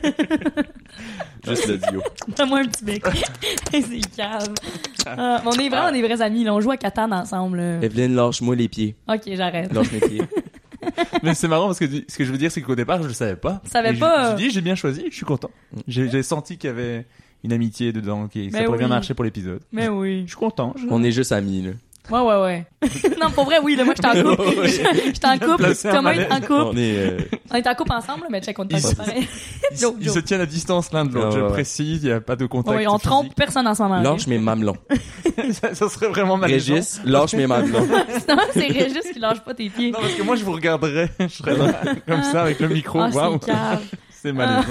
Juste l'audio. Donne-moi un petit bec. C'est calme. Mais on est vraiment des vrais amis, là. On joue à Catan ensemble, là. Evelyne, lâche-moi les pieds. Ok, j'arrête. Lâche mes pieds. Mais c'est marrant parce que ce que je veux dire, c'est qu'au départ, je le savais pas. Savais Et pas. Je dis, j'ai bien choisi, je suis content. J'ai senti qu'il y avait une amitié dedans, ça Mais pourrait bien oui. marcher pour l'épisode. Mais oui. Je suis content. On est juste amis, là. Ouais. Non, pour vrai, oui, là, moi, j'étais en couple. J'étais en couple. Thomas est en couple. On est en couple ensemble, là, mais check, on est en couple pareil. Ils se tiennent à distance l'un de l'autre, je précise, il n'y a pas de contact. Oui, on trompe physique. personne en ce moment. Lâche mes mamelons. ça serait vraiment malaisant. Régis, lâche mes mamelons. Non, c'est Régis qui lâche pas tes pieds. Non, parce que moi, je vous regarderais. Je serais là, comme ça, avec le micro. Ah, Waouh. c'est cave. C'est malaisant.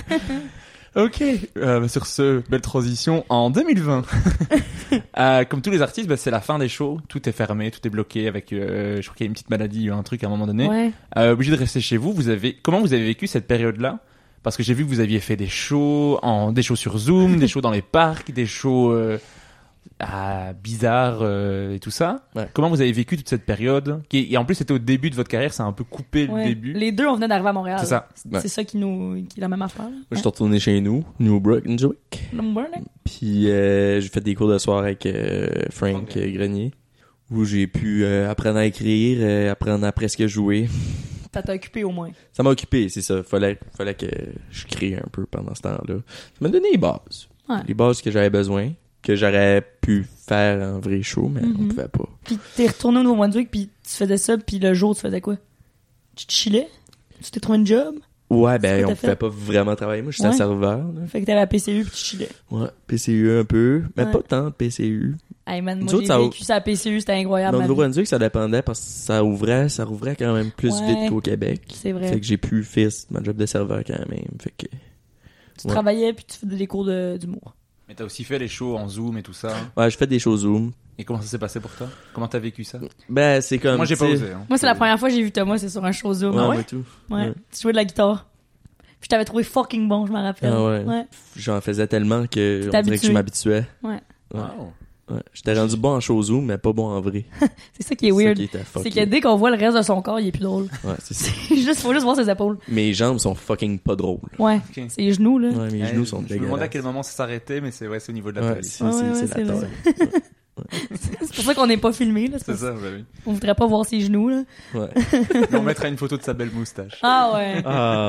Ok, sur ce, belle transition. En 2020, comme tous les artistes, c'est la fin des shows. Tout est fermé, tout est bloqué avec, je crois qu'il y a une petite maladie, un truc à un moment donné. Ouais. Obligé de rester chez vous. Comment vous avez vécu cette période-là? Parce que j'ai vu que vous aviez fait des shows sur Zoom, des shows dans les parcs, des shows bizarres et tout ça. Ouais. Comment vous avez vécu toute cette période et en plus c'était au début de votre carrière, ça a un peu coupé le début. Les deux, on venait d'arriver à Montréal. C'est ça. C'est ça qui est la même affaire. Moi, je suis retourné chez nous, New Brunswick. Puis j'ai fait des cours de soir avec Frank Grenier, où j'ai pu apprendre à écrire, apprendre à presque jouer. Ça t'a occupé au moins. Ça m'a occupé, c'est ça. Fallait que je crée un peu pendant ce temps-là. Ça m'a donné les bases. Ouais. Les bases que j'avais besoin, que j'aurais pu faire un vrai show, mais on pouvait pas. Puis t'es retourné au Nouveau-Brunswick, puis tu faisais ça, puis le jour, tu faisais quoi? Tu te chillais? Tu t'es trouvé un job? Ouais, C'est quoi on t'as pouvait fait? pas vraiment travailler. Moi, j'étais serveur. Là. Fait que t'avais la PCU, puis tu chillais. Ouais, PCU un peu, mais Ouais. pas tant de PCU. Hey man, Nous moi autres, j'ai vécu ça à PCU, c'était incroyable. Dans ma le vie. Nouveau-Brunswick, ça dépendait parce que ça rouvrait quand même plus Ouais. vite qu'au Québec. C'est vrai. Fait que j'ai pu faire ma job de serveur quand même. Fait que Tu travaillais, puis tu faisais des cours d'humour. Mais t'as aussi fait les shows en Zoom et tout ça. ouais, je fais des shows Zoom. Et comment ça s'est passé pour toi? Comment t'as vécu ça? Ben, c'est comme Moi j'ai pas tu sais, osé. Hein. Moi, c'est la première fois que j'ai vu Thomas, c'est sur un show Zoom. Ouais, Ah moi tout. Ouais. Tu jouais de la guitare. Puis je t'avais trouvé fucking bon, je m'en rappelle. Ah ouais. J'en faisais tellement que on dirait que habitué. je m'habituais. Ouais. Ouais. Wow. Ouais. J'étais rendu bon en show Zoom, mais pas bon en vrai. C'est ça qui est weird. Ça qui était fucké. C'est que dès qu'on voit le reste de son corps, il est plus drôle. Ouais, c'est ça. Faut juste voir ses épaules. Mes jambes sont fucking pas drôles. Ouais. Ok. C'est les genoux, là. Ouais, mes genoux sont Je me dégueulasses. demandais à quel moment ça s'arrêtait, mais c'est au niveau de la Ouais, taille. c'est Ouais, la vrai. taille. C'est pour ça qu'on n'est pas filmé, là. C'est ça, bah oui. On voudrait pas voir ses genoux, là. Ouais. Mais on mettra une photo de sa belle moustache. Ah ouais. Ah.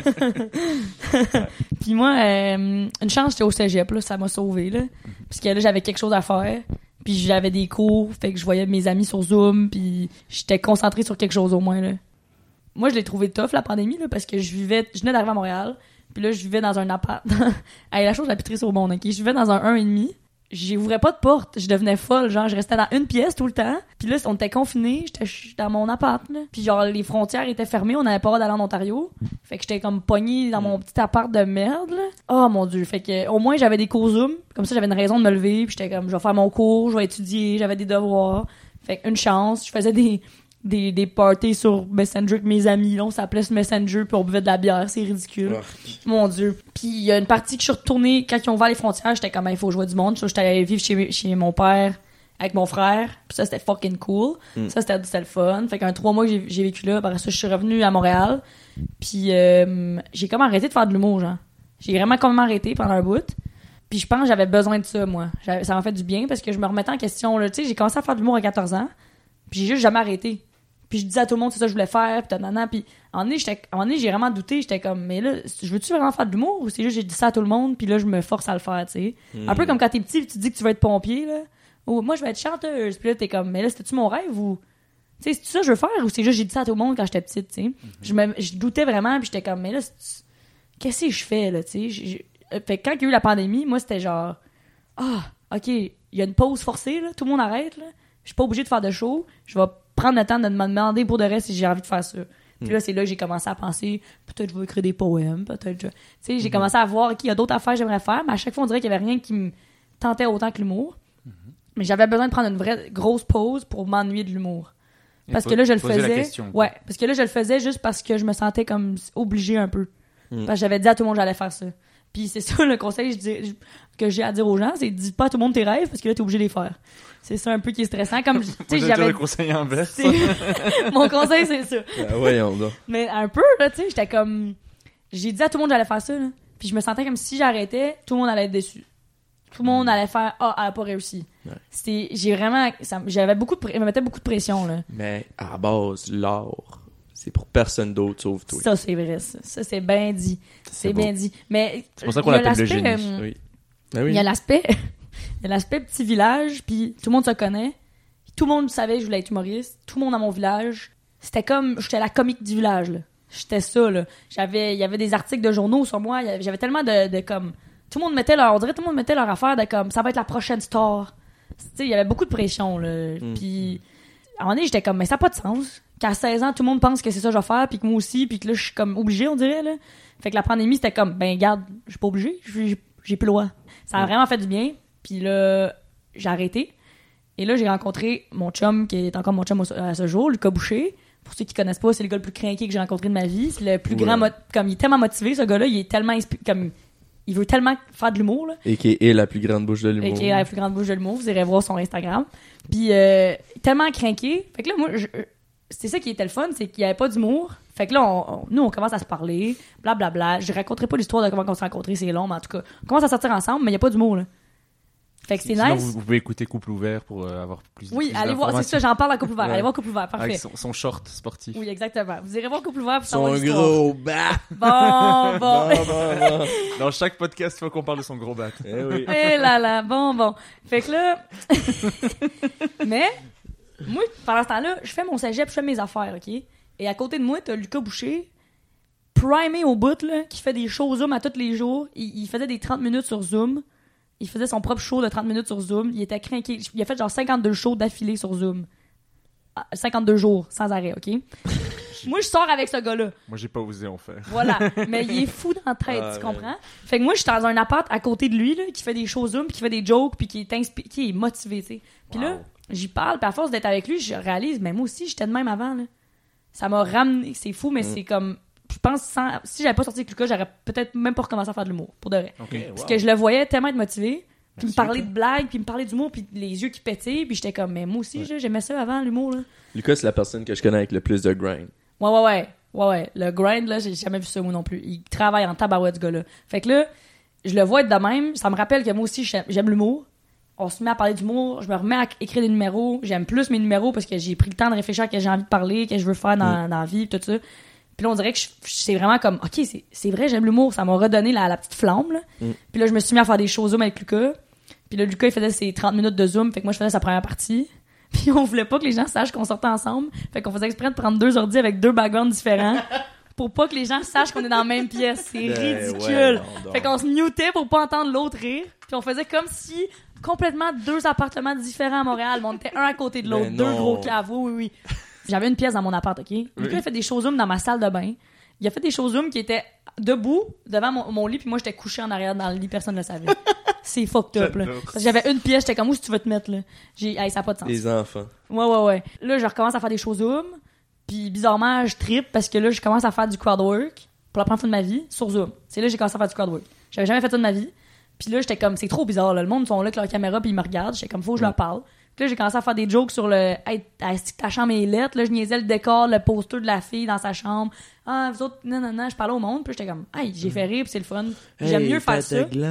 Puis moi, une chance, j'étais au cégep, là. Ça m'a sauvé, là. Parce que là, j'avais quelque chose à faire. Puis j'avais des cours, fait que je voyais mes amis sur Zoom, puis j'étais concentrée sur quelque chose au moins, là. Moi, je l'ai trouvé tough, la pandémie, là, parce que je venais d'arriver à Montréal, puis là, je vivais dans un appart. Hey, la chose la plus triste au monde, ok? Je vivais dans un 1,5. J'ouvrais pas de porte, je devenais folle, genre je restais dans une pièce tout le temps. Puis là, on était confinés, j'étais dans mon appart, là. Puis genre les frontières étaient fermées, on n'avait pas le droit d'aller en Ontario. Fait que j'étais comme pognée dans mon petit appart de merde, là. Oh mon dieu, fait que au moins j'avais des cours Zoom, comme ça j'avais une raison de me lever, puis j'étais comme je vais faire mon cours, je vais étudier, j'avais des devoirs. Fait que une chance, je faisais des parties sur Messenger avec mes amis, là, on s'appelait ce Messenger, puis on buvait de la bière, c'est ridicule. Mon dieu. Puis il y a une partie que je suis retournée quand ils ont ouvert les frontières, j'étais comme il faut jouer du monde. J'étais allée vivre chez mon père avec mon frère, puis ça c'était fucking cool. Ça c'était le fun. Fait qu'un 3 mois que j'ai vécu là, après ça je suis revenue à Montréal. Puis j'ai comme arrêté de faire de l'humour, genre. J'ai vraiment comme arrêté pendant un bout. Puis je pense que j'avais besoin de ça, moi. Ça m'a fait du bien parce que je me remettais en question, là. Tu sais, j'ai commencé à faire de l'humour à 14 ans, puis j'ai juste jamais arrêté. Puis je disais à tout le monde c'est ça que je voulais faire, puis puis à un moment donné, j'ai vraiment douté, j'étais comme mais là, je veux-tu vraiment faire de l'humour ou c'est juste j'ai dit ça à tout le monde puis là je me force à le faire, tu sais. Un peu comme quand t'es petit, puis tu dis que tu veux être pompier là. Ou moi je vais être chanteuse, puis là t'es comme mais là c'était-tu mon rêve ou tu sais c'est ça que je veux faire ou c'est juste j'ai dit ça à tout le monde quand j'étais petite, tu sais. Je doutais vraiment puis j'étais comme mais là qu'est-ce que je fais là, tu sais. Fait que quand il y a eu la pandémie, moi c'était genre OK, il y a une pause forcée là, tout le monde arrête là. Je suis pas obligée de faire de show, je vais prendre le temps de me demander pour de reste si j'ai envie de faire ça. Puis là, c'est là que j'ai commencé à penser, peut-être je vais écrire des poèmes, peut-être tu sais, j'ai commencé à voir qu'il y a d'autres affaires que j'aimerais faire, mais à chaque fois, on dirait qu'il y avait rien qui me tentait autant que l'humour. Mais j'avais besoin de prendre une vraie grosse pause pour m'ennuyer de l'humour. Parce que là, je le faisais. Ouais, parce que là, je le faisais juste parce que je me sentais comme obligée un peu. Parce que j'avais dit à tout le monde que j'allais faire ça. Puis c'est ça le conseil que j'ai à dire aux gens, c'est dis pas à tout le monde tes rêves parce que là t'es obligé de les faire. C'est ça un peu qui est stressant comme tu sais j'avais le conseil inverse. Mon conseil c'est ça. Ah, voyons donc. Mais un peu là tu sais, j'étais comme j'ai dit à tout le monde que j'allais faire ça là. Puis je me sentais comme si j'arrêtais, tout le monde allait être déçu. Tout le monde allait faire elle a pas réussi. Ouais. J'avais me mettais beaucoup de pression là. Mais à la base l'art c'est pour personne d'autre sauf toi. Ça, c'est vrai, ça. Ça, c'est bien dit. C'est bien dit. Mais c'est pour ça qu'on l'appelle le génie. Oui. Ben oui. Il y a l'aspect petit village, puis tout le monde se connaît. tout le monde savait que je voulais être humoriste. Tout le monde dans mon village. C'était comme... J'étais la comique du village, là. J'étais ça, là. Il y avait des articles de journaux sur moi. J'avais tellement de comme... Tout le monde mettait leur... On dirait tout le monde mettait leur affaire de comme... Ça va être la prochaine star. Tu sais, il y avait beaucoup de pression, là. Puis... À un moment donné, j'étais comme... Mais ça n'a pas de sens. Qu'à 16 ans, tout le monde pense que c'est ça que je vais faire, puis que moi aussi, puis que là, je suis comme obligée, on dirait, là. Fait que la pandémie, c'était comme... Ben, regarde, je suis pas obligée. J'ai plus le droit. Ça a vraiment fait du bien. Puis là, j'ai arrêté. Et là, j'ai rencontré mon chum, qui est encore mon chum à ce jour, Lucas Boucher. Pour ceux qui connaissent pas, c'est le gars le plus craqué que j'ai rencontré de ma vie. C'est le plus grand... Comme il est tellement motivé, ce gars-là, il est tellement... Comme il veut tellement faire de l'humour, là. Et qui est la plus grande bouche de l'humour. Et qui est la plus grande bouche de l'humour. Vous irez voir son Instagram. Puis, tellement craqué. Fait que là, moi, c'est ça qui était le fun, c'est qu'il y avait pas d'humour. Fait que là, nous, on commence à se parler, blablabla. Je raconterai pas l'histoire de comment on s'est rencontrés, c'est long, mais en tout cas, on commence à sortir ensemble, mais il y a pas d'humour, là. Fait que c'est sinon, nice. Vous pouvez écouter Couple Ouvert pour avoir plus Oui, plus allez voir, c'est ça, j'en parle à Couple Ouvert. Ouais. Allez voir Couple Ouvert, parfait. Avec son short sportif. Oui, exactement. Vous irez voir Couple Ouvert pour Son savoir l'histoire. gros bat. Bon. Dans chaque podcast, il faut qu'on parle de son gros bat. Eh oui. Eh là, bon. Fait que là... Mais, moi, pendant ce temps-là, je fais mon cégep, je fais mes affaires, OK? Et à côté de moi, t'as Lucas Boucher, primé au bout, là, qui fait des shows Zoom à tous les jours. Il faisait des 30 minutes sur Zoom. Il faisait son propre show de 30 minutes sur Zoom. Il était craqué. Il a fait genre 52 shows d'affilée sur Zoom. 52 jours, sans arrêt, OK? Moi, je sors avec ce gars-là. Moi, j'ai pas osé en faire. Voilà. Mais il est fou dans la tête, tu comprends? Fait que moi, je suis dans un appart à côté de lui, là, qui fait des shows Zoom, puis qui fait des jokes, puis qui est motivé, tu sais. Puis là, j'y parle, puis à force d'être avec lui, je réalise, mais moi aussi, j'étais de même avant, là. Ça m'a ramené, c'est fou, mais c'est comme... Je pense, si j'avais pas sorti avec Lucas, j'aurais peut-être même pas recommencé à faire de l'humour, pour de vrai. Okay, Parce que je le voyais tellement être motivé, puis me parler de blagues, puis me parler d'humour, puis les yeux qui pétaient, puis j'étais comme, mais moi aussi, j'aimais ça avant, l'humour, là. Lucas, c'est la personne que je connais avec le plus de grind. Ouais. Le grind, là, j'ai jamais vu ça, moi non plus. Il travaille en tabarouette, ce gars-là. Fait que là, je le vois être de même. Ça me rappelle que moi aussi, j'aime l'humour. On se met à parler d'humour. Je me remets à écrire des numéros. J'aime plus mes numéros parce que j'ai pris le temps de réfléchir à ce que j'ai envie de parler, que je veux faire dans la vie, tout ça. Puis là, on dirait que c'est vraiment comme, OK, c'est vrai, j'aime l'humour. Ça m'a redonné la petite flamme, là. Puis là, je me suis mis à faire des shows Zoom avec Lucas. Puis là, Lucas, il faisait ses 30 minutes de Zoom. Fait que moi, je faisais sa première partie. Puis on voulait pas que les gens sachent qu'on sortait ensemble. Fait qu'on faisait exprès de prendre 2 ordi avec 2 backgrounds différents pour pas que les gens sachent qu'on est dans la même pièce. C'est ridicule. Fait qu'on se mutait pour pas entendre l'autre rire. Puis on faisait comme si complètement 2 appartements différents à Montréal. Mais on était un à côté de l'autre. 2 gros caveaux, oui. J'avais une pièce dans mon appart, OK? Lucas a fait des shows Zoom dans ma salle de bain. Il a fait des shows Zoom qui étaient debout devant mon lit, puis moi j'étais couché en arrière dans le lit, personne ne le savait. C'est fucked up, là. Parce que j'avais une pièce, j'étais comme, où si tu veux te mettre, là? Ça n'a pas de sens. Les enfants. Ouais. Là, je recommence à faire des shows Zoom, puis bizarrement, je trippe parce que là, je commence à faire du crowd work pour la première fois de ma vie sur Zoom. C'est là que j'ai commencé à faire du crowd work. J'avais jamais fait ça de ma vie. Puis là, j'étais comme, c'est trop bizarre, là. Le monde sont là avec leur caméra, puis ils me regardent. J'étais comme, faut que je leur parle. Puis là, j'ai commencé à faire des jokes sur le hey, ta chambre est lettre. Là, je niaisais le décor, le poster de la fille dans sa chambre. Ah, vous autres, non. Je parlais au monde. Puis j'étais comme, hey, j'ai fait rire, puis c'est le fun. J'aime mieux faire ça. Puis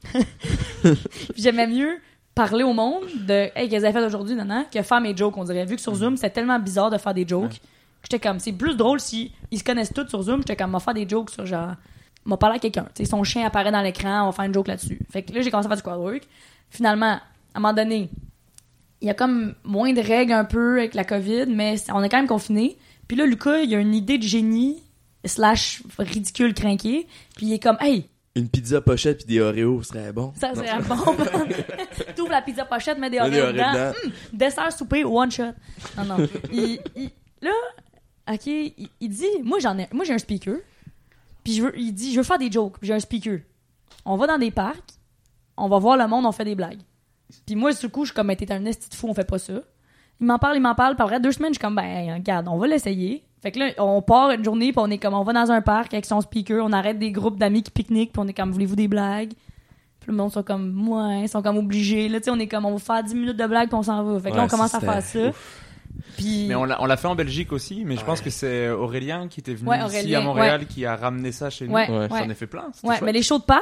j'aimais mieux parler au monde de hey, qu'est-ce qu'elles avaient fait aujourd'hui, que faire mes jokes, on dirait. Vu que sur Zoom, c'était tellement bizarre de faire des jokes. J'étais comme, c'est plus drôle si ils se connaissent tous sur Zoom. J'étais comme, on va faire des jokes sur genre, on va parler à quelqu'un. Tu sais, son chien apparaît dans l'écran, on va faire une joke là-dessus. Fait que là, j'ai commencé à faire du crowd work. Finalement, à un moment donné, il y a comme moins de règles un peu avec la COVID, mais on est quand même confinés. Puis là, Lucas, il a une idée de génie / ridicule crinqué. Puis il est comme, hey! Une pizza pochette puis des Oreos serait bon. Ça serait bon. T'ouvres la pizza pochette, mets des Oreos dedans. Dessert, souper, one shot. Non. Là, OK, il dit, moi j'ai un speaker. Puis il dit, je veux faire des jokes. Puis j'ai un speaker. On va dans des parcs. On va voir le monde, on fait des blagues. Puis moi, du coup, je suis comme, t'es un esti de fou, on fait pas ça. Il m'en parle. Puis après 2 semaines, je suis comme, ben, regarde, on va l'essayer. Fait que là, on part une journée, puis on est comme, on va dans un parc avec son speaker, on arrête des groupes d'amis qui pique-niquent, puis on est comme, voulez-vous des blagues? Puis le monde sont comme, ouais, ils sont comme obligés. Là, tu sais, on est comme, on va faire 10 minutes de blagues, puis on s'en va. Fait que là, on commence à faire ça. Puis... Mais on l'a fait en Belgique aussi, mais je pense que c'est Aurélien qui était venu ici à Montréal qui a ramené ça chez nous. Ouais. J'en ai fait plein. Ouais, mais les shows de parc,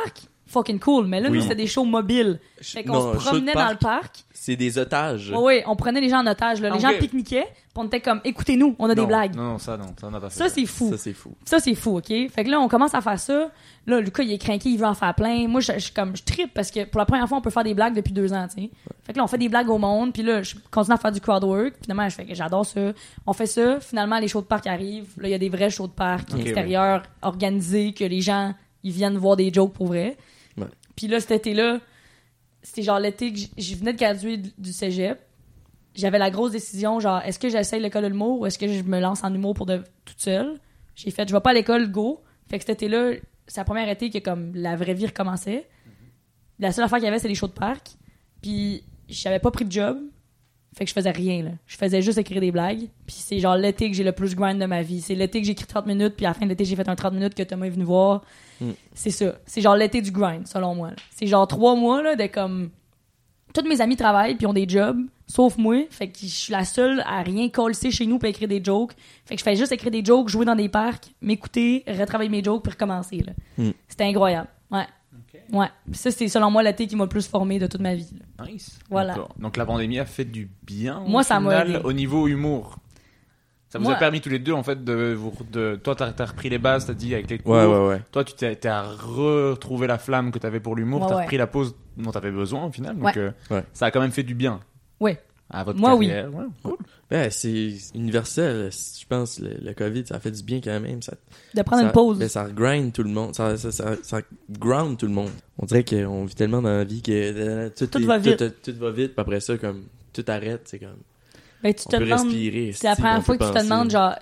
fucking cool. Mais là, Oui. nous, c'était des shows mobiles. Fait qu'on Non, se promenait show de dans le parc. C'est des otages. Oui, on prenait les gens en otage. Là. Les gens pique-niquaient, puis on était comme, écoutez-nous, on a des blagues. Non, ça on n'a pas fait. Ça, c'est fou. Ça, c'est fou. Ça, c'est fou, OK? Fait que là, on commence à faire ça. Là, Lucas, il est craqué, il veut en faire plein. Moi, je trippe parce que pour la première fois, on peut faire des blagues depuis 2 ans, tu sais. Fait que là, on fait des blagues au monde, puis là, je continue à faire du crowd work. Finalement, je fais que j'adore ça. On fait ça. Finalement, les shows de parc arrivent. Là, il y a des vrais shows de parc extérieurs organisés que les gens, ils viennent voir des jokes pour vrai. Ouais. Puis là, cet été-là, c'était genre l'été que je venais de graduer du cégep. J'avais la grosse décision, genre, est-ce que j'essaye l'école de l'humour ou est-ce que je me lance en humour pour toute seule? J'ai fait, je vais pas à l'école, go. Fait que cet été-là, c'est la première été que comme la vraie vie recommençait. La seule affaire qu'il y avait, c'était les shows de parc. Puis j'avais pas pris de job. Fait que je faisais rien, là. Je faisais juste écrire des blagues. Puis c'est genre l'été que j'ai le plus grind de ma vie. C'est l'été que j'ai écrit 30 minutes, puis à la fin de l'été, j'ai fait un 30 minutes que Thomas est venu voir. C'est ça. C'est genre l'été du grind, selon moi. Là. C'est genre 3 mois, là, de comme... Tous mes amis travaillent puis ont des jobs, sauf moi. Fait que je suis la seule à rien coller chez nous pour écrire des jokes. Fait que je fais juste écrire des jokes, jouer dans des parcs, m'écouter, retravailler mes jokes puis recommencer. Là. C'était incroyable. Ouais. Okay. Ouais. Puis ça, c'est selon moi l'été qui m'a le plus formé de toute ma vie. Là. Nice. Voilà. D'accord. Donc la pandémie a fait du bien moi, ça m'a final, aidé. au niveau humour. Ça vous a permis tous les deux en fait toi t'as repris les bases, t'as dit avec les cours. Ouais. Toi tu t'es à retrouver la flamme que t'avais pour l'humour, t'as repris la pause dont t'avais besoin au final. Donc ça a quand même fait du bien. Ouais. À votre moi carrière. oui. Ouais, cool. Ben, c'est universel. Je pense le COVID, ça a fait du bien quand même. De prendre une pause. Ben, ça grind tout le monde. Ça ground tout le monde. On dirait qu'on vit tellement dans la vie que tout va vite. Tout va vite. Puis après ça, comme tout arrête. C'est comme. Ben, tu te demandes. Respirer. C'est la première fois que tu te demandes, genre,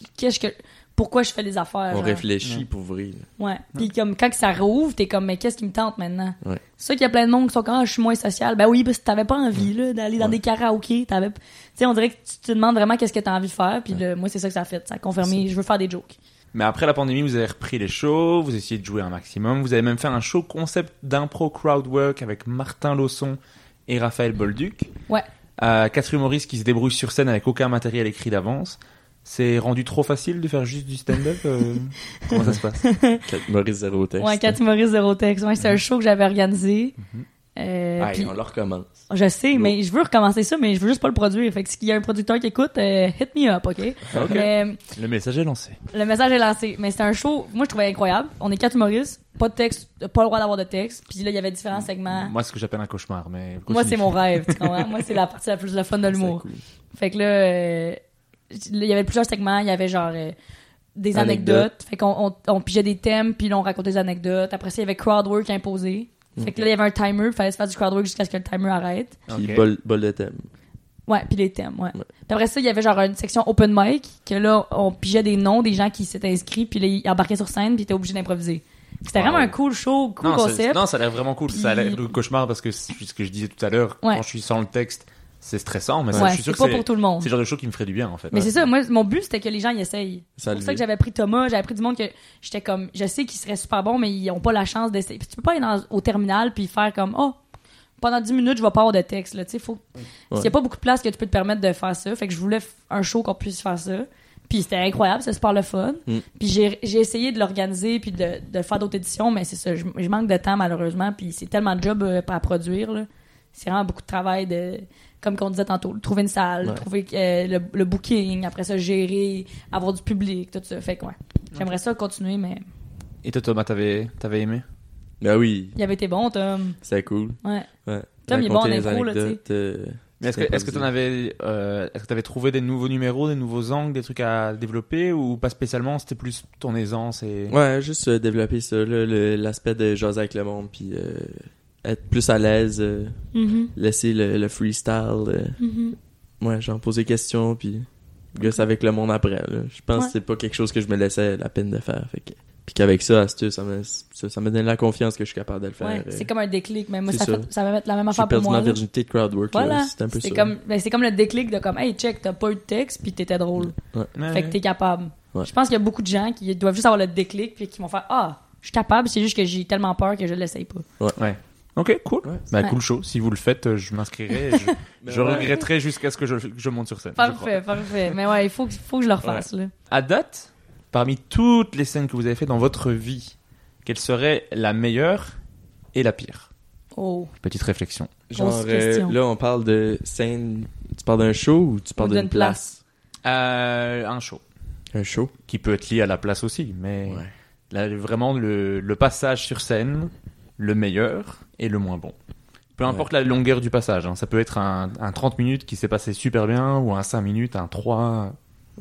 pourquoi je fais les affaires. On réfléchit pour vrai. Ouais. Puis comme quand ça rouvre, t'es comme, mais qu'est-ce qui me tente maintenant? Ouais. C'est ça qu'il y a plein de monde qui sont comme, je suis moins social. Ben oui, parce que t'avais pas envie, là, d'aller dans des karaokés. Tu sais, on dirait que tu te demandes vraiment qu'est-ce que t'as envie de faire. Puis moi, c'est ça que ça a fait. Ça a confirmé, je veux faire des jokes. Mais après la pandémie, vous avez repris les shows, vous essayez de jouer un maximum. Vous avez même fait un show concept d'impro crowdwork avec Martin Lausson et Raphaël Bolduc. Ouais. 4 humoristes qui se débrouillent sur scène avec aucun matériel écrit d'avance. C'est rendu trop facile de faire juste du stand-up Comment ça se passe? 4 humoristes zéro texte. Ouais, 4 humoristes zéro texte. Ouais, c'est un show que j'avais organisé. Puis on le recommence. Je sais, mais je veux recommencer ça, mais je veux juste pas le produire. Fait que s'il y a un producteur qui écoute, hit me up, OK? Mais, le message est lancé. Le message est lancé. Mais c'était un show, moi je trouvais incroyable. On est 4 humoristes, pas de texte, pas le droit d'avoir de texte. Puis là, il y avait différents segments. Moi, c'est ce que j'appelle un cauchemar, mais... Moi, c'est mon rêve, tu comprends? Moi, c'est la partie la plus fun de l'humour. Cool. Fait que là, il y avait plusieurs segments. Il y avait genre des anecdotes. Fait qu'on pigeait des thèmes, puis là, on racontait des anecdotes. Après ça, il y avait crowdwork imposé. Fait que là, il y avait un timer, il fallait se faire du crowdwork jusqu'à ce que le timer arrête. Puis bol de thème. Ouais, puis les thèmes, ouais. Puis après ça, il y avait genre une section open mic, que là, on pigeait des noms des gens qui s'étaient inscrits, puis là, ils embarquaient sur scène, puis ils étaient obligés d'improviser. C'était vraiment un cool show, cool concept. Non, ça a l'air vraiment cool. Puis... Ça a l'air le cauchemar parce que c'est ce que je disais tout à l'heure, quand je suis sans le texte, c'est stressant, mais je suis sûr que c'est pas pour tout le monde. C'est le genre de show qui me ferait du bien, en fait. Mais c'est ça, moi, mon but, c'était que les gens y essayent. C'est pour ça que j'avais pris Thomas, j'avais pris du monde que j'étais comme, je sais qu'ils seraient super bons, mais ils ont pas la chance d'essayer. Puis tu peux pas aller au terminal puis faire comme, pendant 10 minutes, je vais pas avoir de texte, là. Tu sais, s'il y a pas beaucoup de place que tu peux te permettre de faire ça. Fait que je voulais un show qu'on puisse faire ça. Puis c'était incroyable, c'est super le fun. Puis j'ai essayé de l'organiser puis de faire d'autres éditions, mais c'est ça, je manque de temps, malheureusement. Puis c'est tellement de job à produire, là. C'est vraiment beaucoup de travail comme on disait tantôt, trouver une salle, trouver le booking, après ça gérer, avoir du public, tout ça. Fait que j'aimerais ça continuer, mais... Et toi, Thomas, t'avais aimé? Ben oui. Il avait été bon, Tom. C'était cool. Ouais. Tom, il est bon en impro, là, tu sais. Mais est-ce que t'avais trouvé des nouveaux numéros, des nouveaux angles, des trucs à développer, ou pas spécialement, c'était plus ton aisance et... Ouais, juste développer ça, là, l'aspect de jaser avec le monde, puis être plus à l'aise, laisser le freestyle. Ouais, genre poser des questions, puis gosse avec le monde après. Là. Je pense que c'est pas quelque chose que je me laissais la peine de faire. Fait que... Puis qu'avec ça, ça me donne la confiance que je suis capable de le faire. Ouais, c'est comme un déclic, mais moi, ça va être la même affaire pour moi. J'ai perdu ma là. virginité de crowdwork. Voilà. Là, c'est un peu ça. C'est comme le déclic de comme, hey, check, t'as pas eu de texte, puis t'étais drôle. Fait que t'es capable. Ouais. Je pense qu'il y a beaucoup de gens qui doivent juste avoir le déclic, puis qui vont faire, je suis capable, c'est juste que j'ai tellement peur que je l'essaye pas. Ouais. Ok, cool. Ouais. Cool show. Si vous le faites, je m'inscrirai. Je regretterai jusqu'à ce que je monte sur scène. Parfait. Mais ouais, il faut que je le refasse. Là. À date, parmi toutes les scènes que vous avez faites dans votre vie, quelle serait la meilleure et la pire? Oh. Petite réflexion. Genre, question. là, on parle de scène... Tu parles d'un show ou tu parles Ou d'une d'une place? Un show. Un show? Qui peut être lié à la place aussi, mais Ouais. là, vraiment le passage sur scène, le meilleur et le moins bon. Peu importe la longueur du passage, hein. Ça peut être un 30 minutes qui s'est passé super bien, ou un 5 minutes, un 3,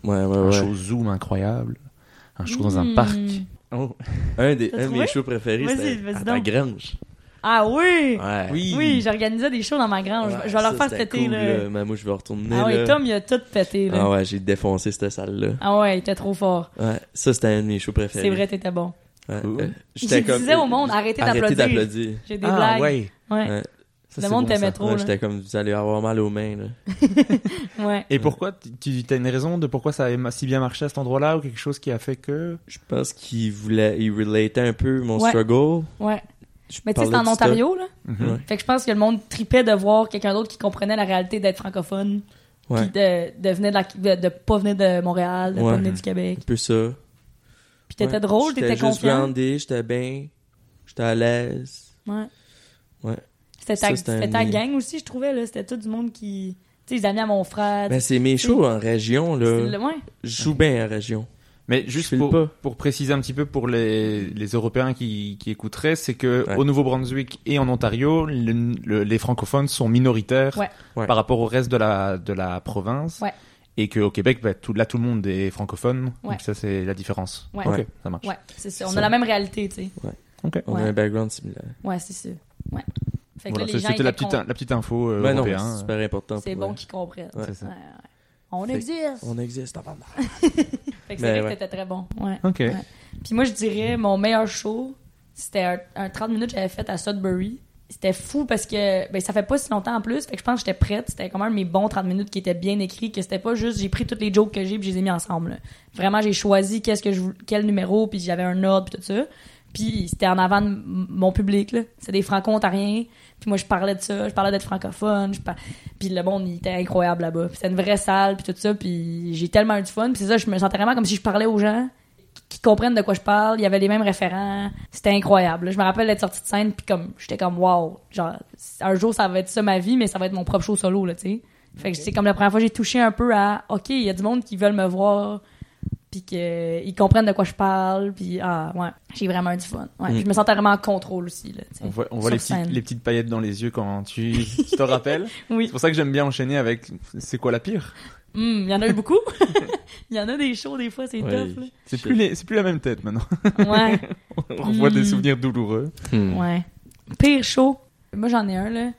un show Zoom incroyable, un show dans un parc. Oh. Un T'as de trouvé? mes shows préférés, Vas-y, c'était vas-y à donc. la Grange. Ah oui! Ouais. Oui, j'organisais des shows dans ma grange. Ouais, je vais leur ça, faire cet c'était été, cool, là. Mais moi, je vais retourner, Ah oui, là. Tom, il a tout pété, là. Ah ouais, j'ai défoncé cette salle-là. Ah ouais, il était trop fort. Ouais, ça, c'était un de mes shows préférés. C'est vrai, t'étais bon. Ouais. Cool. Je disais au monde, arrêtez d'applaudir. J'ai des blagues. Ouais. Ouais. Ouais. Ça, Le c'est monde bon, t'aimait ça. trop, Ouais, là. j'étais comme, vous allez avoir mal aux mains, là. Ouais. Et pourquoi tu as une raison de pourquoi ça a si bien marché à cet endroit-là, ou quelque chose qui a fait que... Je pense qu'il relatait un peu mon Ouais. struggle. Ouais. Je Mais tu sais, c'est parlais en de ça. Ontario, là. Ouais. Fait que je pense que le monde tripait de voir quelqu'un d'autre qui comprenait la réalité d'être francophone. Ouais. Puis de venir de pas venir de Montréal, de Ouais. pas venir du Québec. Un peu ça. Puis t'étais Ouais. drôle, t'étais J'étais juste confiant. groundé, j'étais bien. J'étais à l'aise. Ouais. Ouais. C'était Ça, ta, c'était c'était un ta de mes- gang aussi, je trouvais, là. C'était tout du monde qui... Tu sais, les amis à mon frère. Ben, c'est mes shows en région, C'était là. ouais. Je joue bien en région. Mais juste file pas. pour préciser un petit peu pour les Européens qui écouteraient, c'est que Ouais. au Nouveau-Brunswick et en Ontario, les francophones sont minoritaires Ouais. Ouais. par rapport au reste de la province. Ouais. Et qu'au Québec, bah, tout le monde est francophone. Ouais. Donc ça, c'est la différence. Ouais. Ok, Ouais. ça marche. Ouais, c'est ça. On Ça. a la même réalité, tu sais. Ok. On a Ouais. un background similaire. Ouais, c'est ça. Ouais. Fait que Voilà, là, les gens c'était la étaient petite info Ben non, européenne. c'est super important. C'est pour bon eux. qu'ils comprennent. Ouais. C'est ça. Ouais, ouais. On Fait- existe. On existe avant. Fait que c'est Ben vrai que ouais. t'étais très bon. Ouais. Ok. Ouais. Puis moi, je dirais, mon meilleur show, c'était un 30 minutes que j'avais fait à Sudbury. C'était fou parce que ça fait pas si longtemps en plus. Fait que je pense que j'étais prête. C'était quand même mes bons 30 minutes qui étaient bien écrits. Que c'était pas juste, j'ai pris toutes les jokes que j'ai puis je les ai mis ensemble. Là. Vraiment, j'ai choisi quel numéro puis j'avais un ordre puis tout ça. Puis c'était en avant de mon public, là. C'est des franco-ontariens. Puis moi, je parlais de ça. Je parlais d'être francophone. Puis le monde, il était incroyable là-bas. Puis c'était une vraie salle, puis tout ça. Puis j'ai tellement eu du fun. Puis c'est ça, je me sentais vraiment comme si je parlais aux gens qui comprennent de quoi je parle. Il y avait les mêmes référents. C'était incroyable. là. Je me rappelle d'être sortie de scène, puis comme, j'étais comme, wow. Genre, un jour, ça va être ça ma vie, mais ça va être mon propre show solo, là, tu sais. Fait que c'est comme la première fois que j'ai touché un peu à, OK, il y a du monde qui veulent me voir, puis qu'ils comprennent de quoi je parle, puis ouais, j'ai vraiment eu du fun. Ouais, puis je me sentais vraiment en contrôle aussi, là, tu sais. On voit Sur scène. les petites paillettes dans les yeux quand tu te rappelles. Oui. C'est pour ça que j'aime bien enchaîner avec c'est quoi la pire. Il y en a eu beaucoup. Il y en a des shows, des fois, c'est Ouais. tough, là. C'est plus la même tête maintenant. Ouais. On revoit des souvenirs douloureux. Ouais. Pire show. Moi, j'en ai un, là.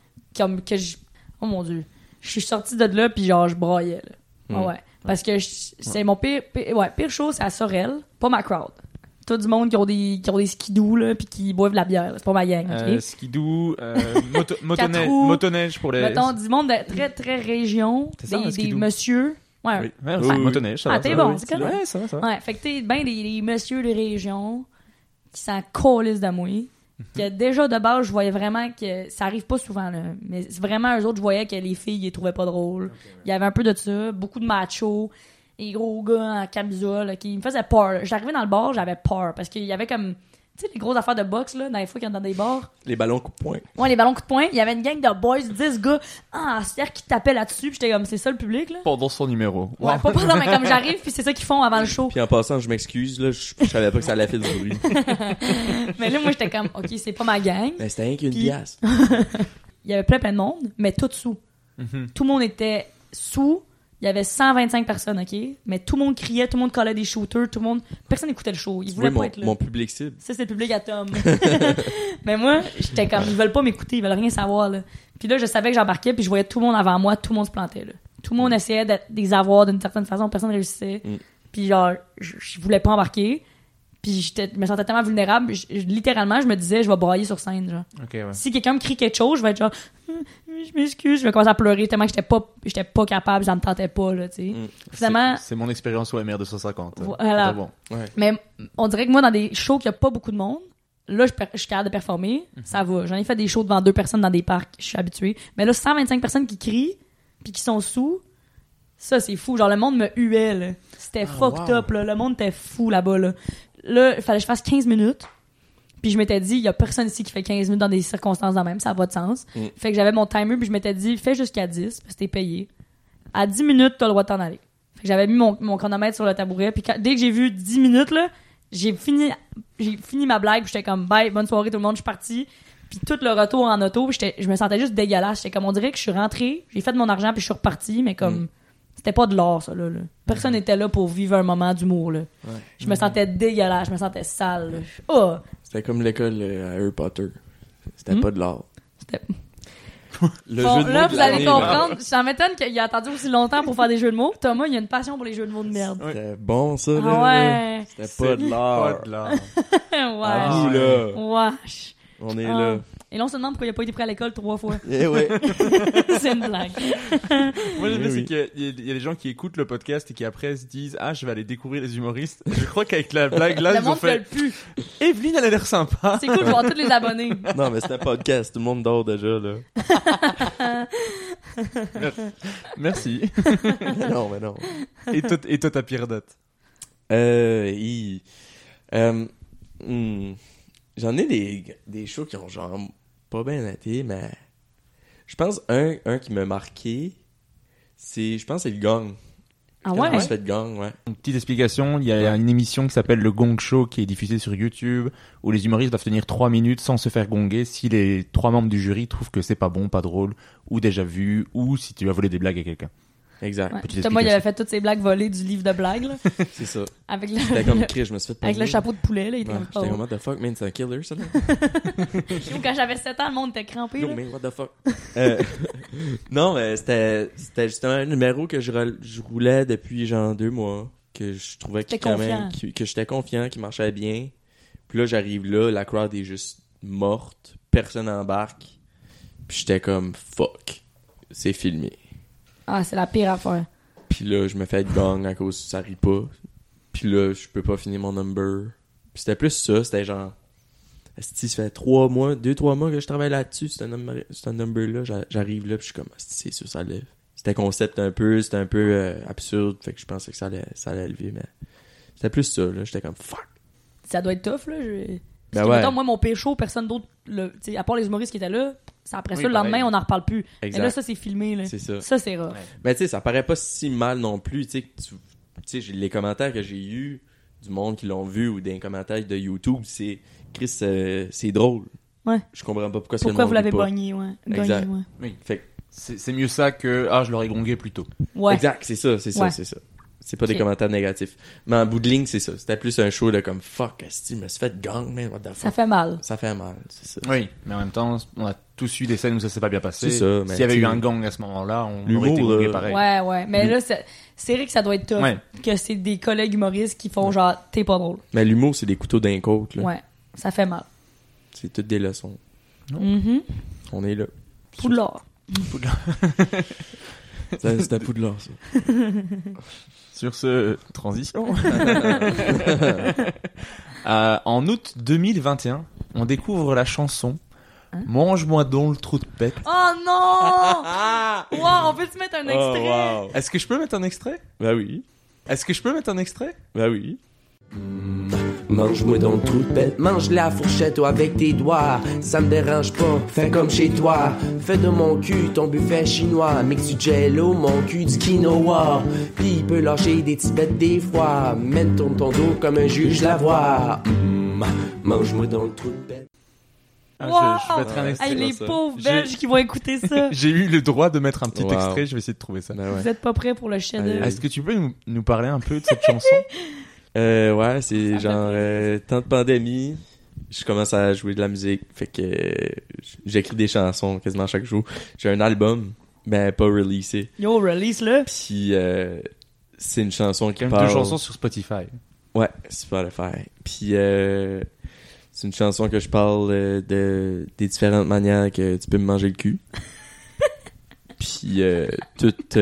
Oh mon Dieu. Je suis sortie de là, puis genre, je broyais, là. Ah ouais. Parce que c'est mon pire show, c'est à Sorel. Pas ma crowd. Tout du monde qui ont des skidoo, là, puis qui boivent de la bière. là. C'est pas ma gang, ok? Skidoo, Quatre roues. motoneige pour les... Mettons, du monde de très, très région. C'est ça, un Des skidoo. messieurs. Ouais. Oui, Oui, c'est oui. motoneige, ça Ah, va. t'es ça bon, va. c'est correct. Ouais, ça va. Ouais, fait que t'es ben des messieurs de région qui s'en colissent de moi. Que déjà de base, je voyais vraiment que ça arrive pas souvent, là. Mais c'est vraiment eux autres, je voyais que les filles, ils les trouvaient pas drôles. Il y avait un peu de ça, beaucoup de machos, les gros gars en camisole, là, qui me faisaient peur. J'arrivais dans le bar, j'avais peur parce qu'il y avait comme, tu sais, les grosses affaires de boxe, là, dans les fois qu'il y en a dans des bars. Les ballons coup de poing. Ouais, les ballons coup de poing. Il y avait une gang de boys, 10 gars, c'est-à-dire qui tapaient là-dessus, puis j'étais comme, c'est ça le public, là? Pendant son numéro. Ouais, pas pendant, mais comme j'arrive, puis c'est ça qu'ils font avant le show. Puis en passant, je m'excuse, là, je savais pas que ça allait faire du bruit. Mais là, moi, j'étais comme, OK, c'est pas ma gang. Mais c'était rien qu'une Puis- pièce. Il y avait plein de monde, mais tout sous. Tout le monde était sous. Il y avait 125 personnes, OK? Mais tout le monde criait, tout le monde collait des shooters, tout le monde... Personne n'écoutait le show. Ils voulaient Oui, pas être là. mon public cible. Ça, c'est le public à Tom. Mais moi, j'étais comme, ils veulent pas m'écouter, ils veulent rien savoir, là. Puis là, je savais que j'embarquais, puis je voyais tout le monde avant moi, tout le monde se plantait, là. Tout le monde essayait de les avoir d'une certaine façon, personne ne réussissait. Puis genre, je voulais pas embarquer. Puis je me sentais tellement vulnérable. Littéralement, je me disais, je vais brailler sur scène, genre. Ok, ouais. Si quelqu'un me crie quelque chose, je vais être genre, je m'excuse, je vais commencer à pleurer tellement que j'étais pas capable, ça me tentais pas, là, tu sais. Finalement, C'est mon expérience OMR 250. Voilà. Très bon. mais on dirait que moi, dans des shows qu'il y a pas beaucoup de monde, là, je suis capable de performer, ça va. J'en ai fait des shows devant 2 personnes dans des parcs, je suis habituée. Mais là, 125 personnes qui crient, puis qui sont sous, ça, c'est fou. Genre, le monde me huait, là. C'était fucked up, là. Le monde était fou là-bas, là. Là, il fallait que je fasse 15 minutes. Puis je m'étais dit, il y a personne ici qui fait 15 minutes dans des circonstances de même, ça n'a pas de sens. Fait que j'avais mon timer, puis je m'étais dit, fais jusqu'à 10, parce que t'es payé. À 10 minutes, t'as le droit de t'en aller. Fait que j'avais mis mon chronomètre sur le tabouret, puis dès que j'ai vu 10 minutes, là, j'ai fini ma blague, puis j'étais comme, bye, bonne soirée tout le monde, je suis partie. Puis tout le retour en auto, je me sentais juste dégueulasse. J'étais comme, on dirait que je suis rentrée, j'ai fait mon argent, puis je suis repartie, mais comme... C'était pas de l'art, ça, là. Personne n'était là pour vivre un moment d'humour, là. Ouais. Je me sentais dégueulasse, je me sentais sale, là. Oh! C'était comme l'école à Harry Potter. C'était pas de l'art. C'était... Le bon, jeu de là, mots vous allez comprendre. Ça m'étonne qu'il a attendu aussi longtemps pour faire des jeux de mots. Thomas, il a une passion pour les jeux de mots de merde. C'était bon, ça, là. Ah ouais. C'était pas de l'art. Pas de l'art. À vous, là. Wesh. On est là. Et là, on se demande pourquoi il a pas été pris à l'école 3 fois. Eh ouais. C'est une blague. Moi, j'aime bien, c'est qu'il y a des gens qui écoutent le podcast et qui après se disent, ah, je vais aller découvrir les humoristes. Je crois qu'avec la blague, là, ils ont fait, Evelyne, elle a l'air sympa. C'est cool de voir tous les abonnés. Non, mais c'est un podcast. Tout le monde dort déjà, là. Merci. Non, mais non. Et toi, ta pire date? J'en ai des shows qui ont genre pas bien été, mais je pense un qui m'a marqué, je pense que c'est le Gong. Ah ouais? Quand on se fait de Gong, ouais. Une petite explication, il y a une émission qui s'appelle Le Gong Show qui est diffusée sur YouTube où les humoristes doivent tenir 3 minutes sans se faire gonguer si les 3 membres du jury trouvent que c'est pas bon, pas drôle, ou déjà vu, ou si tu as volé des blagues à quelqu'un. Exact. Ouais. Moi, il avait fait toutes ces blagues volées du livre de blagues, là. C'est ça. Avec c'était comme cri, je me suis fait avec le chapeau de poulet, là. J'étais comme, what the fuck, man, c'est un killer, ça, là. Quand j'avais 7 ans, le monde était crampé, Yo, là. man, what the fuck. Non, mais c'était justement un numéro que je roulais depuis genre 2 mois, que je trouvais que j'étais confiant, qui marchait bien. Puis là, j'arrive là, la crowd est juste morte, personne embarque. Puis j'étais comme, fuck, c'est filmé. Ah, c'est la pire affaire. Puis là, je me fais être gong à cause que ça rit pas. Puis là, je peux pas finir mon number. Puis c'était plus ça, c'était genre... Ça fait 2-3 mois que je travaille là-dessus, c'est un number-là. J'arrive là, puis je suis comme, c'est sûr, ça lève. C'était concept c'était un peu absurde, fait que je pensais que ça allait lever, mais... C'était plus ça, là, j'étais comme, fuck. Ça doit être tough, là. Ben ouais. Mettons, moi, mon pécho, personne d'autre, à part les humoristes qui étaient là, après ça, le lendemain, on n'en reparle plus. Exact. Mais là, ça, c'est filmé, là. C'est ça. Ça, c'est rough. Ouais. Mais tu sais, ça paraît pas si mal non plus, tu sais, les commentaires que j'ai eus du monde qui l'ont vu ou des commentaires de YouTube, c'est Chris, c'est drôle. Ouais. Je comprends pas pourquoi vous l'avez pogné, ouais. Exact. Gagné, ouais. Oui. Fait que c'est mieux ça que je l'aurais gongué plus tôt. Ouais. Exact, c'est ça. C'est pas des commentaires négatifs. Mais en bout de ligne, c'est ça. C'était plus un show de comme fuck, esti, me suis fait gang, man, what the fuck. Ça fait mal. Ça fait mal, c'est ça. Oui, mais en même temps, on a tous eu des scènes où ça s'est pas bien passé. C'est ça. S'il y avait eu un gang à ce moment-là, on aurait été gongé pareil. Ouais. Mais là, c'est vrai que ça doit être tough. Ouais. Que c'est des collègues humoristes qui font genre, t'es pas drôle. Mais l'humour, c'est des couteaux d'un côte, là. Ouais. Ça fait mal. C'est toutes des leçons. Mm-hmm. On est là. Poudlard. C'était Poudlard, ça. Sur ce, transition. En août 2021, on découvre la chanson Mange-moi donc le trou de pète. Oh non! Wow, on peut te mettre un extrait? Oh, wow. Est-ce que je peux mettre un extrait? Ben oui. Est-ce que je peux mettre un extrait? Ben oui. Mange-moi dans le trou de pète, mange la fourchette ou avec tes doigts. Ça me dérange pas, fais comme chez toi. Fais de mon cul ton buffet chinois. Mix du jello, mon cul du quinoa. Pis il peut lâcher des petits bêtes des fois. Mène ton dos comme un juge la voix. Mange-moi dans le trou de pète. Je mettrai un extrait. Hey, les pauvres Belges qui vont écouter ça. J'ai eu le droit de mettre un petit extrait, je vais essayer de trouver ça. Vous êtes pas prêts pour le chef-d'œuvre? Est-ce que tu peux nous parler un peu de cette chanson? Ouais, c'est genre temps de pandémie. Je commence à jouer de la musique, fait que j'écris des chansons quasiment chaque jour. J'ai un album, mais pas releasé. Yo, release-le. Puis c'est une chanson qui parle... parle... 2 chansons sur Spotify. Ouais, Spotify. Puis c'est une chanson que je parle des différentes manières que tu peux me manger le cul. Puis toute...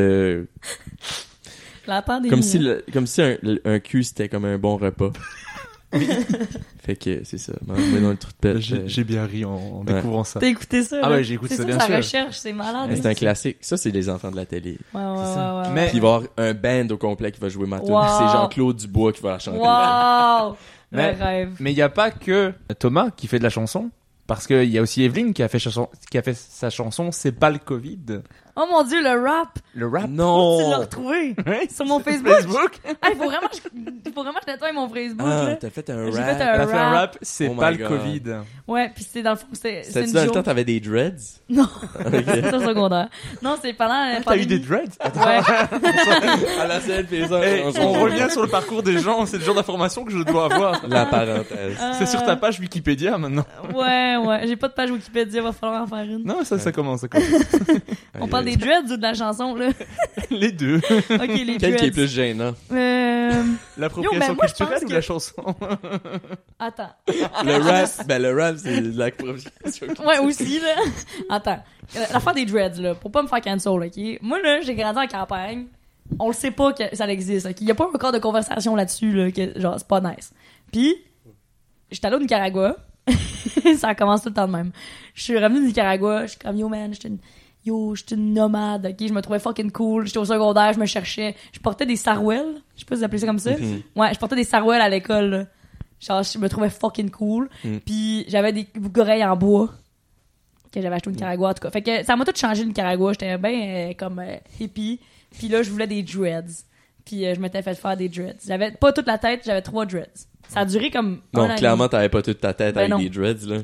La pandémie. Comme si un cul c'était comme un bon repas. Fait que c'est ça. Mange-moi dans le trou de pète. J'ai bien ri en découvrant ça. T'as écouté ça? Ah ouais, j'ai écouté ça, bien sûr. C'est ça, recherche, c'est malade. C'est un classique. Ça, c'est les enfants de la télé. Ouais. Mais il va y avoir un band au complet qui va jouer ma tune. C'est Jean-Claude Dubois qui va la chanter. Wow! Mais il y a pas que Thomas qui fait de la chanson. Parce qu'il y a aussi Evelyne qui a fait sa chanson C'est pas le Covid. Oh mon Dieu, le rap! Le rap? Non! Tu l'as retrouvé? Ouais, sur mon Facebook? Hey, faut vraiment que je nettoie mon Facebook, là. T'as fait un J'ai rap. fait un Elle a fait un rap. rap, c'est Oh pas my le God. Covid. Ouais, puis c'est dans le fond, c'est C'était-tu une dans le joke. temps t'avais des dreads? Non, c'est au secondaire. Non, c'est pendant la T'as eu des pandémie. dreads? Ouais. À la scène, puis Hey, on revient sur le parcours des gens, c'est le genre d'information que je dois avoir. La parenthèse. C'est sur ta page Wikipédia maintenant. Ouais. J'ai pas de page Wikipédia, va falloir en faire une. Non, ça commence. On parle des dreads ou de la chanson, là? Les deux. Ok, les Quel qui est dreads. plus gênant? L'appropriation Yo, mais moi, je culturelle pense ou que- la chanson? Attends. Le rap, c'est l'appropriation. Ouais, aussi, là. Attends. L'affaire des dreads, là, pour pas me faire cancel, ok? Moi, là, j'ai grandi en campagne. On le sait pas que ça existe, ok? Y a pas encore de conversation là-dessus, là, que, genre, c'est pas nice. Puis, j'étais allé au Nicaragua. Ça commence tout le temps de même. Je suis revenu du Nicaragua. Je suis comme, yo, man, j'étais une nomade, ok? Je me trouvais fucking cool. J'étais au secondaire, je me cherchais. Je portais des sarouels. Je sais pas si vous appelez ça comme ça. Ouais, je portais des sarouels à l'école, là. Genre, je me trouvais fucking cool. Puis, j'avais des boucles-oreilles en bois que j'avais acheté au Nicaragua, en tout cas. Fait que ça m'a tout changé, le Nicaragua. J'étais bien comme hippie. Puis là, je voulais des dreads. Puis je m'étais fait faire des dreads. J'avais pas toute la tête, j'avais 3 dreads. Ça a duré comme un an Non, et clairement, demi. t'avais pas toute ta tête Ben avec non. des dreads, là.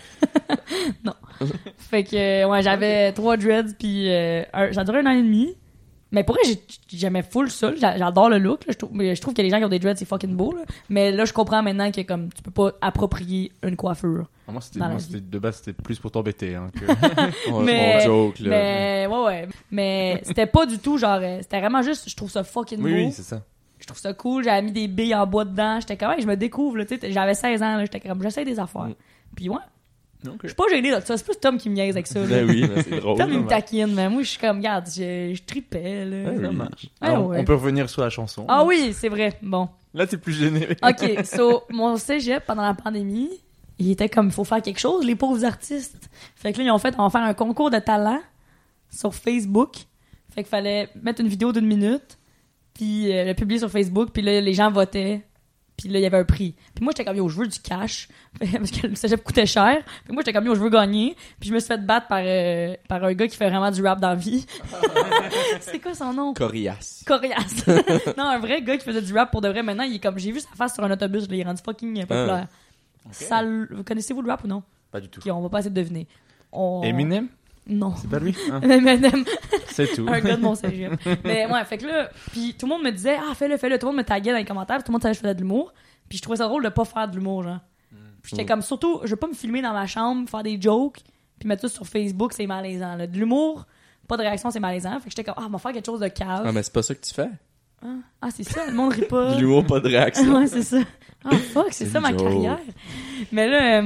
Fait que, ouais, j'avais 3 dreads, puis ça a duré 1 an et demi. Mais pour vrai, j'aimais full ça. J'adore le look. Là. Je trouve que les gens qui ont des dreads, c'est fucking beau. Là. Mais là, je comprends maintenant que comme tu peux pas approprier une coiffure. Moi, Dans la vie. de base, c'était plus pour t'embêter. Hein, que... Mais- Mon joke, là. Mais ouais. Mais c'était pas du tout genre. C'était vraiment juste, je trouve ça fucking beau. oui, c'est ça. Je trouve ça cool. J'avais mis des billes en bois dedans. J'étais comme, hey, je me découvre. Là, tu sais, j'avais 16 ans. Là, j'étais comme, j'essaie des affaires. Puis ouais. Je suis pas gêné de ça. C'est plus Tom qui me niaise avec ça. Là. Ben oui, mais c'est drôle. Tom, il me taquine. Mais moi, je suis comme, regarde, je tripais. Là. Ouais, Ça oui. marche. Ah, Alors, ouais. on peut revenir sur la chanson. Ah oui, c'est vrai. Bon. Là, t'es plus gêné. OK, so, mon cégep, pendant la pandémie, il était comme, il faut faire quelque chose, les pauvres artistes. Fait que là, on va faire un concours de talent sur Facebook. Fait qu'il fallait mettre une vidéo d'1 minute, puis le publier sur Facebook, puis là, les gens votaient, puis là, il y avait un prix. Puis moi, j'étais comme, yo, je veux du cash, parce que le cégep coûtait cher. Puis moi, j'étais comme, yo, je veux gagner. Puis je me suis fait battre par un gars qui fait vraiment du rap dans la vie. C'est quoi son nom? Coriace. Coriace. Non, un vrai gars qui faisait du rap pour de vrai. Maintenant, il est comme, j'ai vu sa face sur un autobus, là, il est rendu fucking populaire. Vous connaissez-vous le rap ou non? Pas du tout. Ok, on va pas essayer de deviner. Eminem? Non. C'est pas lui? Hein. Eminem. C'est tout. Un gars de mon cégep. Mais ouais, fait que là, puis tout le monde me disait, ah, fais-le. Tout le monde me taguait dans les commentaires, puis tout le monde savait que je faisais de l'humour. Puis je trouvais ça drôle de pas faire de l'humour, genre. Puis j'étais comme, surtout, je veux pas me filmer dans ma chambre, faire des jokes, puis mettre ça sur Facebook, c'est malaisant. Là. De l'humour, pas de réaction, c'est malaisant. Fait que j'étais comme, ah, on va faire quelque chose de cave. Ah, mais c'est pas ça que tu fais. Ah, c'est ça, le monde rit pas. De l'humour, pas de réaction. Ouais, c'est ça. Ah, fuck, c'est ça ma une carrière. Mais là,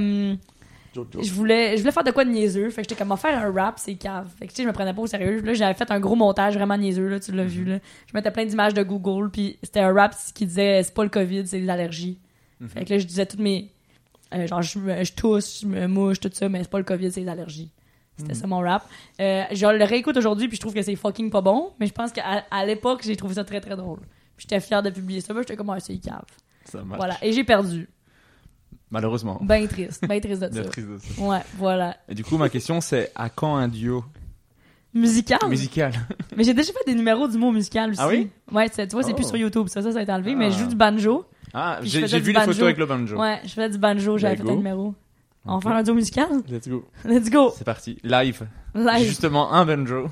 je voulais faire de quoi de niaiseux. Fait que j'étais comme, on va faire un rap, c'est cave. Fait que tu sais, je me prenais pas au sérieux. Là, j'avais fait un gros montage vraiment niaiseux, là, tu l'as vu, là. Je mettais plein d'images de Google, puis c'était un rap qui disait, c'est pas le COVID, c'est les allergies. Fait que là, je disais toutes mes. Genre, je tousse, je me mouche, tout ça, mais c'est pas le COVID, c'est les allergies. C'était ça mon rap. Je le réécoute aujourd'hui, puis je trouve que c'est fucking pas bon, mais je pense qu'à l'époque, j'ai trouvé ça très très drôle. Puis j'étais fière de publier ça, mais j'étais comme, ah, c'est cave. Ça marche. Voilà. Et j'ai perdu. Malheureusement. Ben triste de ça. Bien triste de ça. Ouais, voilà. Et du coup, ma question, c'est à quand un duo Musical. musical? Mais j'ai déjà fait des numéros d'humour musical aussi. Ah oui? Ouais, tu vois, c'est plus sur YouTube. Ça a été enlevé, mais je joue du banjo. Ah, Puis je j'ai faisais vu du les banjo. photos avec le banjo. Ouais, je faisais du banjo, j'avais fait un numéro. On va faire un duo musical? Let's go. Let's go! C'est parti. Live. Live. Justement, un banjo.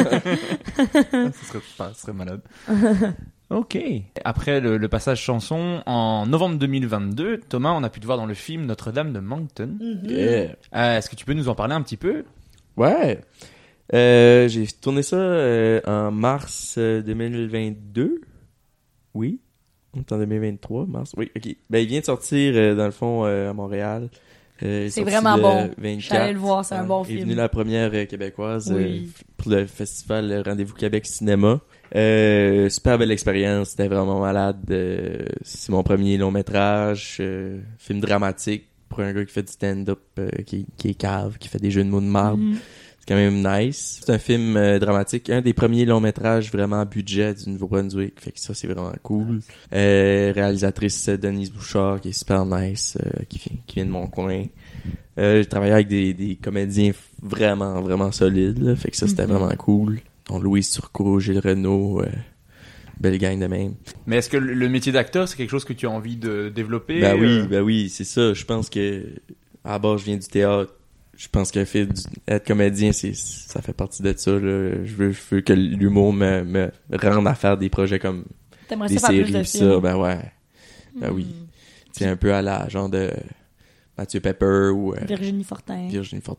Ce serait malade. Ok. Après le passage chanson, en novembre 2022, Thomas, on a pu te voir dans le film Notre-Dame de Moncton. Yeah. Est-ce que tu peux nous en parler un petit peu? Ouais. J'ai tourné ça en mars 2022. Oui. On est en 2023, mars. Oui, ok. Ben, il vient de sortir, dans le fond, à Montréal. C'est vraiment bon. 24. J'allais le voir, c'est un bon Il est film. venu la première québécoise Oui. pour le festival Rendez-vous Québec Cinéma. Super belle expérience, c'était vraiment malade. C'est mon premier long métrage, film dramatique pour un gars qui fait du stand-up, qui est cave, qui fait des jeux de mots de marde. Mhm. quand même nice. C'est un film dramatique, un des premiers longs métrages vraiment à budget du Nouveau-Brunswick, fait que ça c'est vraiment cool. Réalisatrice Denise Bouchard qui est super nice, qui vient de mon coin. J'ai travaillé avec des comédiens vraiment vraiment solides, là, fait que ça c'était vraiment cool. Donc Louise Turcot, Gilles Renaud, belle gang de même. Mais est-ce que le métier d'acteur, c'est quelque chose que tu as envie de développer? Ben oui, c'est ça. Je pense que à la base, je viens du théâtre. Je pense que être comédien, ça fait partie de ça, là. Je veux que l'humour me rende à faire des projets comme T'aimerais des ça faire séries, plus de ça. films? Ben ouais. Ben oui. C'est un peu à la genre de Mathieu Pepper ou Virginie Fortin.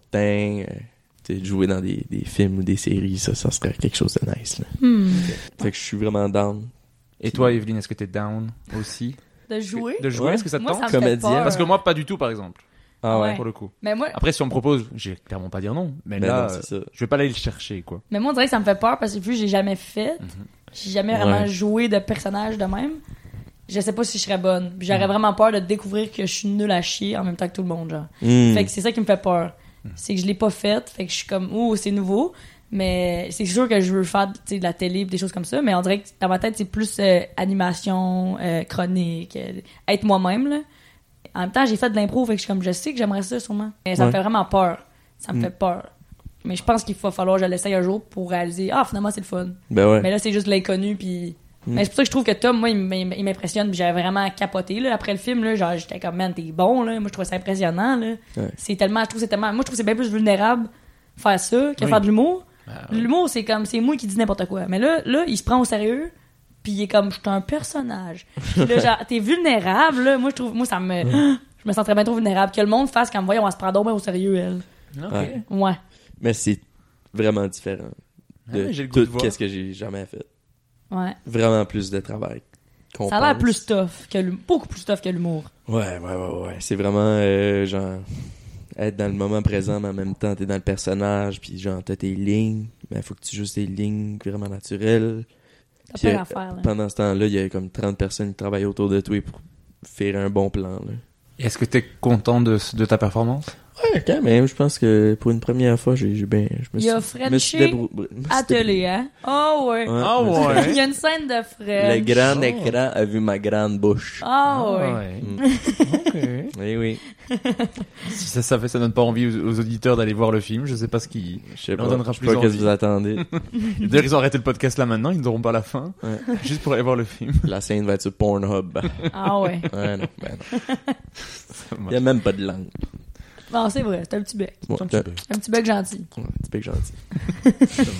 De jouer dans des films ou des séries, ça serait quelque chose de nice, là. Fait que je suis vraiment down. Et toi, Evelyne, est-ce que t'es down aussi? De jouer? Est-ce que ça te Moi, tente? ça me fait Comédienne. peur. Parce que moi, pas du tout, par exemple. Ah ouais. Pour le coup. Mais moi, Après, si on me propose, j'ai clairement pas dire non. Mais Ben là, non, c'est ça. je vais pas aller le chercher, quoi. on dirait que ça me fait peur parce que vu que j'ai jamais fait, j'ai jamais vraiment joué de personnage de même, je sais pas si je serais bonne. Puis j'aurais vraiment peur de découvrir que je suis nulle à chier en même temps que tout le monde, genre. Fait que c'est ça qui me fait peur. C'est que je l'ai pas faite, fait que je suis comme, c'est nouveau. Mais c'est sûr que je veux faire de la télé, des choses comme ça, mais on dirait que dans ma tête, c'est plus animation, chronique, être moi-même, là. En même temps, j'ai fait de l'impro, fait que je sais que j'aimerais ça sûrement. Mais ça me fait vraiment peur. Ça me fait peur. Mais je pense qu'il va falloir que je l'essaye un jour pour réaliser, finalement, c'est le fun. Ben ouais. Mais là, c'est juste l'inconnu, puis... Mais c'est pour ça que je trouve que Tom, moi, il m'impressionne, puis j'avais vraiment capoté, là. Après le film, là, genre, j'étais comme, man, t'es bon, là. Moi, je trouvais ça impressionnant, là. Ouais. C'est tellement... Moi, je trouve que c'est bien plus vulnérable faire ça que faire de l'humour. L'humour, c'est comme, c'est moi qui dis n'importe quoi. Mais là, il se prend au sérieux, puis il est comme, je suis un personnage. Puis là, genre, t'es vulnérable, là. Moi, ça me... Je me sentirais bien trop vulnérable. Que le monde fasse comme, voyons, on va se prendre donc bien au sérieux, elle. Okay. Ouais. Mais c'est vraiment différent de j'ai le goût de tout voir. ce que j'ai jamais fait. Ouais. Vraiment plus de travail. Ça a l'air plus tough beaucoup plus tough que l'humour. Ouais. C'est vraiment genre être dans le moment présent, mais en même temps t'es dans le personnage, puis genre t'as tes lignes, mais il faut que tu joues tes lignes vraiment naturelles. T'as Puis, peur à faire, là. pendant ce temps-là, il y a comme 30 personnes qui travaillent autour de toi pour faire un bon plan, là. Est-ce que t'es content de ta performance? Ouais, quand même. Je pense que pour une première fois, j'ai bien... Il a Frenché attelé, hein? Oh ouais. Ah ouais. Il y a une scène de French. Le grand écran a vu ma grande bouche. Ah ouais. Ok. Oui. Si ça donne pas envie aux auditeurs d'aller voir le film, je sais pas ce qui Je sais leur pas, donnera je sais plus pas qu'est-ce envie. que vous attendez. D'ailleurs, ils ont arrêté le podcast là maintenant, ils n'auront pas la fin. Ouais. Juste pour aller voir le film. La scène va être sur Pornhub. Ah ouais. Ouais, non. Il y a même pas de langue. Non, c'est vrai, c'est un petit bec. Ouais, Un petit bec gentil. Un petit bec gentil.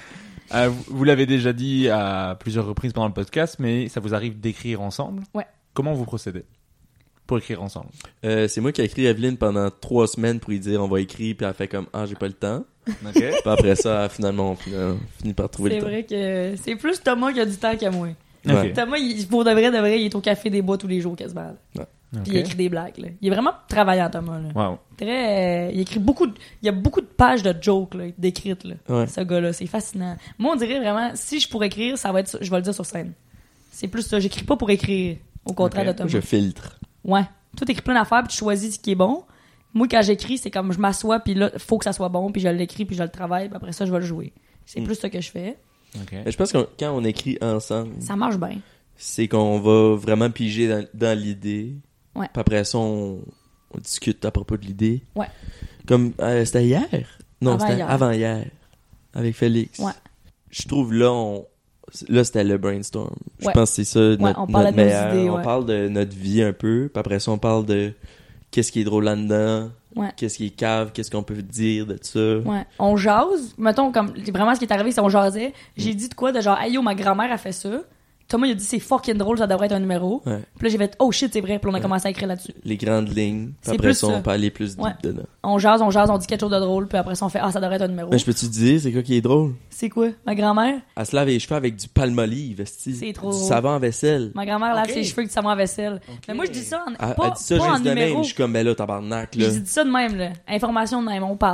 Vous l'avez déjà dit à plusieurs reprises pendant le podcast, mais ça vous arrive d'écrire ensemble? Ouais. Comment vous procédez pour écrire ensemble? C'est moi qui ai écrit Evelyne pendant 3 semaines pour lui dire on va écrire, puis elle fait comme j'ai pas le temps. Ok. Puis après ça, finalement, on finit par trouver C'est le temps. vrai que c'est plus Thomas qui a du temps que moi. Ouais. Thomas, pour de vrai, il est au Café des Bois tous les jours quasiment. Là. Ouais. Puis il écrit des blagues. Là. Il est vraiment travaillant, Thomas. Là. Wow. Très, il écrit beaucoup. Il y a beaucoup de pages de jokes là, d'écrites. Là. Ouais. Ce gars-là, c'est fascinant. Moi, on dirait vraiment, si je pourrais écrire, ça va être, je vais le dire sur scène. C'est plus ça. J'écris pas pour écrire, au contraire Ok. de Thomas. Je filtre. Ouais. Toi, t'écris plein d'affaires, puis tu choisis ce qui est bon. Moi, quand j'écris, c'est comme je m'assois, puis là, faut que ça soit bon, puis je l'écris, puis je le travaille, puis après ça, je vais le jouer. C'est plus ce que je fais. Ok. Mais je pense que quand on écrit ensemble, Ça marche bien. c'est qu'on va vraiment piger dans l'idée. Ouais. Puis après ça, on discute à propos de l'idée. Ouais. Comme, c'était hier? Non, Avant c'était hier. avant-hier. Avec Félix. Ouais. Je trouve là, c'était le brainstorm. Je Ouais. pense que c'est ça notre, on parlait notre de nos meilleur. idées, On ouais. parle de notre vie un peu. Puis après ça, on parle de qu'est-ce qui est drôle là-dedans. Ouais. Qu'est-ce qui est cave. Qu'est-ce qu'on peut dire de ça. Ouais. On jase. Mettons, comme, vraiment, ce qui est arrivé, c'est qu'on jasait. J'ai dit de quoi? De genre, hey yo, ma grand-mère a fait ça. Thomas, il a dit, c'est fucking drôle, ça devrait être un numéro. Ouais. Puis là, j'ai fait, oh shit, c'est vrai. Puis on a commencé à écrire là-dessus. Les grandes lignes. Puis C'est après plus ça, ça. on peut aller plus deep Ouais. dedans. On jase, on dit quelque chose de drôle. Puis après ça, on fait, ça devrait être un numéro. Mais je peux-tu te dire, c'est quoi qui est drôle? C'est quoi? Ma grand-mère? Elle se lave les cheveux avec du palmolive, esti. C'est trop Du drôle. savon à vaisselle. Ma grand-mère lave ses cheveux avec du savon à vaisselle. Mais moi, je dis ça Elle pas dit ça en juste de même. numéro. Je suis comme, ben là, tabarnak, Je là. dis ça de même, là. Information de même, on parle.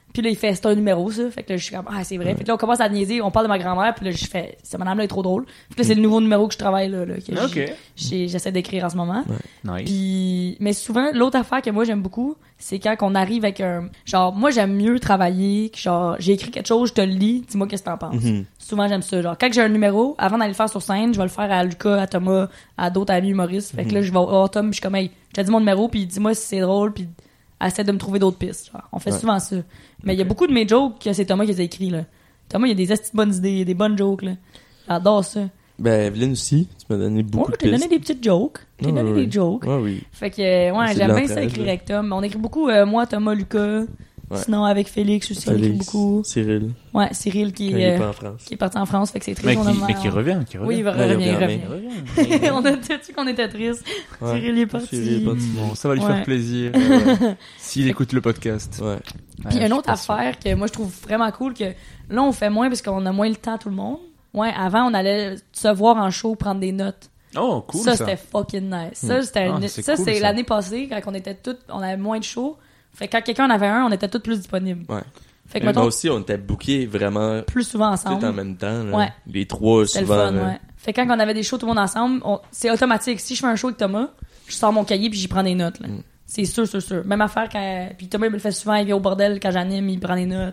Puis là, il fait, c'est un numéro, ça. Fait que là, je suis comme, ah, c'est vrai. Fait que là, on commence à niaiser, on parle de ma grand-mère, puis là, je fais, cette madame-là est trop drôle. Fait que là, c'est le nouveau numéro que je travaille, là, que j'essaie d'écrire en ce moment. Nice. Puis, mais souvent, l'autre affaire que moi, j'aime beaucoup, c'est quand on arrive avec un, genre, moi, j'aime mieux travailler, que genre, j'ai écrit quelque chose, je te le lis, dis-moi qu'est-ce que t'en penses. Souvent, j'aime ça. Genre, quand j'ai un numéro, avant d'aller le faire sur scène, je vais le faire à Lucas, à Thomas, à d'autres amis humoristes. Fait que là, je vais voir Tom, puis je suis comme, hey, je te dis mon numéro, puis dis-moi si c'est drôle, puis essaie de me trouver d'autres pistes. Genre, on fait souvent ça. Mais il y a beaucoup de mes jokes que c'est Thomas qui les a écrits, là. Thomas, il y a des esti de bonnes idées, des bonnes jokes, là. J'adore ça. Ben, Evelyne aussi, tu m'as donné beaucoup de pistes. Je t'ai donné des petites jokes. Des jokes. Ouais, oui. Fait que, j'aime bien ça écrire avec Tom. On écrit beaucoup, moi, Thomas, Lucas. Sinon, avec Félix aussi, on écrit beaucoup. Cyril. Ouais, Cyril qui est parti en France. Fait que c'est triste. Mais qui revient. Oui, il revient. On a tout dit qu'on était triste. Cyril est parti. Bon, ça va lui faire plaisir. S'il écoute le podcast. Ouais. Puis une autre affaire que moi je trouve vraiment cool, que là on fait moins parce qu'on a moins le temps tout le monde. Ouais, avant on allait se voir en show, prendre des notes. Oh, cool. Ça c'était fucking nice. Ça c'est l'année passée quand on était toutes, on avait moins de shows. Fait que quand quelqu'un en avait un, on était tous plus disponibles. Ouais. Fait que moi aussi on était bookés vraiment plus souvent ensemble. Tout en même temps là. Ouais. Les trois c'était souvent. Le fun, ouais. Fait que quand on avait des shows tout le monde ensemble, c'est automatique. Si je fais un show avec Thomas, je sors mon cahier puis j'y prends des notes là. C'est sûr. Même affaire quand... Puis Thomas, il me le fait souvent, il vient au bordel quand j'anime, il prend des notes.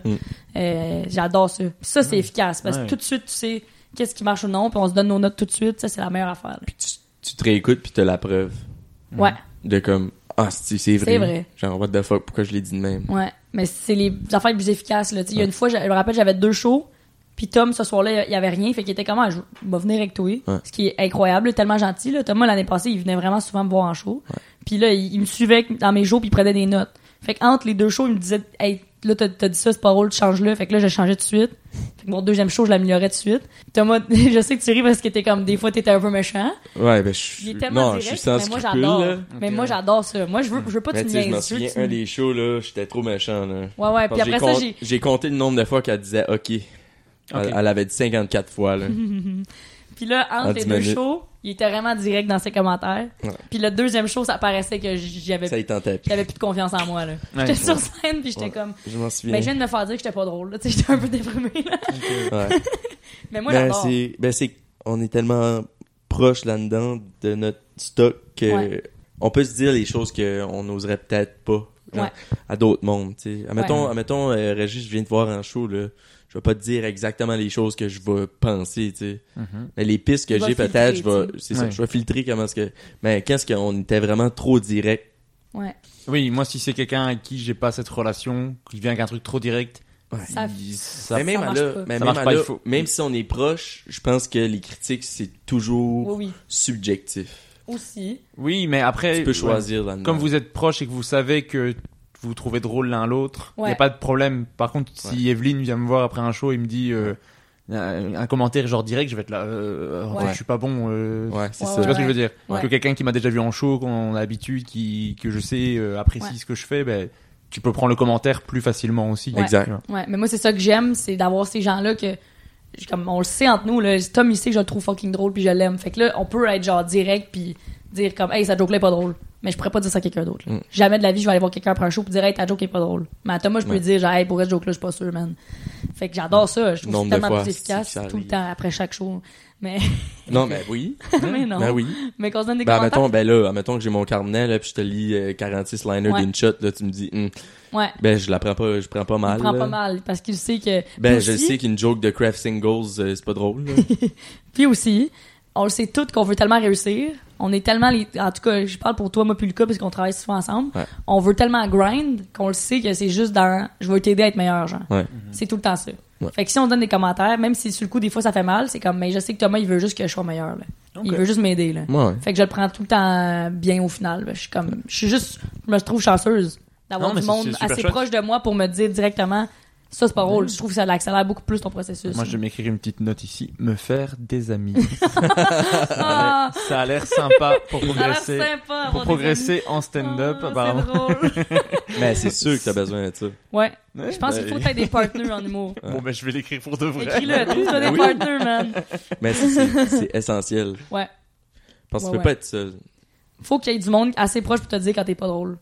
J'adore ça. Puis ça, c'est efficace, parce que tout de suite, tu sais qu'est-ce qui marche ou non, puis on se donne nos notes tout de suite. Ça, c'est la meilleure affaire. Là. Puis tu te réécoutes, puis t'as la preuve. Ouais. De comme, c'est vrai. C'est vrai. Genre, what the fuck, pourquoi je l'ai dit de même? Ouais. Mais c'est les affaires les plus efficaces, là. Il y a une fois, je me rappelle, j'avais 2 shows, puis Tom, ce soir-là, il y avait rien, fait qu'il était comme, je vais venir avec toi. Ce qui est incroyable, tellement gentil, là. Thomas, l'année passée, il venait vraiment souvent me voir en show. Puis là, il me suivait dans mes shows, puis il prenait des notes. Fait qu'entre les 2 shows, il me disait, hey, là, t'as dit ça, c'est pas drôle, change-le. Fait que là, j'ai changé tout de suite. Fait que mon deuxième show, je l'améliorais tout de suite. Thomas, je sais que tu ris parce que t'es comme, des fois, t'étais un peu méchant. Ouais, ben, je suis sans mais moi, scrupule, j'adore. là. Mais moi, j'adore ça. Moi, je veux pas que tu me je m'en souviens, un des shows, là, j'étais trop méchant, là. Ouais, puis après ça, j'ai compté le nombre de fois qu'elle disait OK. Elle avait dit 54 fois, là. Puis là, entre les 2 shows, il était vraiment direct dans ses commentaires. Ouais. Puis le deuxième show, ça paraissait que j'avais plus de confiance en moi, là. J'étais sur scène, puis j'étais comme... Je m'en souviens. Mais je viens de me faire dire que j'étais pas drôle, là. Tu sais, j'étais un peu déprimée, là. Ouais. Mais moi, j'adore. On est tellement proche là-dedans de notre stock que on peut se dire les choses qu'on n'oserait peut-être pas à d'autres mondes, tu sais. Admettons, Régis, je viens te voir en show, là. Je vais pas te dire exactement les choses que je vais penser, tu sais. Mais les pistes que j'ai, peut-être, je vais filtrer mais qu'est-ce qu'on était vraiment trop direct. Ouais. Oui, moi, si c'est quelqu'un avec qui j'ai pas cette relation, qui vient avec un truc trop direct, même si on est proche, je pense que les critiques, c'est toujours subjectif. Aussi. Oui, mais après, tu peux choisir là-dedans. Comme vous êtes proches et que vous savez que vous trouvez drôle l'un l'autre, il n'y a pas de problème. Par contre, si Evelyne vient me voir après un show et me dit un commentaire genre direct, je vais être là, je suis pas bon. C'est ça. Tu vois ce que je veux dire? Que quelqu'un qui m'a déjà vu en show, qu'on a l'habitude, que je sais apprécie ce que je fais, ben tu peux prendre le commentaire plus facilement aussi. Exact. Ouais, mais moi c'est ça que j'aime, c'est d'avoir ces gens-là que comme on le sait entre nous, là, Tom il sait que je le trouve fucking drôle puis je l'aime. Fait que là, on peut être genre direct puis dire comme hey, sa joke là est pas drôle. Mais je pourrais pas dire ça à quelqu'un d'autre. Jamais de la vie, je vais aller voir quelqu'un après un show pour dire hey, ta joke est pas drôle. Mais à Thomas, je peux lui dire genre hey, pour cette joke là, je suis pas sûr, man. Fait que j'adore ça, je trouve que c'est tellement plus efficace tout le temps après chaque show. Mais non, mais oui. Mais non. Ben oui. Mais qu'on se donne des commentaires. Admettons que j'ai mon carnet là, puis je te lis 46 liners d'une shot là, tu me dis ben je prends pas mal. Je prends pas mal parce qu'il sait que je sais qu'une joke de Craft Singles c'est pas drôle. Puis aussi, on le sait tous qu'on veut tellement réussir. On est tellement en tout cas, je parle pour toi, moi puis Lucas parce qu'on travaille souvent ensemble. On veut tellement grind qu'on le sait que c'est juste dans je veux t'aider à être meilleur, genre. C'est tout le temps ça. Fait que si on donne des commentaires, même si sur le coup des fois ça fait mal, c'est comme mais je sais que Thomas il veut juste que je sois meilleur là. Il veut juste m'aider là. Fait que je le prends tout le temps bien au final. Là. Je me trouve chanceuse d'avoir du monde assez proche de moi pour me dire directement ça c'est pas drôle. Je trouve que ça accélère beaucoup plus ton processus. Moi je vais m'écrire une petite note ici, me faire des amis. Ça a l'air sympa pour progresser. Pour progresser en stand-up. C'est drôle. Mais c'est sûr que t'as besoin de ça. Ouais. Je pense qu'il faut que t'aies des partenaires en humour. Bon ben je vais l'écrire pour de vrai. Écris-le, trouve-toi des partenaires, man. Mais c'est essentiel. Ouais. Parce que tu peux pas être seul. Faut qu'il y ait du monde assez proche pour te dire quand t'es pas drôle.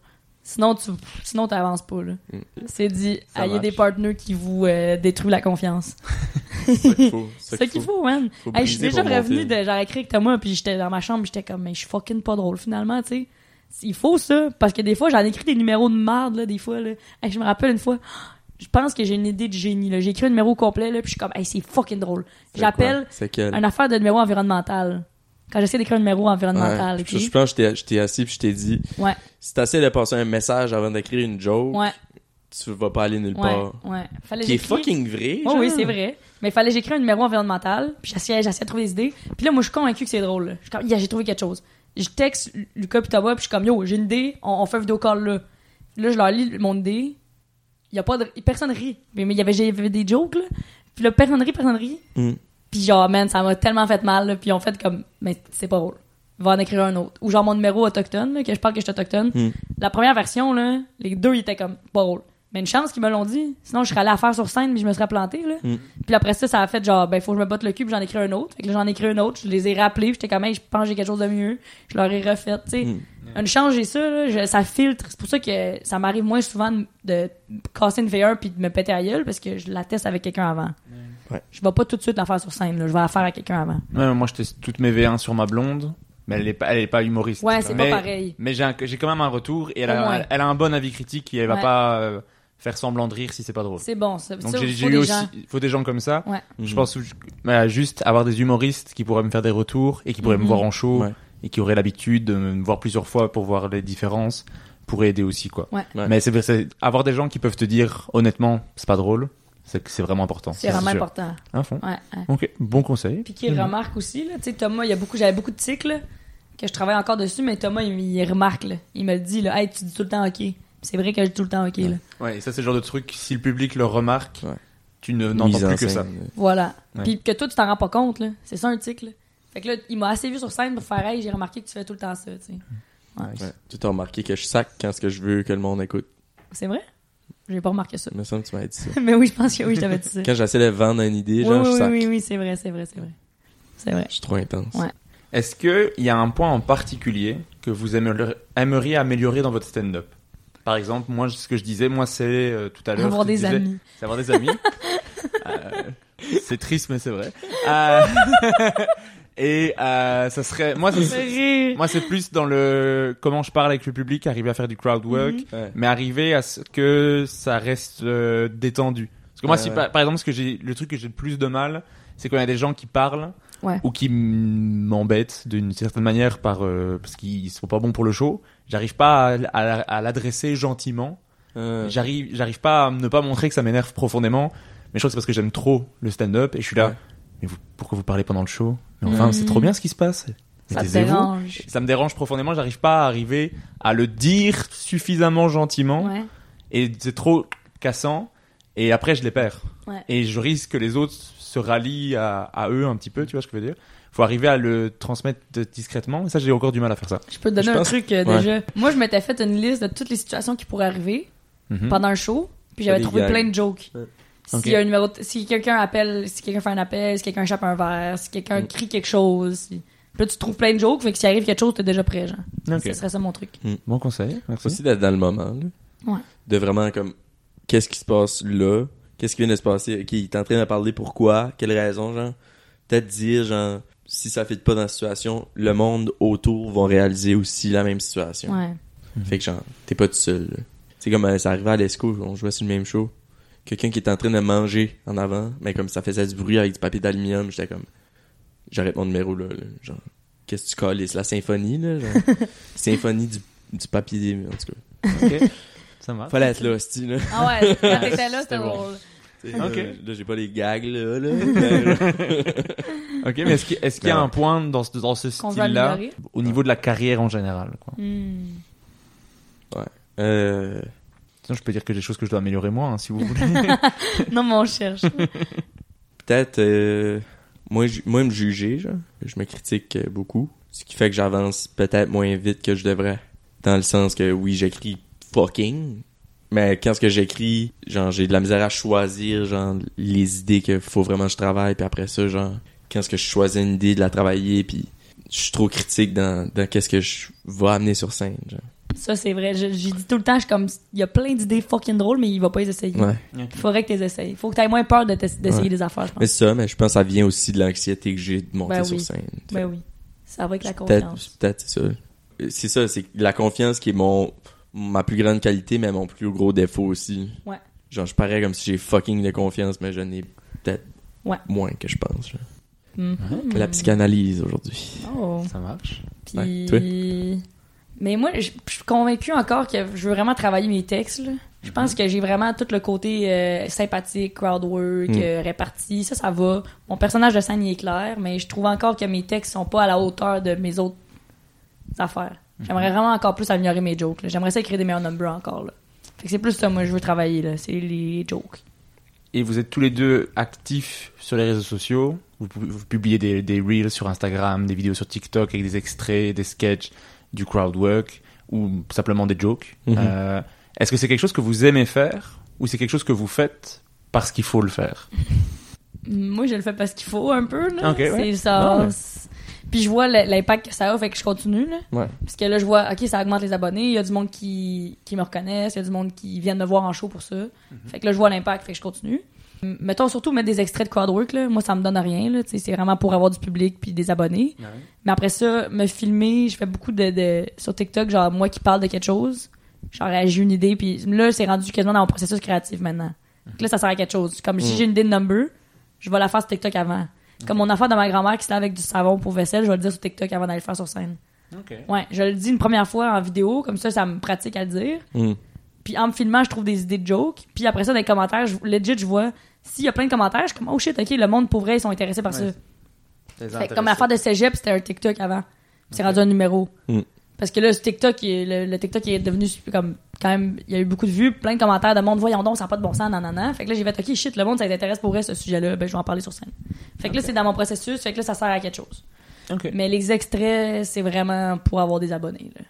Sinon, t'avances pas, là. C'est dit, il y a des partenaires qui vous détruisent la confiance. C'est ça qu'il faut. C'est ça qu'il faut, man. Je suis déjà revenu j'aurais écrit avec Thomas, puis j'étais dans ma chambre, j'étais comme, mais je suis fucking pas drôle, finalement, tu sais. Il faut ça, parce que des fois, j'en écris des numéros de merde, là, des fois, là. Je me rappelle une fois, je pense que j'ai une idée de génie, là. J'ai écrit un numéro complet, là, puis je suis comme, c'est fucking drôle. J'appelle une affaire de numéro environnemental. Quand j'essaie d'écrire un numéro environnemental. Okay? Je pense que je t'ai assis puis je t'ai dit, si t'essaies de passer un message avant d'écrire une joke, tu vas pas aller nulle part. Fallait qui est fucking vrai. Oui, c'est vrai. Mais il fallait que j'écrive un numéro environnemental, puis j'essayais de trouver des idées. Puis là, moi, je suis convaincu que c'est drôle. Là. Je suis comme, j'ai trouvé quelque chose. Je texte Lucas puis Thomas, puis je suis comme, yo, j'ai une idée, on fait un vidéo call là. Là, je leur lis mon idée. Il y a pas de... Personne rit. Mais il y avait des jokes, là. Puis là, personne rit. Puis genre, man, ça m'a tellement fait mal, là. Puis on fait comme, mais c'est pas drôle. Va en écrire un autre. Ou genre mon numéro autochtone, là, que je parle que je suis autochtone. La première version, là, les deux, ils étaient comme, pas drôle. Mais une chance qu'ils me l'ont dit. Sinon, je serais allé à faire sur scène, mais je me serais planté, là. Puis après ça a fait genre, faut que je me batte le cul, puis j'en écris un autre. Fait que là, j'en écris un autre. Je les ai rappelés, puis j'étais comme, je pense que j'ai quelque chose de mieux. Je leur ai refait, tu sais. Une chance, j'ai ça, là, ça filtre. C'est pour ça que ça m'arrive moins souvent de casser une VR puis de me péter à gueule, parce que je la teste avec quelqu'un avant. Je vais pas tout de suite la faire sur scène, là. Je vais la faire avec quelqu'un avant. Moi, je teste toutes mes V1 sur ma blonde. Mais elle est pas humoriste. Ouais, c'est pas pareil. Mais j'ai quand même un retour et elle a un bon avis critique et elle va pas faire semblant de rire si c'est pas drôle. C'est bon. Donc j'ai eu aussi, faut des gens comme ça. Je pense juste avoir des humoristes qui pourraient me faire des retours et qui pourraient me voir en show et qui auraient l'habitude de me voir plusieurs fois pour voir les différences pourrait aider aussi, quoi. Mais c'est avoir des gens qui peuvent te dire honnêtement, c'est pas drôle. C'est vraiment important. C'est vraiment important. À fond. Ok, bon conseil. Puis qui remarque aussi, là, tu sais, Thomas, j'avais beaucoup de cycles, là, que je travaille encore dessus, mais Thomas, il remarque, là. Il me le dit, là, hey, tu dis tout le temps ok. C'est vrai que je dis tout le temps ok, là. Ouais, et ça, c'est le genre de truc, si le public le remarque, tu n'entends plus que ça. Voilà. Puis que toi, tu t'en rends pas compte, là. C'est ça un tic, là. Fait que là, il m'a assez vu sur scène pour faire, hey, j'ai remarqué que tu fais tout le temps ça, tu sais. Tu t'as remarqué que je sac quand ce que je veux que le monde écoute. C'est vrai? J'ai pas remarqué ça. Il me semble que tu m'avais dit ça. Mais oui, je pense que oui, je t'avais dit ça. Quand j'essaie de vendre une idée, genre, je sac. Oui, c'est vrai. C'est vrai. Je suis trop intense. Ouais. Est-ce qu'il y a un point en particulier que vous aimeriez améliorer dans votre stand-up? Par exemple, moi, ce que je disais, c'est tout à l'heure... Avoir des amis. C'est avoir des amis. C'est triste, mais c'est vrai. Et ça serait moi c'est plus dans le comment je parle avec le public, arriver à faire du crowd work, mais arriver à ce que ça reste détendu. Parce que moi si par exemple le truc que j'ai le plus de mal, c'est quand il y a des gens qui parlent ou qui m'embêtent d'une certaine manière parce qu'ils sont pas bons pour le show, j'arrive pas à l'adresser gentiment. J'arrive pas à ne pas montrer que ça m'énerve profondément, mais je crois que c'est parce que j'aime trop le stand-up et je suis là mais pourquoi vous parlez pendant le show? Mais enfin, c'est trop bien ce qui se passe. Ça te dérange. Ça me dérange profondément. J'arrive pas à arriver à le dire suffisamment gentiment. Et c'est trop cassant. Et après, je les perds. Et je risque que les autres se rallient à eux un petit peu. Tu vois ce que je veux dire? Faut arriver à le transmettre discrètement. Et ça, j'ai encore du mal à faire ça. Je peux te donner un truc déjà. Moi, je m'étais fait une liste de toutes les situations qui pourraient arriver pendant un show. Puis j'avais trouvé plein de jokes. Si y a un numéro si quelqu'un appelle, si quelqu'un fait un appel, si quelqu'un échappe un verre, si quelqu'un crie quelque chose, puis là tu trouves plein de jokes, fait que s'il arrive quelque chose, t'es déjà prêt, genre. Ce serait ça mon truc. Bon conseil, merci. Aussi d'être dans le moment, là. De vraiment comme qu'est-ce qui se passe là, qu'est-ce qui vient de se passer, qui est en train de parler, pourquoi, quelle raison, genre. Peut-être dire genre si ça fit pas dans la situation, le monde autour vont réaliser aussi la même situation. Fait que genre t'es pas tout seul. C'est comme ça arrivait à l'ESCO, on jouait sur le même show. Quelqu'un qui était en train de manger en avant, mais comme ça faisait du bruit avec du papier d'aluminium, j'étais comme j'arrête mon numéro là, genre qu'est-ce que tu colles, c'est la symphonie là, genre symphonie du papier en tout cas. OK. Ça marche. Fallait être là, style là. Ah ouais, quand t'étais là, c'était drôle. OK. Là, j'ai pas les gags là. OK, mais est-ce qu'il y a un point dans ce style-là au niveau de la carrière en général, quoi? Ouais. Sinon, je peux dire que j'ai des choses que je dois améliorer moi, si vous voulez. Non, mais on cherche. Peut-être, moi, me juger, genre. Je me critique beaucoup. Ce qui fait que j'avance peut-être moins vite que je devrais. Dans le sens que, oui, j'écris fucking. Mais quand ce que j'écris, genre, j'ai de la misère à choisir, genre, les idées qu'il faut vraiment que je travaille. Puis après ça, genre, quand ce que je choisis une idée, de la travailler, puis je suis trop critique dans qu'est-ce que je vais amener sur scène, genre. Ça, c'est vrai. J'ai dit tout le temps, je suis comme, il y a plein d'idées fucking drôles, mais il va pas les essayer. Ouais. Il faudrait que tu les essayes. Faut que tu aies moins peur d'essayer des affaires, je pense. Mais c'est ça, mais je pense que ça vient aussi de l'anxiété que j'ai de monter sur scène. Ben oui. Ça va avec la confiance. Peut-être c'est ça. C'est ça, c'est la confiance qui est ma plus grande qualité, mais mon plus gros défaut aussi. Ouais. Genre, je parais comme si j'ai fucking de confiance, mais je n'ai peut-être moins que je pense. La psychanalyse aujourd'hui. Oh. Ça marche. Puis... Mais moi, je suis convaincue encore que je veux vraiment travailler mes textes, là. Je pense que j'ai vraiment tout le côté sympathique, crowdwork, réparti. Ça va. Mon personnage de scène, il est clair, mais je trouve encore que mes textes sont pas à la hauteur de mes autres affaires. J'aimerais vraiment encore plus améliorer mes jokes, là. J'aimerais ça écrire des meilleurs numbers encore, là. Fait que c'est plus ça, moi, je veux travailler, là. C'est les jokes. Et vous êtes tous les deux actifs sur les réseaux sociaux. Vous publiez des reels sur Instagram, des vidéos sur TikTok avec des extraits, des sketchs, du crowdwork ou simplement des jokes. Est-ce que c'est quelque chose que vous aimez faire ou c'est quelque chose que vous faites parce qu'il faut le faire? Moi, je le fais parce qu'il faut un peu, là. Okay, ouais. C'est ça. Non, mais... Puis je vois l'impact que ça a, fait que je continue, là. Ouais. Parce que là, je vois, OK, ça augmente les abonnés, il y a du monde qui me reconnaissent, il y a du monde qui viennent me voir en show pour ça. Fait que là, je vois l'impact, fait que je continue. Mettons surtout mettre des extraits de crowdwork, là. Moi, ça me donne rien, là. T'sais, c'est vraiment pour avoir du public puis des abonnés. Ouais. Mais après ça, me filmer, je fais beaucoup de sur TikTok, genre moi qui parle de quelque chose. Genre, j'ai une idée, puis là, c'est rendu quasiment dans mon processus créatif maintenant. Donc là, ça sert à quelque chose. Comme si j'ai une idée de number, je vais la faire sur TikTok avant. Comme mon affaire de ma grand-mère qui se lave avec du savon pour vaisselle, je vais le dire sur TikTok avant d'aller le faire sur scène. Ouais, je le dis une première fois en vidéo, comme ça me pratique à le dire. Puis en me filmant, je trouve des idées de jokes. Puis après ça, dans les commentaires, je vois s'il y a plein de commentaires, je suis comme, oh shit, ok, le monde pour vrai, ils sont intéressés par ça. Fait que comme l'affaire de Cégep, c'était un TikTok avant. Puis c'est rendu un numéro. Parce que là, ce TikTok, le TikTok est devenu comme, quand même, il y a eu beaucoup de vues, plein de commentaires de monde, voyons donc, ça n'a pas de bon sens, nanana. Fait que là, j'ai fait, ok, shit, le monde, ça t'intéresse pour vrai, ce sujet-là, ben, je vais en parler sur scène. Fait que là, c'est dans mon processus, fait que là, ça sert à quelque chose. Mais les extraits, c'est vraiment pour avoir des abonnés, là.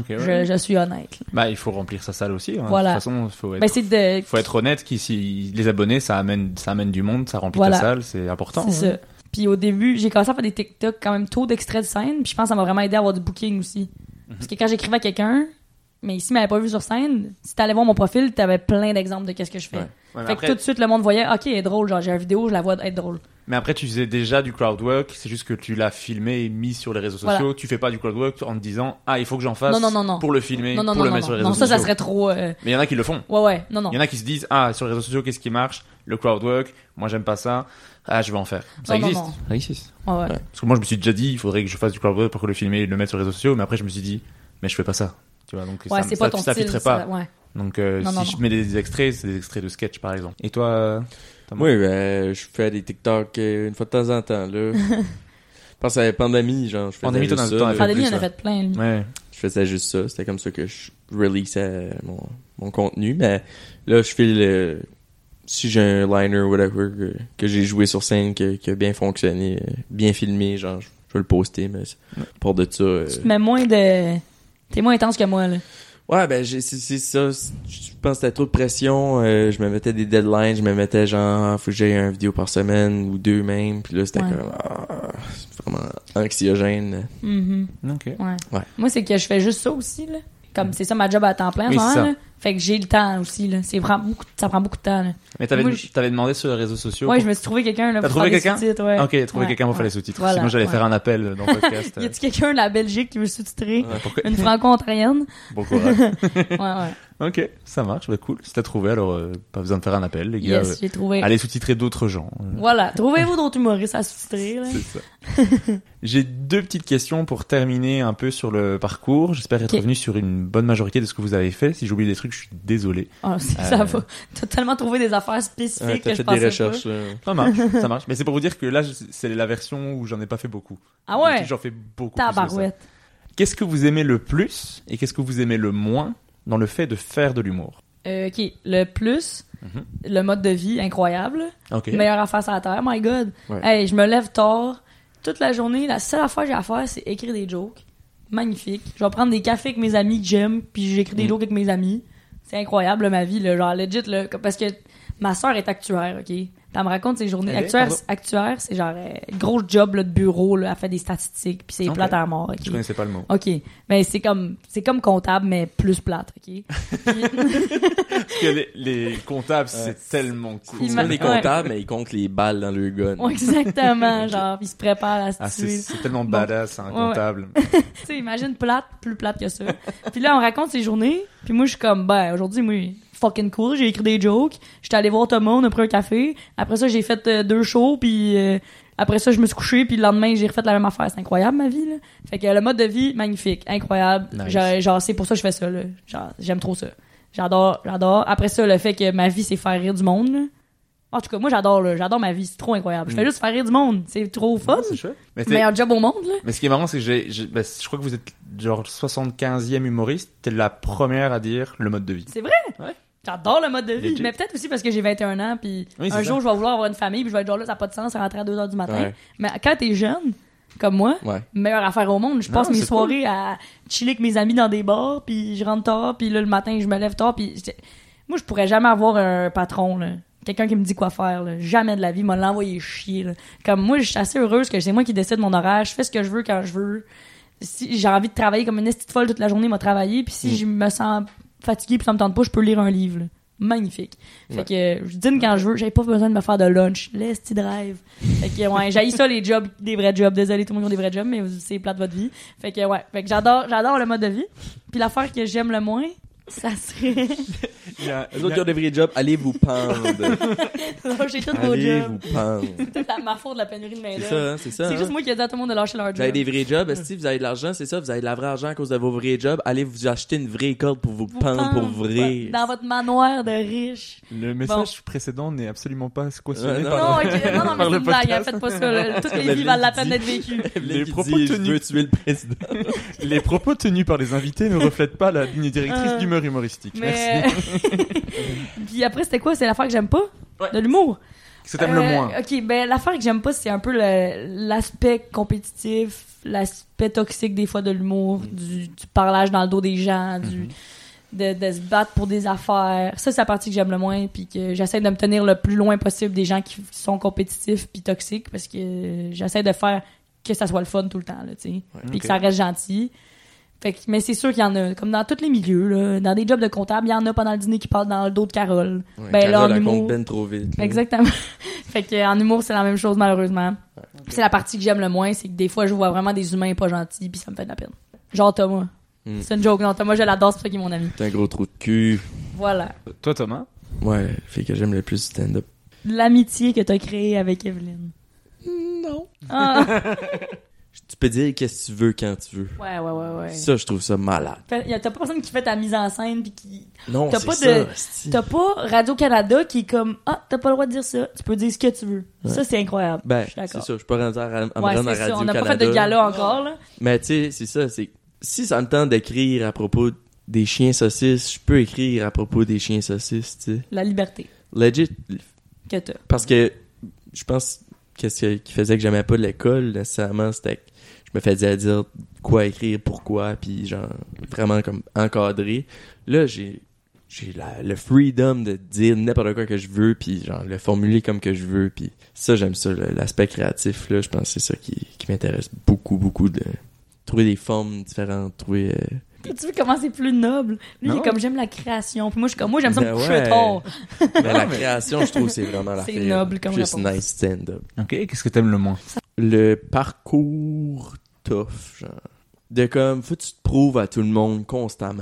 Je suis honnête. Là. Bah, il faut remplir sa salle aussi. Hein. Voilà. De toute façon, faut être honnête qu'ici, les abonnés, ça amène du monde, ça remplit ta salle, c'est important. C'est ça. Puis au début, j'ai commencé à faire des TikTok quand même tôt d'extraits de scène, puis je pense que ça m'a vraiment aidé à avoir du booking aussi. Parce que quand j'écrivais à quelqu'un, mais s'il m'avait pas vu sur scène, si t'allais voir mon profil, t'avais plein d'exemples de qu'est-ce que je fais. Fait que tout de suite, le monde voyait, ok, elle est drôle, genre j'ai une vidéo, je la vois être drôle. Mais après, tu faisais déjà du crowdwork, c'est juste que tu l'as filmé et mis sur les réseaux sociaux. Tu fais pas du crowdwork en te disant, il faut que j'en fasse pour le filmer, pour le mettre sur les réseaux sociaux. Non, ça serait trop... Mais il y en a qui le font. Ouais, non. Il y en a qui se disent, sur les réseaux sociaux, qu'est-ce qui marche? Le crowdwork, moi j'aime pas ça. Je vais en faire. Ça existe. Ça existe. Ouais. Parce que moi, je me suis déjà dit, il faudrait que je fasse du crowdwork pour que le filmer et le mettre sur les réseaux sociaux, mais après, je me suis dit, mais je fais pas ça. Tu vois, donc c'est pas ton ça style, fitterait pas. Ouais. Donc si je mets des extraits, c'est des extraits de sketch par exemple. Et toi Oui, je fais des TikTok une fois de temps en temps là. Je pense à la pandémie, genre je faisais juste ça. La pandémie, on a fait plein. Lui. Ouais. Je faisais juste ça, c'était comme ça que je releasais mon contenu, mais là je fais si j'ai un liner ou whatever que j'ai joué sur scène qui a bien fonctionné, bien filmé, genre je vais le poster, mais pour de ça tu te mets moins de... T'es moins intense que moi, là. Ouais, ben, c'est ça. Je pense que c'était trop de pression. Je me mettais des deadlines. Je me mettais genre, faut que j'aie une vidéo par semaine ou 2 même. Puis là, c'était comme, c'est vraiment anxiogène. OK. Ouais. Moi, c'est que je fais juste ça aussi, là. Comme c'est ça ma job à temps plein, là. Fait que j'ai le temps aussi, là. Ça prend beaucoup de temps, là. Mais t'avais demandé sur les réseaux sociaux. Ouais, je me suis trouvé quelqu'un, là. T'as trouvé quelqu'un? Ouais. Ok, t'as trouvé quelqu'un pour faire les sous-titres. Voilà, sinon, j'allais faire un appel dans le podcast. Y a-tu quelqu'un de la Belgique qui veut sous-titrer? Une franco-ontarienne? Bon courage. Ouais. Ok, ça marche, cool. Si t'as trouvé, alors pas besoin de faire un appel, les gars. Yes, j'ai trouvé. Allez sous-titrer d'autres gens. Voilà, trouvez-vous d'autres humoristes à sous-titrer, là. C'est ça. J'ai 2 petites questions pour terminer un peu sur le parcours. J'espère être revenu sur une bonne majorité de ce que vous avez fait. Si j'oublie des trucs, je suis désolé. Ça va. T'as tellement trouvé des affaires spécifiques que je pensais des recherches, pas. Ça marche. Mais c'est pour vous dire que là, c'est la version où j'en ai pas fait beaucoup. Ah ouais? Donc, j'en fais beaucoup Tabarouette. plus que ça. Qu'est-ce que vous aimez le plus et qu'est-ce que vous aimez le moins dans le fait de faire de l'humour? OK. Le plus, le mode de vie incroyable. Okay. Meilleure affaire sur la terre. My God. Ouais. Hey, je me lève tard. Toute la journée, la seule affaire que j'ai à faire, c'est écrire des jokes. Magnifique. Je vais prendre des cafés avec mes amis que j'aime, puis j'écris des jokes avec mes amis. C'est incroyable, ma vie, là. Genre, legit, là. Parce que ma sœur est actuaire, OK? elle me raconte ses journées. Elle Actuaire, c'est genre gros job là, de bureau, là, elle fait des statistiques, puis c'est plate à mort. Okay? Je connaissais pas le mot. OK. Mais c'est comme comptable, mais plus plate, OK? Parce que les comptables, c'est tellement cool. Ils sont des comptables, mais ils comptent les balles dans le gun. Ouais, exactement, genre, ils se préparent à se tuer. C'est tellement badass, un comptable. Tu sais, imagine plus plate que ça. Puis là, on raconte ses journées, puis moi, je suis comme, aujourd'hui, moi, fucking cool, j'ai écrit des jokes, j'étais allé voir Thomas, on a pris un café, après ça, j'ai fait 2 shows, puis après ça, je me suis couché, puis le lendemain, j'ai refait la même affaire. C'est incroyable, ma vie, là. Fait que le mode de vie, magnifique, incroyable. Nice. Genre, c'est pour ça que je fais ça, là. Genre, j'aime trop ça. J'adore. Après ça, le fait que ma vie, c'est faire rire du monde, là. En tout cas, moi, j'adore ma vie, c'est trop incroyable. Je fais juste faire rire du monde, c'est trop fun. C'est chouette. C'est le meilleur job au monde, là. Mais ce qui est marrant, c'est que je crois que vous êtes genre 75e humoriste, t'es la première à dire le mode de vie. C'est vrai? Ouais. J'adore le mode de vie. Legit. Mais peut-être aussi parce que j'ai 21 ans, puis Oui, un jour, je vais vouloir avoir une famille, puis je vais être genre là, ça n'a pas de sens, rentrer à 2h du matin. Ouais. Mais quand t'es jeune, comme moi, meilleure affaire au monde. Je passe mes soirées à chiller avec mes amis dans des bars, puis je rentre tard, puis là, le matin, je me lève tard, puis moi, je pourrais jamais avoir un patron, là. Quelqu'un qui me dit quoi faire, là. Jamais de la vie, m'a l'envoyer chier, là. Comme moi, je suis assez heureuse que c'est moi qui décide mon horaire, je fais ce que je veux quand je veux. Si j'ai envie de travailler comme une estie folle toute la journée, m'a travailler, puis si je me sens fatiguée puis ça me tente pas, je peux lire un livre, là. Magnifique. Fait que je dîne quand je veux, j'avais pas besoin de me faire de lunch. L'esti drive. Fait que j'haïs ça les jobs, des vrais jobs. Désolé tout le monde qui a des vrais jobs, mais c'est plate votre vie. Fait que j'adore le mode de vie. Puis l'affaire que j'aime le moins, ça serait... Les autres qui ont des vrais jobs, allez vous pendre. Non, j'ai tous vos Allez jobs. vous pendre. C'est ma faute de la pénurie de main-d'œuvre. C'est ça, hein, c'est ça. C'est hein. juste moi qui ai dit à tout le monde de lâcher leur job. Vous avez des vrais jobs, si vous avez de l'argent, c'est ça, vous avez de la vraie argent à cause de vos vrais jobs, allez vous acheter une vraie corde pour vous pendre pour vrai. Dans votre manoir de riche. Le message précédent n'est absolument pas cautionné Non, par mais c'est une blague, hein, faites pas ça. Là. Toutes les vies valent la peine d'être vécues. Les propos Je tenus. veux tuer le président. Les propos tenus par les invités ne reflètent pas la ligne directrice d'humeur humoristique. Mais... Merci. Puis après, c'était quoi? C'est l'affaire que j'aime pas? De l'humour? Que t'aimes le moins. Ok, ben l'affaire que j'aime pas, c'est un peu l'aspect compétitif, l'aspect toxique des fois de l'humour, du parlage dans le dos des gens, de se battre pour des affaires. Ça, c'est la partie que j'aime le moins, puis que j'essaie de me tenir le plus loin possible des gens qui sont compétitifs puis toxiques, parce que j'essaie de faire que ça soit le fun tout le temps, là, tu sais, puis que ça reste gentil. Fait que, mais c'est sûr qu'il y en a, comme dans tous les milieux, là, dans des jobs de comptable, il y en a pendant le dîner qui parlent dans le dos de Carole. Ouais, ben là, en Carole, elle humour. compte ben trop vite. Là. Exactement. Fait que, en humour, c'est la même chose, malheureusement. Ouais, okay. C'est la partie que j'aime le moins, c'est que des fois, je vois vraiment des humains pas gentils, puis ça me fait de la peine. Genre Thomas. C'est une joke, non, Thomas, je l'adore, c'est pour ça qu'il est mon ami. T'es un gros trou de cul. Voilà. Toi, Thomas? Ouais, fait que j'aime le plus stand-up. L'amitié que t'as créée avec Evelyne. Non. Ah. Tu peux dire qu'est-ce que tu veux quand tu veux. Ouais. Ça, je trouve ça malade. T'as pas personne qui fait ta mise en scène pis qui... Non, t'as c'est pas ça. T'as pas Radio-Canada qui est comme « Ah, t'as pas le droit de dire ça. Tu peux dire ce que tu veux. Ouais. » Ça, c'est incroyable. Ben, c'est ça. Je suis pas rendu à me rendre à Radio-Canada. On n'a pas fait de gala encore, là. Mais tu sais, c'est ça. C'est si ça me tente d'écrire à propos des chiens saucisses, je peux écrire à propos des chiens saucisses, tu sais. La liberté. Legit. Que t'as. Parce que je pense qu'est-ce qui faisait que j'aimais pas l'école, nécessairement, c'était que je me faisais dire quoi écrire, pourquoi, puis genre vraiment comme encadré. Là, j'ai le freedom de dire n'importe quoi que je veux, puis genre le formuler comme que je veux, puis ça, j'aime ça, l'aspect créatif, là, je pense que c'est ça qui m'intéresse beaucoup, de trouver des formes différentes, trouver... Tu vois comment c'est plus noble? Lui, il est comme, j'aime la création. Puis moi, j'aime ça me coucher tard. Mais la création, je trouve, c'est vraiment la c'est noble comme juste réponse. Nice stand-up. Ok, qu'est-ce que t'aimes le moins? Le parcours tough, genre. De comme, faut que tu te prouves à tout le monde constamment.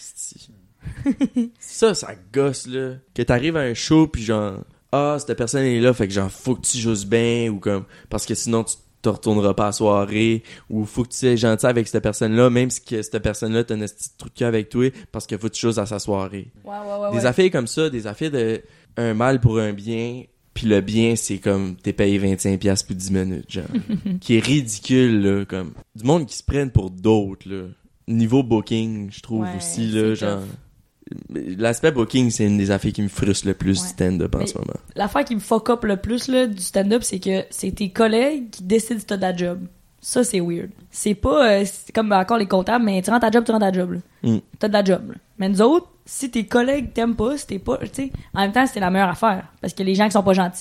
ça gosse, là. Que t'arrives à un show, puis genre, cette personne est là, fait que genre, faut que tu joues bien, ou comme, parce que sinon, tu te retourneras pas à la soirée, ou faut que tu sois gentil avec cette personne-là, même si que cette personne-là t'as un petit truc de cul avec toi, parce que faut que tu choses à sa soirée. Des affaires comme ça, des affaires de un mal pour un bien, puis le bien, c'est comme t'es payé 25$ pour 10 minutes, genre. Qui est ridicule, là, comme. Du monde qui se prennent pour d'autres, là. Niveau booking, je trouve aussi, là, genre. L'aspect booking, c'est une des affaires qui me frustre le plus du stand-up en ce moment. L'affaire qui me fuck up le plus là, du stand-up, c'est que c'est tes collègues qui décident si t'as de la job. Ça, c'est weird. C'est pas c'est comme encore les comptables, mais tu rentres ta job, là. T'as de la job, là. Mais nous autres, si tes collègues t'aiment pas, si t'es pas... Tu sais, en même temps, c'est la meilleure affaire. Parce que les gens qui sont pas gentils,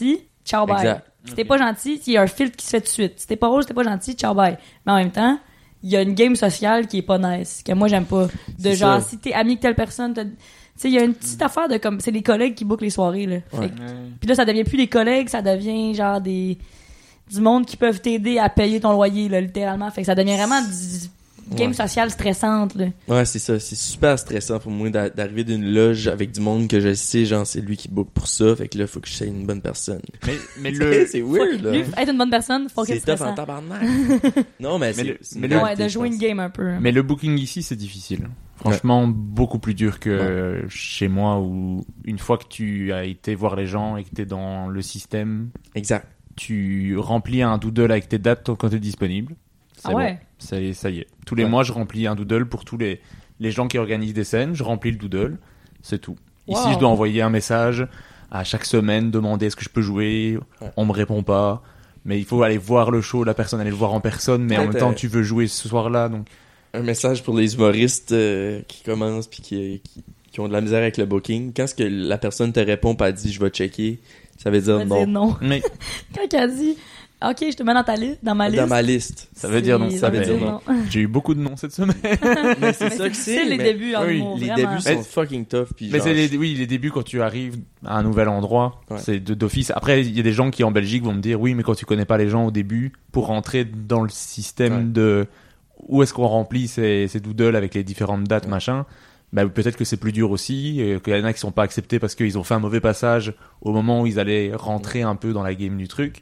ciao bye. Exact. Si t'es pas gentil, il y a un filtre qui se fait tout de suite. Si t'es pas rouge, si t'es pas gentil, ciao bye. Mais en même temps, il y a une game sociale qui est pas nice, que moi j'aime pas. De C'est genre, ça. si t'es ami avec telle personne, tu sais, il y a une petite affaire de comme, c'est les collègues qui bookent les soirées, là. Ouais. Puis là, ça devient plus des collègues, ça devient genre du monde qui peuvent t'aider à payer ton loyer, là, littéralement. Fait que ça devient vraiment du game sociale stressante, là. Ouais, c'est ça. C'est super stressant pour moi d'arriver d'une loge avec du monde que je sais, genre, c'est lui qui book pour ça. Fait que là, faut que je sois une bonne personne. Mais le, c'est weird, là. Lui, être une bonne personne, faut que C'est tough en tabarnak. Non, mais c'est mais une le- ouais, réalité, de je jouer une pense. game un peu. mais le booking ici, c'est difficile. Franchement, beaucoup plus dur que chez moi où une fois que tu as été voir les gens et que t'es dans le système, Exact. tu remplis un doodle avec tes dates quand t'es disponible. C'est Ah ouais? bon. Ça y est. Tous les mois, je remplis un doodle pour tous les gens qui organisent des scènes. Je remplis le doodle. C'est tout. Ici, Wow. je dois envoyer un message à chaque semaine, demander est-ce que je peux jouer. Ouais. On me répond pas. Mais il faut aller voir le show, la personne aller le voir en personne. Mais en même Peut-être, temps, tu veux jouer ce soir-là. Donc, Un message pour les humoristes qui commencent puis qui ont de la misère avec le booking. Quand est-ce que la personne te répond pis elle dit je vais checker, ça veut dire On va non. dire non. mais Quand elle dit, OK, je te mets dans ta liste, dans ma liste. Dans ma liste. ça veut dire non. ça veut dire non. J'ai eu beaucoup de noms cette semaine. Mais c'est Mais ça que c'est. les mais débuts en oui, humour, les vraiment. débuts sont fucking tough. Puis Mais genre, c'est les débuts quand tu arrives à un nouvel endroit, Ouais. c'est d'office. Après, il y a des gens qui en Belgique vont me dire oui, mais quand tu connais pas les gens au début, pour rentrer dans le système Ouais. de où est-ce qu'on remplit ces doodles avec les différentes dates, machin, bah, peut-être que c'est plus dur aussi, qu'il y en a qui sont pas acceptés parce qu'ils ont fait un mauvais passage au moment où ils allaient rentrer un peu dans la game du truc.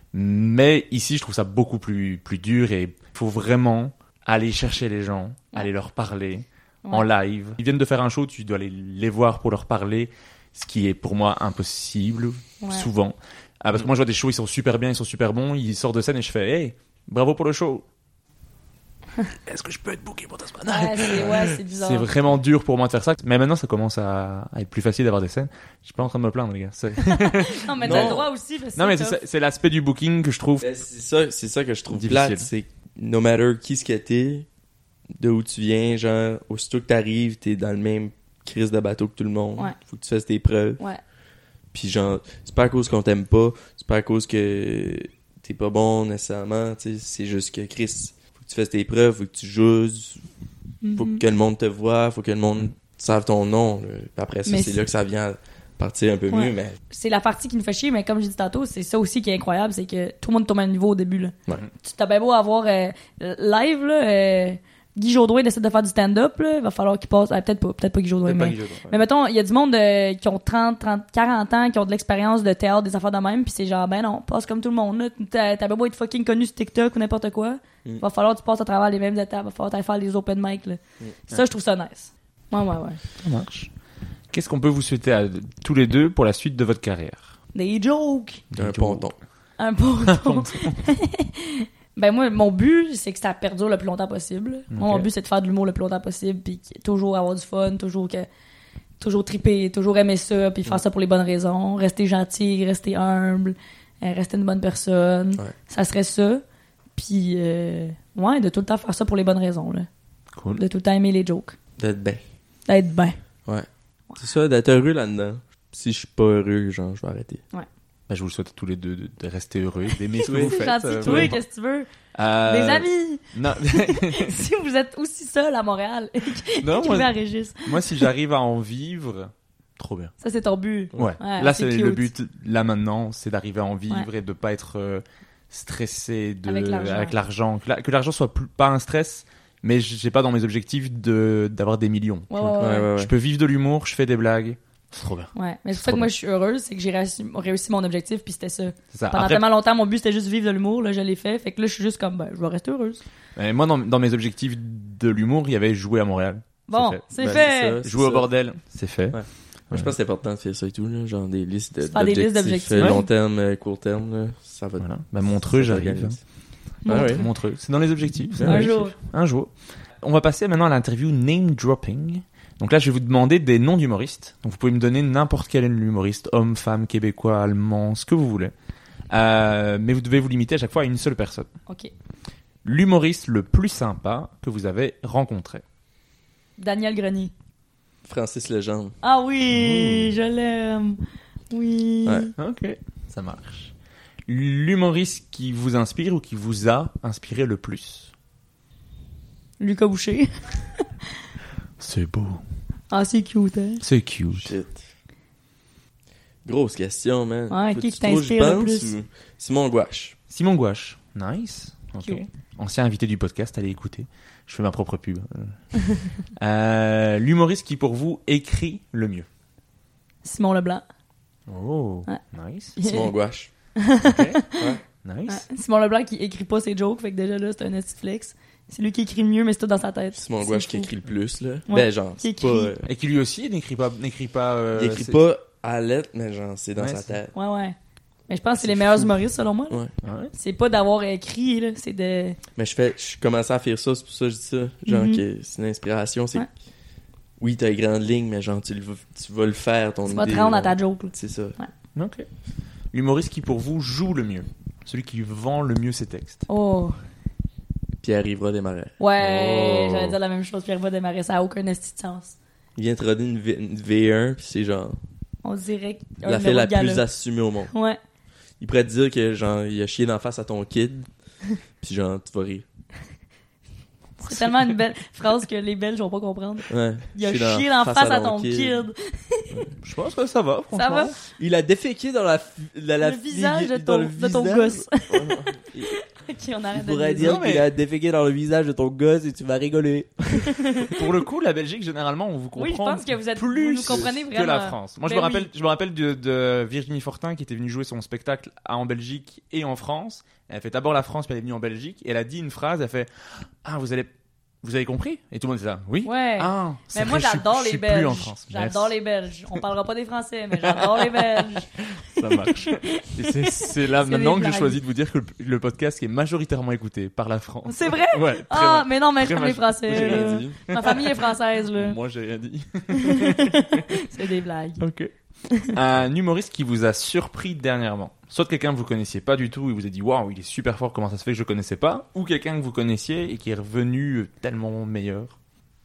Mais ici, je trouve ça beaucoup plus dur et il faut vraiment aller chercher les gens, aller leur parler en live. Ils viennent de faire un show, tu dois aller les voir pour leur parler, ce qui est pour moi impossible, souvent. Ah, parce que moi, je vois des shows, ils sont super bien, ils sont super bons, ils sortent de scène et je fais « Hey, bravo pour le show !» Est-ce que je peux être booké pour ta semaine? Ouais, c'est bizarre. C'est vraiment dur pour moi de faire ça. Mais maintenant, ça commence à être plus facile d'avoir des scènes. Je suis pas en train de me plaindre, les gars. Non, mais Non. t'as le droit aussi. parce que Non, mais tough. c'est l'aspect du booking que je trouve. ben, c'est ça que je trouve Difficile. plate, c'est que no matter qui ce que t'es, de où tu viens, genre, aussitôt que t'arrives, t'es dans le même crise de bateau que tout le monde. Ouais. Faut que tu fasses tes preuves. Ouais. Puis genre, c'est pas à cause qu'on t'aime pas, c'est pas à cause que t'es pas bon nécessairement, tu sais, c'est juste que Chris, faut que tu fasses tes preuves, faut que tu joues, faut que le monde te voit, faut que le monde sache ton nom. Là. Puis après ça, Mais c'est là que ça vient partir un peu Ouais. mieux, mais C'est la partie qui nous fait chier, mais comme j'ai dit tantôt, c'est ça aussi qui est incroyable, c'est que tout le monde est au même niveau au début. Là. Ouais. Tu t'as bien beau avoir live, là, Guy Jodoin décide de faire du stand-up, là, il va falloir qu'il passe... peut-être pas Guy Jodoin, mais... Mais mettons, il y a du monde qui ont 30, 40 ans, qui ont de l'expérience de théâtre, des affaires de même, puis c'est genre, ben non, passe comme tout le monde, là. T'as bien beau être fucking connu sur TikTok ou n'importe quoi, va falloir que tu passes à travers les mêmes étapes, va falloir t'aller faire les open mic, là. Ça, je trouve ça nice. Ouais. Ça marche. Qu'est-ce qu'on peut vous souhaiter à tous les deux pour la suite de votre carrière? Des jokes! un ponton. Un ponton. Ben moi, mon but, c'est que ça perdure le plus longtemps possible. Moi, mon but, c'est de faire de l'humour le plus longtemps possible, puis toujours avoir du fun, toujours triper, toujours aimer ça, puis faire ça pour les bonnes raisons, rester gentil, rester humble, rester une bonne personne. Ouais. Ça serait ça. Puis, de tout le temps faire ça pour les bonnes raisons, là. Cool. De tout le temps aimer les jokes. D'être bien. D'être bien. Ouais. C'est ça, d'être heureux là-dedans. Si je suis pas heureux, genre, je vais arrêter. Bah, je vous le souhaite à tous les deux de rester heureux, d'aimer ce que Oui. vous faites. Gentil, toi, vraiment. qu'est-ce que tu veux? Euh, Des amis! Non, Si vous êtes aussi seul à Montréal, non écrivez moi, à Régis. moi, si j'arrive à en vivre, trop bien. Ça, c'est ton but. Ouais. Ouais, Là, c'est c'est cute. le but. Là maintenant, c'est d'arriver à en vivre et de pas être stressé Avec l'argent. Que l'argent soit pas un stress, mais j'ai pas dans mes objectifs d'avoir des millions. Ouais. Je peux vivre de l'humour, je fais des blagues. C'est trop bien. Ouais, mais c'est pour ça que moi je suis heureuse, c'est que j'ai réussi mon objectif, puis c'était ça. C'est ça. Pendant Après, tellement longtemps, mon but c'était juste vivre de l'humour, là je l'ai fait, fait que là je suis juste comme, ben je vais rester heureuse. moi, dans mes objectifs de l'humour, il y avait jouer à Montréal. Bon, fait. c'est Ben, fait. c'est ça. Jouer au bordel, c'est fait. Ouais. Moi, je pense que c'est important de faire ça et tout, là. Genre des listes Faire des listes d'objectifs. long terme, court terme, là. Ça va. Voilà. Bah, Montreux, ça j'arrive. s'organise. Montreux. Montreux. C'est dans les objectifs. Un jour. Un jour. On va passer maintenant à l'interview name dropping. Donc là, je vais vous demander des noms d'humoristes. Donc vous pouvez me donner n'importe quel humoriste, homme, femme, québécois, allemand, ce que vous voulez. Mais vous devez vous limiter à chaque fois à une seule personne. Ok. L'humoriste le plus sympa que vous avez rencontré. Daniel Grenier. Francis Legendre. Ah oui, je l'aime. Oui. Ouais. Ok, ça marche. L'humoriste qui vous inspire ou qui vous a inspiré le plus? Lucas Boucher. C'est beau. Ah, c'est cute, hein? C'est cute. Shit. Grosse question, man. Ouais, Faut-tu qui trop t'inspire je le pense, plus? ou- Simon Gouache. Simon Gouache. Nice. Ok. Cute. Ancien invité du podcast, allez écouter. Je fais ma propre pub. L'humoriste qui pour vous écrit le mieux? Simon Leblanc. Oh, Ouais. nice. Simon Gouache. Ok. Ouais. Nice. Ouais. Simon Leblanc qui écrit pas ses jokes, fait que déjà là, c'est un Netflix. C'est lui qui écrit le mieux, mais c'est tout dans sa tête. Simon C'est Gouache qui fou. écrit le plus, là. Ouais. Ben, genre, Qui c'est écrit. pas... Et qui lui aussi n'écrit pas. il écrit c'est- pas à lettre, mais genre, c'est dans Ouais, sa c'est- tête. Ouais, ouais. Mais je pense que c'est C'est les meilleurs fou. humoristes, selon moi. Ouais. Ouais. C'est pas d'avoir écrit, là. C'est de. Mais je commençais à faire ça, c'est pour ça que je dis ça. Genre, Mhm. que c'est une inspiration, c'est... Ouais. Oui, t'as les grandes lignes, mais genre, tu vas le faire, ton Tu idée. vas te rendre à là. ta joke, là. C'est ça. Ok. L'humoriste qui pour vous joue le mieux? Celui qui vend le mieux ses textes? Oh. Pierre-Yves Desmarais. Ouais, Oh. j'allais dire la même chose. Pierre va démarrer, ça a aucun esti de sens. Il vient te roder une V1, puis c'est genre... On dirait qu'un La fait la numéro de plus gala. assumée au monde. Ouais. Il pourrait te dire que, genre, il a chié d'en face à ton kid, puis genre, tu vas rire. C'est tellement une belle phrase que les Belges vont pas comprendre. Ouais. Il a chié d'en face à ton kid. Je pense que ça va, franchement. Ça va? Il a déféqué dans Le visage de dans ton gosse. Ouais, non. Ok, on arrête Il de pourrait le dire Non, mais- qu'il a déféqué dans le visage de ton gosse et tu vas rigoler. Pour le coup, la Belgique, généralement, on vous comprend Oui, je pense que vous êtes plus vous nous comprenez que vraiment. la France. Moi, Ben oui. je me rappelle de Virginie Fortin qui était venue jouer son spectacle en Belgique et en France. Elle a fait d'abord la France, puis elle est venue en Belgique. Et elle a dit une phrase, elle fait « Ah, vous avez compris ?» Et tout le monde était là « Oui. Ouais. Ah, c'est Mais moi, vrai, j'adore je les suis Belges. plus en France. J'adore les Belges. On parlera pas des Français, mais j'adore les Belges. Ça marche. Et c'est là C'est maintenant des que j'ai blagues. choisi de vous dire que le podcast est majoritairement écouté par la France. C'est vrai? Ouais. très Ah, ma- mais non, mais très j'aime les maj- Français. J'ai rien là. dit. Ma famille est française, là. Moi, j'ai rien dit. C'est des blagues. Ok. Un humoriste qui vous a surpris dernièrement. Soit quelqu'un que vous connaissiez pas du tout et vous a dit waouh, il est super fort, comment ça se fait que je connaissais pas, ou quelqu'un que vous connaissiez et qui est revenu tellement meilleur.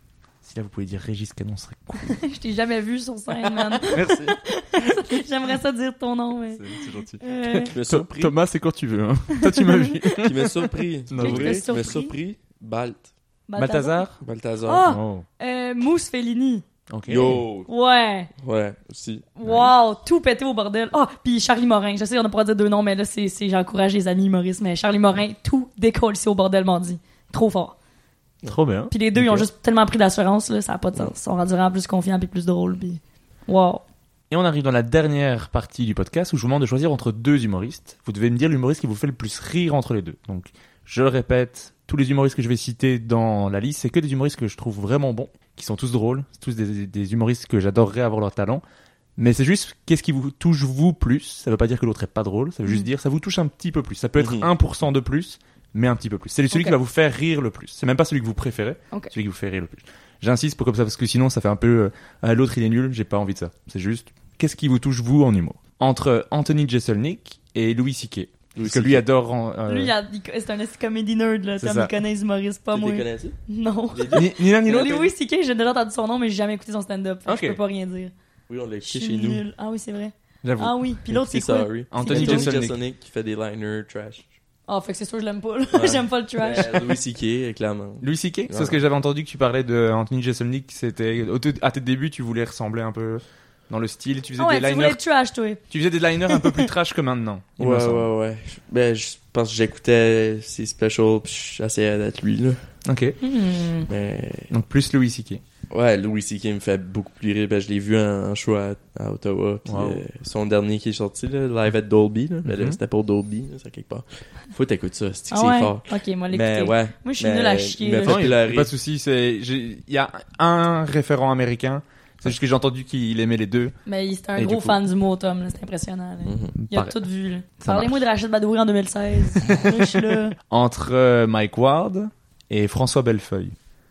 Si là vous pouvez dire Régis Canon, ce serait cool. Je t'ai jamais vu sur scène, man. Merci. J'aimerais ça dire ton nom, mais. C'est gentil. Qui m'a surpris. Thomas, c'est quand tu veux. Hein. Toi, tu m'as vu. Qui m'a surpris. Non, Qui vrai. t'a Qui m'a surpris? surpris. Balt. Balthazar. Balthazar. Oh. Mousse Fellini. Ok. Yo. Ouais. Ouais, aussi. Wow, tout pété au bordel. Ah, puis Charlie Morin. Je sais, on n'a pas dire deux noms, mais là, j'encourage les amis humoristes. Mais Charlie Morin, tout décolle ici au bordel, m'en dit. Trop fort. Trop bien. Puis les deux, ils ont Ok. juste tellement pris d'assurance, là, ça n'a pas de sens. Ils sont rendus vraiment plus confiants puis plus drôles. Puis... Wow. Et on arrive dans la dernière partie du podcast où je vous demande de choisir entre deux humoristes. Vous devez me dire l'humoriste qui vous fait le plus rire entre les deux. Donc, je le répète, tous les humoristes que je vais citer dans la liste, c'est que des humoristes que je trouve vraiment bons, qui sont tous drôles, c'est tous des humoristes que j'adorerais avoir leur talent. Mais c'est juste, qu'est-ce qui vous touche vous plus? Ça veut pas dire que l'autre est pas drôle, ça veut juste dire, ça vous touche un petit peu plus. Ça peut être 1% de plus, mais un petit peu plus. C'est celui Ok. qui va vous faire rire le plus. C'est même pas celui que vous préférez, Ok. celui qui vous fait rire le plus. J'insiste pour comme ça, parce que sinon ça fait un peu, l'autre il est nul, j'ai pas envie de ça. C'est juste, qu'est-ce qui vous touche vous en humour? Entre Anthony Jeselnik et Louis C.K. Parce que lui adore... Lui, c'est un esti comédie nerd, là. c'est Comme ça. il connaît les humoristes, pas Tu moi. les connais-tu? Non. ni l'un ni l'autre. Louis C.K., j'ai déjà entendu son nom, mais j'ai jamais écouté son stand-up. Fait que Ok. Je peux pas rien dire. Oui, on l'a Je suis écouté chez nous. nulle. Ah oui, c'est vrai. J'avoue. Ah oui. Puis l'autre, c'est quoi? Sorry. Anthony qui, Jeselnik. qui fait des liners trash. Ah, fait que c'est sûr que je l'aime pas, là. Ouais. J'aime pas le trash. Louis C.K., clairement. Louis C.K. C'est Ouais. ce que j'avais entendu que tu parlais de Anthony Jeselnik. C'était à tes débuts, tu voulais ressembler un peu dans le style. Tu faisais Ah ouais, des tu voulais liners. être trash, toi. Tu faisais des liners un peu plus trash que maintenant. il me Ouais, semble. ouais. Ben, je pense que j'écoutais ses specials pis j'essayais d'être lui, là. Ok. Mais, Donc plus Louis C.K. ouais, Louis C.K. me fait beaucoup plus rire. Ben, je l'ai vu en show à Ottawa. Pis Wow. son dernier qui est sorti, là, Live at Dolby, là. Ben, là, Mhm. c'était pour Dolby, là, ça quelque part. Faut t'écouter ça, c'est que Ah c'est ouais? fort. Ok, moi, Mais l'écouter. ouais. Moi, je suis mais nulle à il chier. m'a là. fait Non, il y a pleurer. pas de souci. Il y a un référent américain. C'est juste que j'ai entendu qu'il aimait les deux. Mais c'est un Et gros du coup- fan du mot, Tom, là. C'est impressionnant, là. Il a Pareil. tout vu, là. Ça Parlez-moi de Rachid Badouri en 2016. Là, je suis là. Entre Mike Ward et François Bellefeuille.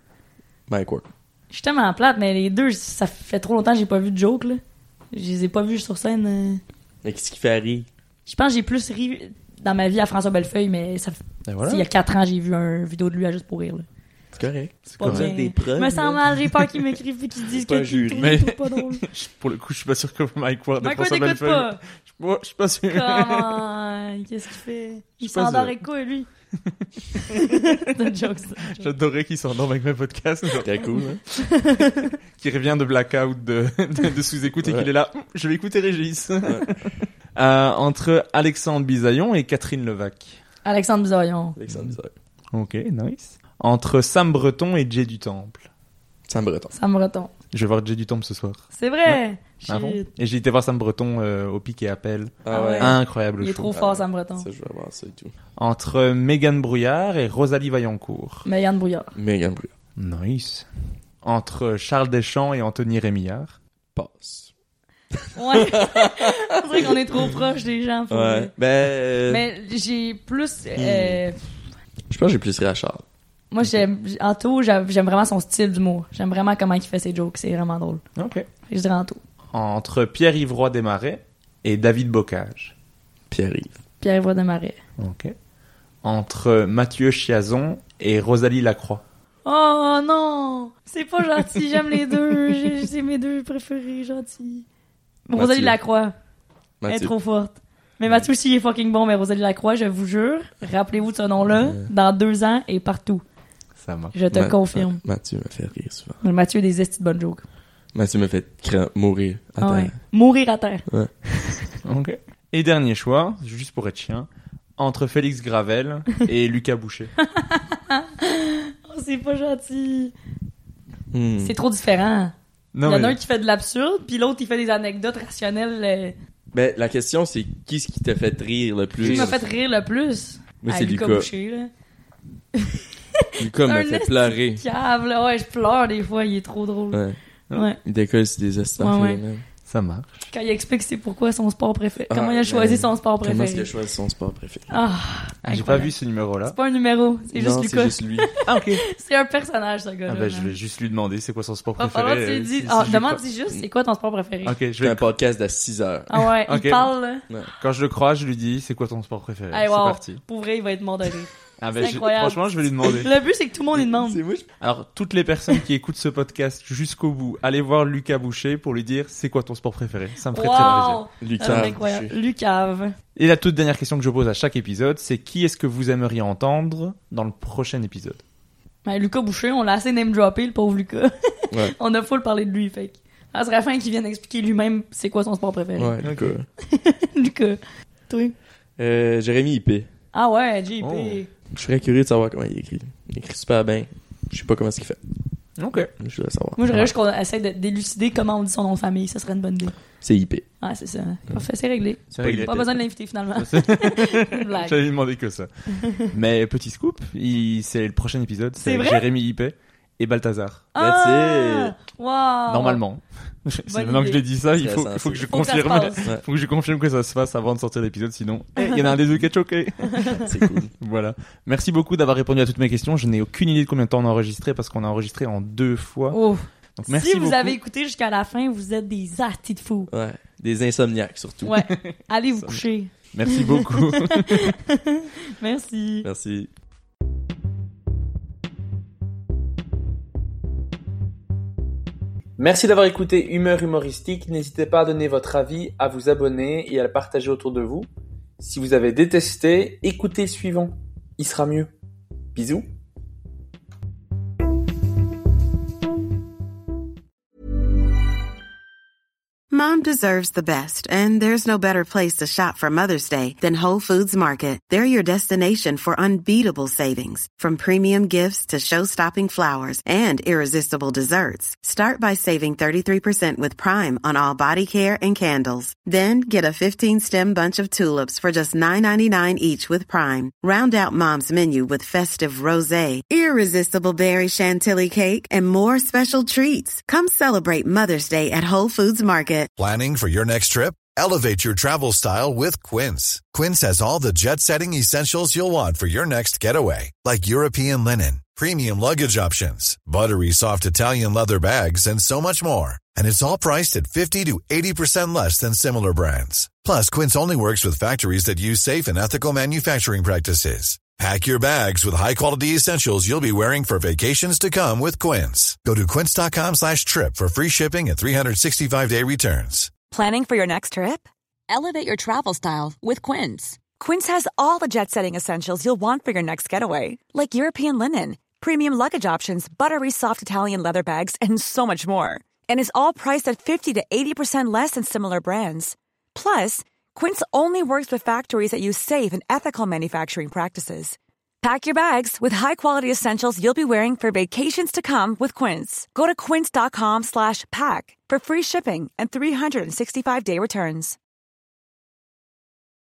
Mike Ward. Je suis tellement plate, mais les deux, ça fait trop longtemps que j'ai pas vu de joke, là. Je les ai pas vus sur scène. Mais qu'est-ce qui fait rire? Je pense que j'ai plus ri dans ma vie à François Bellefeuille, mais ça fait... Ben voilà. Il y a 4 ans, j'ai vu une vidéo de lui à Juste pour rire, là. C'est correct. C'est pas bien. Des preuves. Je me sens mal, j'ai peur qu'ils m'écrivent et qu'ils disent que c'est pas drôle. Pour le coup, je suis pas sûr que Mike Ward Mike Ward n'écoute pas. Je suis pas sûr. Comment? Qu'est-ce qu'il fait? Il s'endort avec quoi, lui? C'est un joke, ça. J'adorais qu'il s'endorme avec mes podcasts. C'est très cool, hein. Qui revient de blackout de sous-écoute et qu'il est là. Je vais écouter Régis. Entre Alexandre Bisaillon et Catherine Levac. Alexandre Bisaillon. Ok, nice. Entre Sam Breton et Jay du Temple. Sam Breton. Je vais voir Jay du Temple ce soir. C'est vrai. Ah bon? Et j'ai été voir Sam Breton au Pic et Appel. Ah ouais. Incroyable show. Il est trop fort, Sam Breton. Ça, je vais voir ça et tout. Entre Mégane Brouillard et Rosalie Vaillancourt. Mégane Brouillard. Nice. Entre Charles Deschamps et Anthony Rémillard. Passe. Ouais. C'est vrai qu'on est trop proches des gens. Ouais. Mais j'ai plus... Je pense que j'ai plus ri à Charles. Moi, j'aime vraiment son style d'humour. J'aime vraiment comment il fait ses jokes. C'est vraiment drôle. Ok. Je dirais Anto. Entre Pierre-Yves Roy Desmarais et David Bocage. Pierre-Yves Roy Desmarais. Ok. Entre Mathieu Chiazon et Rosalie Lacroix. Oh non! C'est pas gentil, j'aime les deux. C'est mes deux préférés, gentils. Rosalie Lacroix. Elle est trop forte. Mais Mathieu aussi est fucking bon, mais Rosalie Lacroix, je vous jure, rappelez-vous de ce nom-là, dans 2 ans et partout. Ça marche. Je te confirme. Mathieu me fait rire souvent. Mathieu a des estis de bonnes jokes. Mathieu me fait mourir à terre. Ouais. Mourir à terre. Ouais. Ok. Et dernier choix, juste pour être chien, entre Félix Gravel et Lucas Boucher. Oh, c'est pas gentil. C'est trop différent. Non, il y en a un qui fait de l'absurde, puis l'autre, il fait des anecdotes rationnelles. Ben, la question, c'est qui ce qui t'a fait rire le plus? Qui m'a fait rire le plus? Moi, c'est Lucas. Boucher, là. Lucas m'a fait pleurer. Cave, là. Ouais, je pleure des fois, il est trop drôle. Ouais. Il décolle sur des astuces. Ouais. Ça marche. Quand il explique c'est pourquoi son sport préféré. Comment il a choisi son sport préféré. Comment est-ce qu'il a choisi son sport préféré? J'ai pas vu ce numéro-là. C'est pas un numéro, c'est juste Lucas. C'est juste lui. Ok. C'est un personnage, ce gars-là. Je vais juste lui demander c'est quoi son sport préféré. Demande-lui juste c'est quoi ton sport préféré. Ok, je vais un podcast de 6 heures. Ah ouais, il parle là. Ouais. Quand je le croise, je lui dis c'est quoi ton sport préféré. Hey, wow. C'est parti. Pour vrai, il va être mort de rire. C'est incroyable. Franchement, je vais lui demander. Le but, c'est que tout le monde lui demande. Alors, toutes les personnes qui écoutent ce podcast jusqu'au bout, allez voir Lucas Boucher pour lui dire c'est quoi ton sport préféré. Ça me ferait très plaisir. Incroyable. Lucas. Et la toute dernière question que je pose à chaque épisode, c'est qui est-ce que vous aimeriez entendre dans le prochain épisode? Lucas Boucher, on l'a assez name-droppé, le pauvre Lucas. Ouais. On a full parlé de lui, fait que... Ça serait fin qu'il vienne expliquer lui-même c'est quoi son sport préféré. Ouais, Lucas. Lucas. Toi? Jérémy Ipé. Ah ouais, JP. Oh. Je serais curieux de savoir comment il écrit. Il écrit super bien. Je sais pas comment est-ce qu'il fait. Ok. Je voudrais savoir. Moi, j'aimerais juste qu'on essaie de d'élucider comment on dit son nom de famille. Ça serait une bonne idée. C'est IP. Ah, c'est ça. Parfait, c'est réglé. Pas besoin de l'inviter, finalement. Blague. J'avais demandé que ça. Mais petit scoop, c'est le prochain épisode. C'est Jérémy Ipé et Balthazar. Ah! Wow! Normalement. C'est maintenant que je l'ai dit ça, il faut que je confirme. Faut que je confirme que ça se fasse avant de sortir l'épisode, sinon il y en a un des deux qui est choqué. C'est cool. Voilà. Merci beaucoup d'avoir répondu à toutes mes questions. Je n'ai aucune idée de combien de temps on a enregistré parce qu'on a enregistré en 2 fois. Oh. Donc merci si vous beaucoup. avez écouté jusqu'à la fin, vous êtes des artis de fous. Ouais. Des insomniaques surtout. Ouais. Allez vous coucher. Merci beaucoup. Merci. Merci. Merci d'avoir écouté Humeur Humoristique. N'hésitez pas à donner votre avis, à vous abonner et à le partager autour de vous. Si vous avez détesté, écoutez le suivant. Il sera mieux. Bisous. Mom deserves the best, and there's no better place to shop for Mother's Day than Whole Foods Market. They're your destination for unbeatable savings, from premium gifts to show-stopping flowers and irresistible desserts. Start by saving 33% with Prime on all body care and candles. Then get a 15-stem bunch of tulips for just $9.99 each with Prime. Round out Mom's menu with festive rosé, irresistible berry chantilly cake, and more special treats. Come celebrate Mother's Day at Whole Foods Market. Planning for your next trip? Elevate your travel style with Quince. Quince has all the jet-setting essentials you'll want for your next getaway, like European linen, premium luggage options, buttery soft Italian leather bags, and so much more. And it's all priced at 50 to 80% less than similar brands. Plus, Quince only works with factories that use safe and ethical manufacturing practices. Pack your bags with high-quality essentials you'll be wearing for vacations to come with Quince. Go to quince.com/trip for free shipping and 365-day returns. Planning for your next trip? Elevate your travel style with Quince. Quince has all the jet-setting essentials you'll want for your next getaway, like European linen, premium luggage options, buttery soft Italian leather bags, and so much more. And is all priced at 50 to 80% less than similar brands. Plus, Quince only works with factories that use safe and ethical manufacturing practices. Pack your bags with high-quality essentials you'll be wearing for vacations to come with Quince. Go to quince.com/pack for free shipping and 365-day returns.